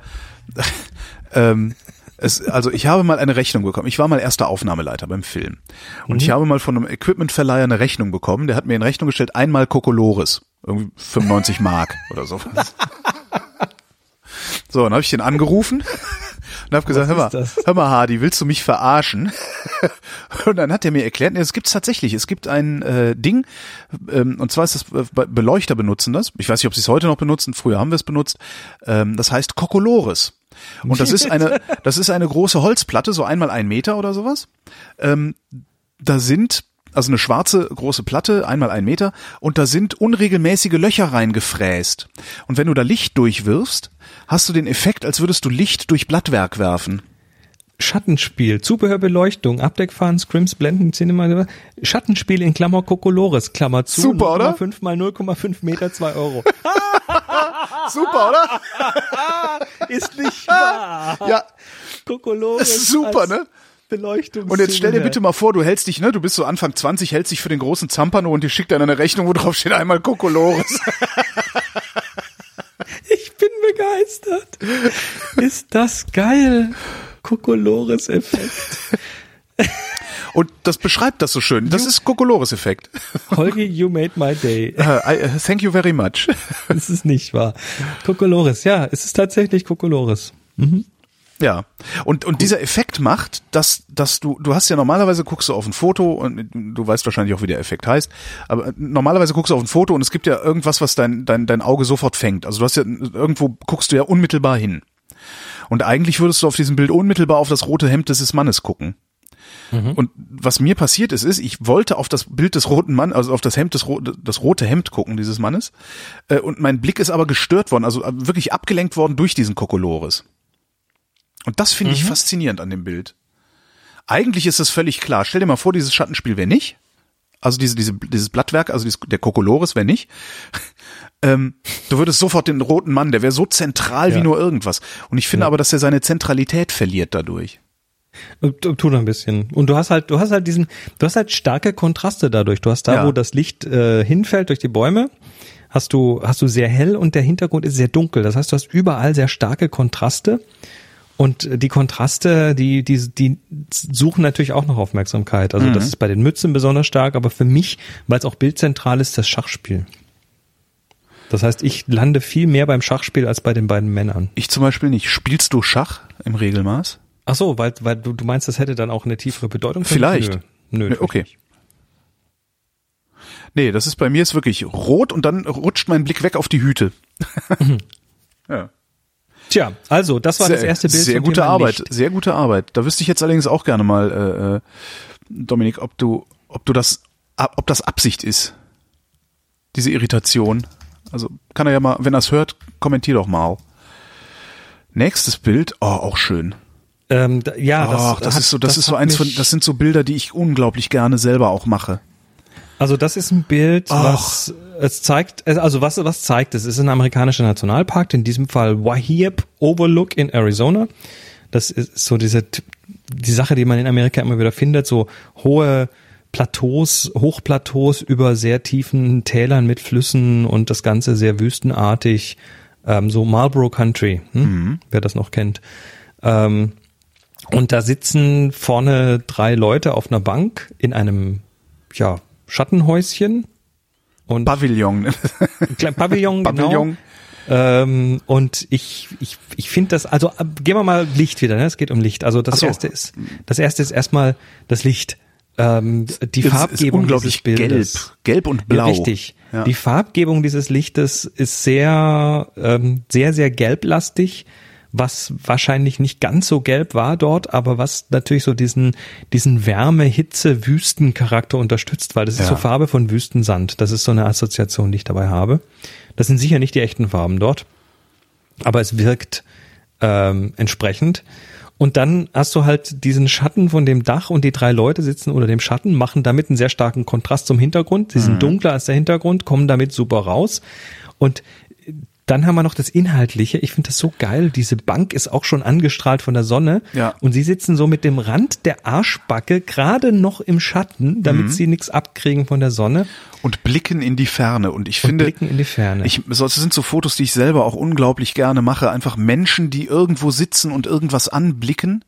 ich habe mal eine Rechnung bekommen. Ich war mal erster Aufnahmeleiter beim Film. Und ich habe mal von einem Equipmentverleiher eine Rechnung bekommen. Der hat mir in Rechnung gestellt, einmal Kokolores. Irgendwie 95 Mark oder sowas. So, dann habe ich den angerufen und habe gesagt, hör mal Hardy, willst du mich verarschen? Und dann hat er mir erklärt, es gibt's tatsächlich. Es gibt ein Ding, und zwar ist das, Beleuchter benutzen das. Ich weiß nicht, ob sie es heute noch benutzen. Früher haben wir es benutzt. Das heißt Kokolores. Und das ist eine große Holzplatte, so 1x1 Meter oder sowas. Da sind, also eine schwarze große Platte, 1x1 Meter, und da sind unregelmäßige Löcher reingefräst. Und wenn du da Licht durchwirfst, hast du den Effekt, als würdest du Licht durch Blattwerk werfen. Schattenspiel, Zubehörbeleuchtung, Abdeckfahren, Scrims, Blenden, Cinema, Schattenspiel in Klammer Kokolores, Klammer zu. Super, oder? 5 mal 0,5 Meter, 2 Euro. Super, oder? Ist nicht wahr. Ja. Kokolores. Ist super, ne? Beleuchtung. Und jetzt stell dir bitte mal vor, du hältst dich, ne, du bist so Anfang 20, hältst dich für den großen Zampano und dir schickt einer eine Rechnung, wo drauf steht einmal Kokolores. Ich bin begeistert. Ist das geil? Kokolores-Effekt. Und das beschreibt das so schön. Das ist Kokolores-Effekt. Holgi, you made my day. Thank you very much. Das ist nicht wahr. Kokolores, ja, es ist tatsächlich Kokolores. Mhm. Ja, und dieser Effekt macht, dass du hast ja normalerweise guckst du auf ein Foto und du weißt wahrscheinlich auch, wie der Effekt heißt, aber normalerweise guckst du auf ein Foto und es gibt ja irgendwas, was dein Auge sofort fängt. Also du hast ja, irgendwo guckst du ja unmittelbar hin. Und eigentlich würdest du auf diesem Bild unmittelbar auf das rote Hemd des Mannes gucken. Mhm. Und was mir passiert ist, ich wollte auf das Bild des roten Mannes, also auf das Hemd das rote Hemd gucken, dieses Mannes, und mein Blick ist aber gestört worden, also wirklich abgelenkt worden durch diesen Kokolores. Und das finde ich faszinierend an dem Bild. Eigentlich ist es völlig klar. Stell dir mal vor, dieses Schattenspiel wäre nicht. Also dieses Blattwerk, also der Kokolores wäre nicht. Du würdest sofort den roten Mann, der wäre so zentral wie nur irgendwas. Und ich finde aber, dass er seine Zentralität verliert dadurch. Tut ein bisschen. Und du hast halt starke Kontraste dadurch. Du hast da, wo das Licht hinfällt durch die Bäume, hast du sehr hell und der Hintergrund ist sehr dunkel. Das heißt, du hast überall sehr starke Kontraste. Und die Kontraste, die suchen natürlich auch noch Aufmerksamkeit. Also das ist bei den Mützen besonders stark, aber für mich, weil es auch bildzentral ist, das Schachspiel. Das heißt, ich lande viel mehr beim Schachspiel als bei den beiden Männern. Ich zum Beispiel nicht. Spielst du Schach im Regelmaß? Ach so, weil du meinst, das hätte dann auch eine tiefere Bedeutung? Vielleicht. Nö, okay. Nicht. Nee, das ist bei mir ist wirklich rot und dann rutscht mein Blick weg auf die Hüte. Ja. Tja, also das war das erste Bild. Sehr gute Arbeit, sehr gute Arbeit. Da wüsste ich jetzt allerdings auch gerne mal, Dominik, ob das Absicht ist, diese Irritation. Also kann er ja mal, wenn er es hört, kommentier doch mal. Nächstes Bild, auch schön. Das sind so Bilder, die ich unglaublich gerne selber auch mache. Also das ist ein Bild, was zeigt? Es ist ein amerikanischer Nationalpark, in diesem Fall Wahib Overlook in Arizona. Das ist so die Sache, die man in Amerika immer wieder findet, so hohe Plateaus, Hochplateaus über sehr tiefen Tälern mit Flüssen und das Ganze sehr wüstenartig, so Marlboro Country, wer das noch kennt. Und da sitzen vorne 3 Leute auf einer Bank in einem, Schattenhäuschen und Pavillon. Pavillon. Und ich finde das, also gehen wir mal Licht wieder, ne? Es geht um Licht. Also das erste ist erstmal das Licht. Die Farbgebung unglaublich dieses Bildes. Gelb und blau. Ja, richtig. Ja. Die Farbgebung dieses Lichtes ist sehr, sehr, sehr gelblastig, was wahrscheinlich nicht ganz so gelb war dort, aber was natürlich so diesen Wärme, Hitze, Wüstencharakter unterstützt, weil das ist so Farbe von Wüstensand. Das ist so eine Assoziation, die ich dabei habe. Das sind sicher nicht die echten Farben dort, aber es wirkt entsprechend. Und dann hast du halt diesen Schatten von dem Dach und die 3 Leute sitzen unter dem Schatten, machen damit einen sehr starken Kontrast zum Hintergrund. Sie sind dunkler als der Hintergrund, kommen damit super raus. Und dann haben wir noch das Inhaltliche. Ich finde das so geil. Diese Bank ist auch schon angestrahlt von der Sonne. Ja. Und sie sitzen so mit dem Rand der Arschbacke gerade noch im Schatten, damit sie nichts abkriegen von der Sonne. Und blicken in die Ferne. Und ich finde, blicken in die Ferne. Das sind so Fotos, die ich selber auch unglaublich gerne mache. Einfach Menschen, die irgendwo sitzen und irgendwas anblicken,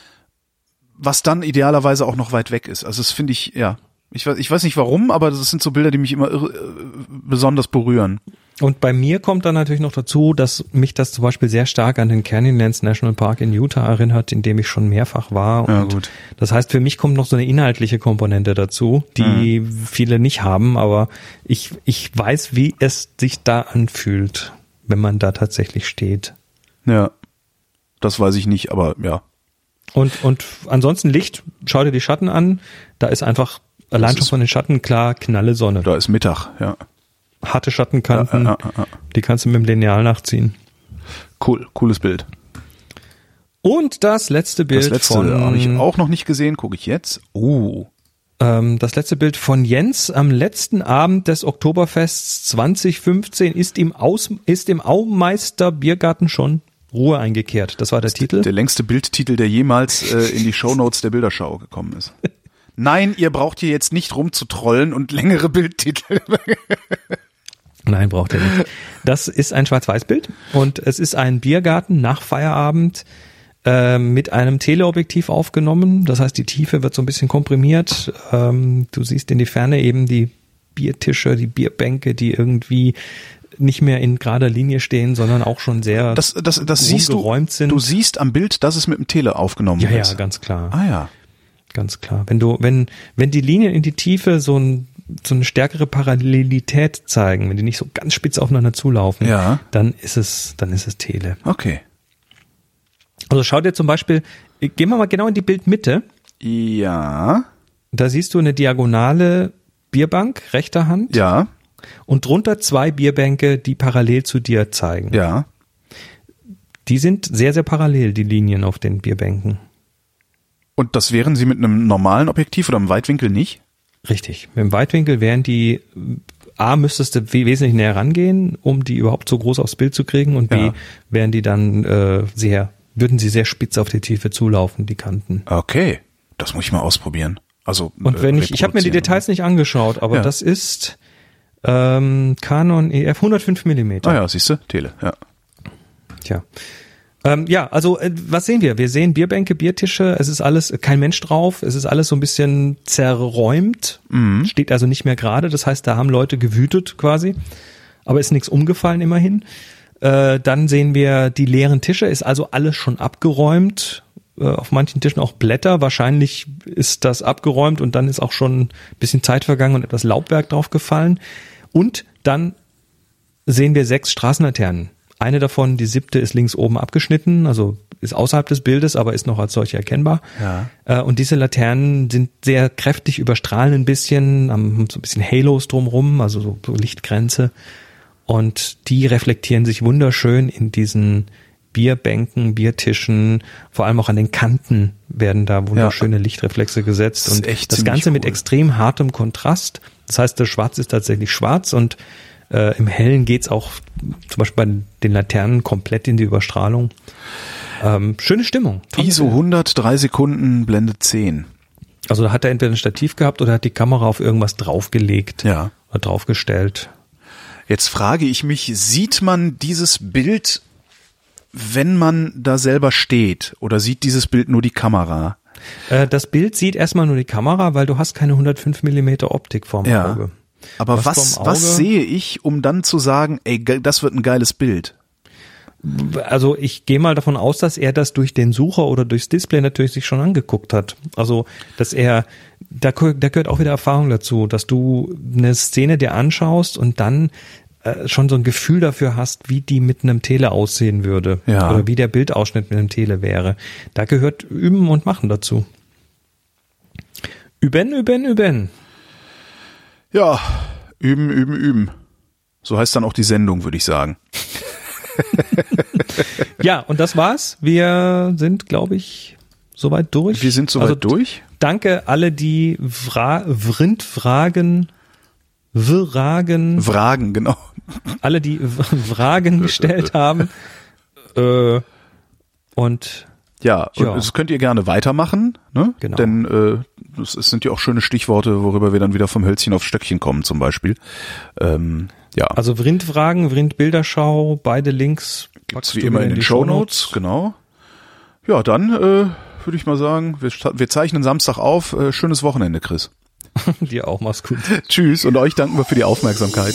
was dann idealerweise auch noch weit weg ist. Also das finde ich, ich weiß nicht warum, aber das sind so Bilder, die mich immer besonders berühren. Und bei mir kommt dann natürlich noch dazu, dass mich das zum Beispiel sehr stark an den Canyonlands National Park in Utah erinnert, in dem ich schon mehrfach war. Und gut. Das heißt, für mich kommt noch so eine inhaltliche Komponente dazu, die viele nicht haben, aber ich weiß, wie es sich da anfühlt, wenn man da tatsächlich steht. Ja, das weiß ich nicht, aber ja. Und ansonsten Licht, schau dir die Schatten an, da ist einfach allein schon von den Schatten klar, knalle Sonne. Da ist Mittag, ja. Harte Schattenkanten, die kannst du mit dem Lineal nachziehen. Cool, cooles Bild. Und das letzte Bild habe ich auch noch nicht gesehen, gucke ich jetzt. Das letzte Bild von Jens am letzten Abend des Oktoberfests 2015 ist im Aumeister Biergarten schon Ruhe eingekehrt. Das war der Titel. Der längste Bildtitel, der jemals in die Shownotes der Bilderschau gekommen ist. Nein, ihr braucht hier jetzt nicht rumzutrollen und längere Bildtitel. Nein, braucht ihr nicht. Das ist ein Schwarz-Weiß-Bild und es ist ein Biergarten nach Feierabend mit einem Teleobjektiv aufgenommen. Das heißt, die Tiefe wird so ein bisschen komprimiert. Du siehst in die Ferne eben die Biertische, die Bierbänke, die irgendwie nicht mehr in gerader Linie stehen, sondern auch schon sehr das siehst geräumt sind. Du siehst am Bild, dass es mit dem Tele aufgenommen ist. Ja, ganz klar. Ah ja. Ganz klar. Wenn die Linien in die Tiefe so eine stärkere Parallelität zeigen, wenn die nicht so ganz spitz aufeinander zulaufen, dann ist es Tele. Okay. Also schau dir zum Beispiel, gehen wir mal genau in die Bildmitte. Ja. Da siehst du eine diagonale Bierbank, rechter Hand. Ja. Und drunter 2 Bierbänke, die parallel zu dir zeigen. Ja. Die sind sehr, sehr parallel, die Linien auf den Bierbänken. Und das wären sie mit einem normalen Objektiv oder einem Weitwinkel nicht? Richtig. Mit dem Weitwinkel wären die, A, müsstest du wesentlich näher rangehen, um die überhaupt so groß aufs Bild zu kriegen, und B, wären die dann würden sie sehr spitz auf die Tiefe zulaufen, die Kanten. Okay, das muss ich mal ausprobieren. Also und wenn ich habe mir die Details nicht angeschaut, aber das ist Canon EF 105 mm. Ah ja, siehst du, Tele, ja. Tja. Also was sehen wir? Wir sehen Bierbänke, Biertische, es ist alles, kein Mensch drauf, es ist alles so ein bisschen zerräumt, steht also nicht mehr gerade, das heißt, da haben Leute gewütet quasi, aber ist nichts umgefallen immerhin. Dann sehen wir die leeren Tische, ist also alles schon abgeräumt, auf manchen Tischen auch Blätter, wahrscheinlich ist das abgeräumt und dann ist auch schon ein bisschen Zeit vergangen und etwas Laubwerk drauf gefallen. Und dann sehen wir 6 Straßenlaternen. Eine davon, die 7., ist links oben abgeschnitten, also ist außerhalb des Bildes, aber ist noch als solche erkennbar. Ja. Und diese Laternen sind sehr kräftig, überstrahlen ein bisschen, haben so ein bisschen Halos drumrum, also so Lichtgrenze. Und die reflektieren sich wunderschön in diesen Bierbänken, Biertischen, vor allem auch an den Kanten werden da wunderschöne Lichtreflexe gesetzt. Und das Ganze mit extrem hartem Kontrast. Das heißt, das Schwarz ist tatsächlich schwarz und im Hellen geht's auch zum Beispiel bei den Laternen komplett in die Überstrahlung. Schöne Stimmung. ISO 100, 3 Sekunden, Blende 10. Also da hat er entweder ein Stativ gehabt oder hat die Kamera auf irgendwas draufgelegt oder draufgestellt. Jetzt frage ich mich, sieht man dieses Bild, wenn man da selber steht, oder sieht dieses Bild nur die Kamera? Das Bild sieht erstmal nur die Kamera, weil du hast keine 105 mm Optik vorm Auge. Aber was sehe ich, um dann zu sagen, ey, das wird ein geiles Bild? Also ich gehe mal davon aus, dass er das durch den Sucher oder durchs Display natürlich sich schon angeguckt hat. Also, dass da gehört auch wieder Erfahrung dazu, dass du eine Szene dir anschaust und dann schon so ein Gefühl dafür hast, wie die mit einem Tele aussehen würde. Oder wie der Bildausschnitt mit einem Tele wäre. Da gehört Üben und Machen dazu. Üben. Ja, üben. So heißt dann auch die Sendung, würde ich sagen. Ja, und das war's. Wir sind, glaube ich, soweit durch. Wir sind soweit durch. Danke alle, die Vragen, genau. Alle, die Fragen gestellt haben. Und das könnt ihr gerne weitermachen, ne? Genau. Denn es sind ja auch schöne Stichworte, worüber wir dann wieder vom Hölzchen aufs Stöckchen kommen, zum Beispiel. Also Vrindfragen, Vrindbilderschau, beide Links gibt's wie immer in den Shownotes, genau. Ja, dann würde ich mal sagen, wir zeichnen Samstag auf. Schönes Wochenende, Chris. Dir auch, mach's gut. Tschüss, und euch danken wir für die Aufmerksamkeit.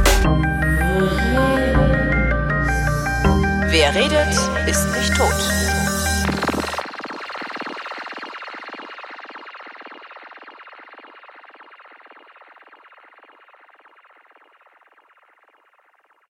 Wer redet, ist nicht tot.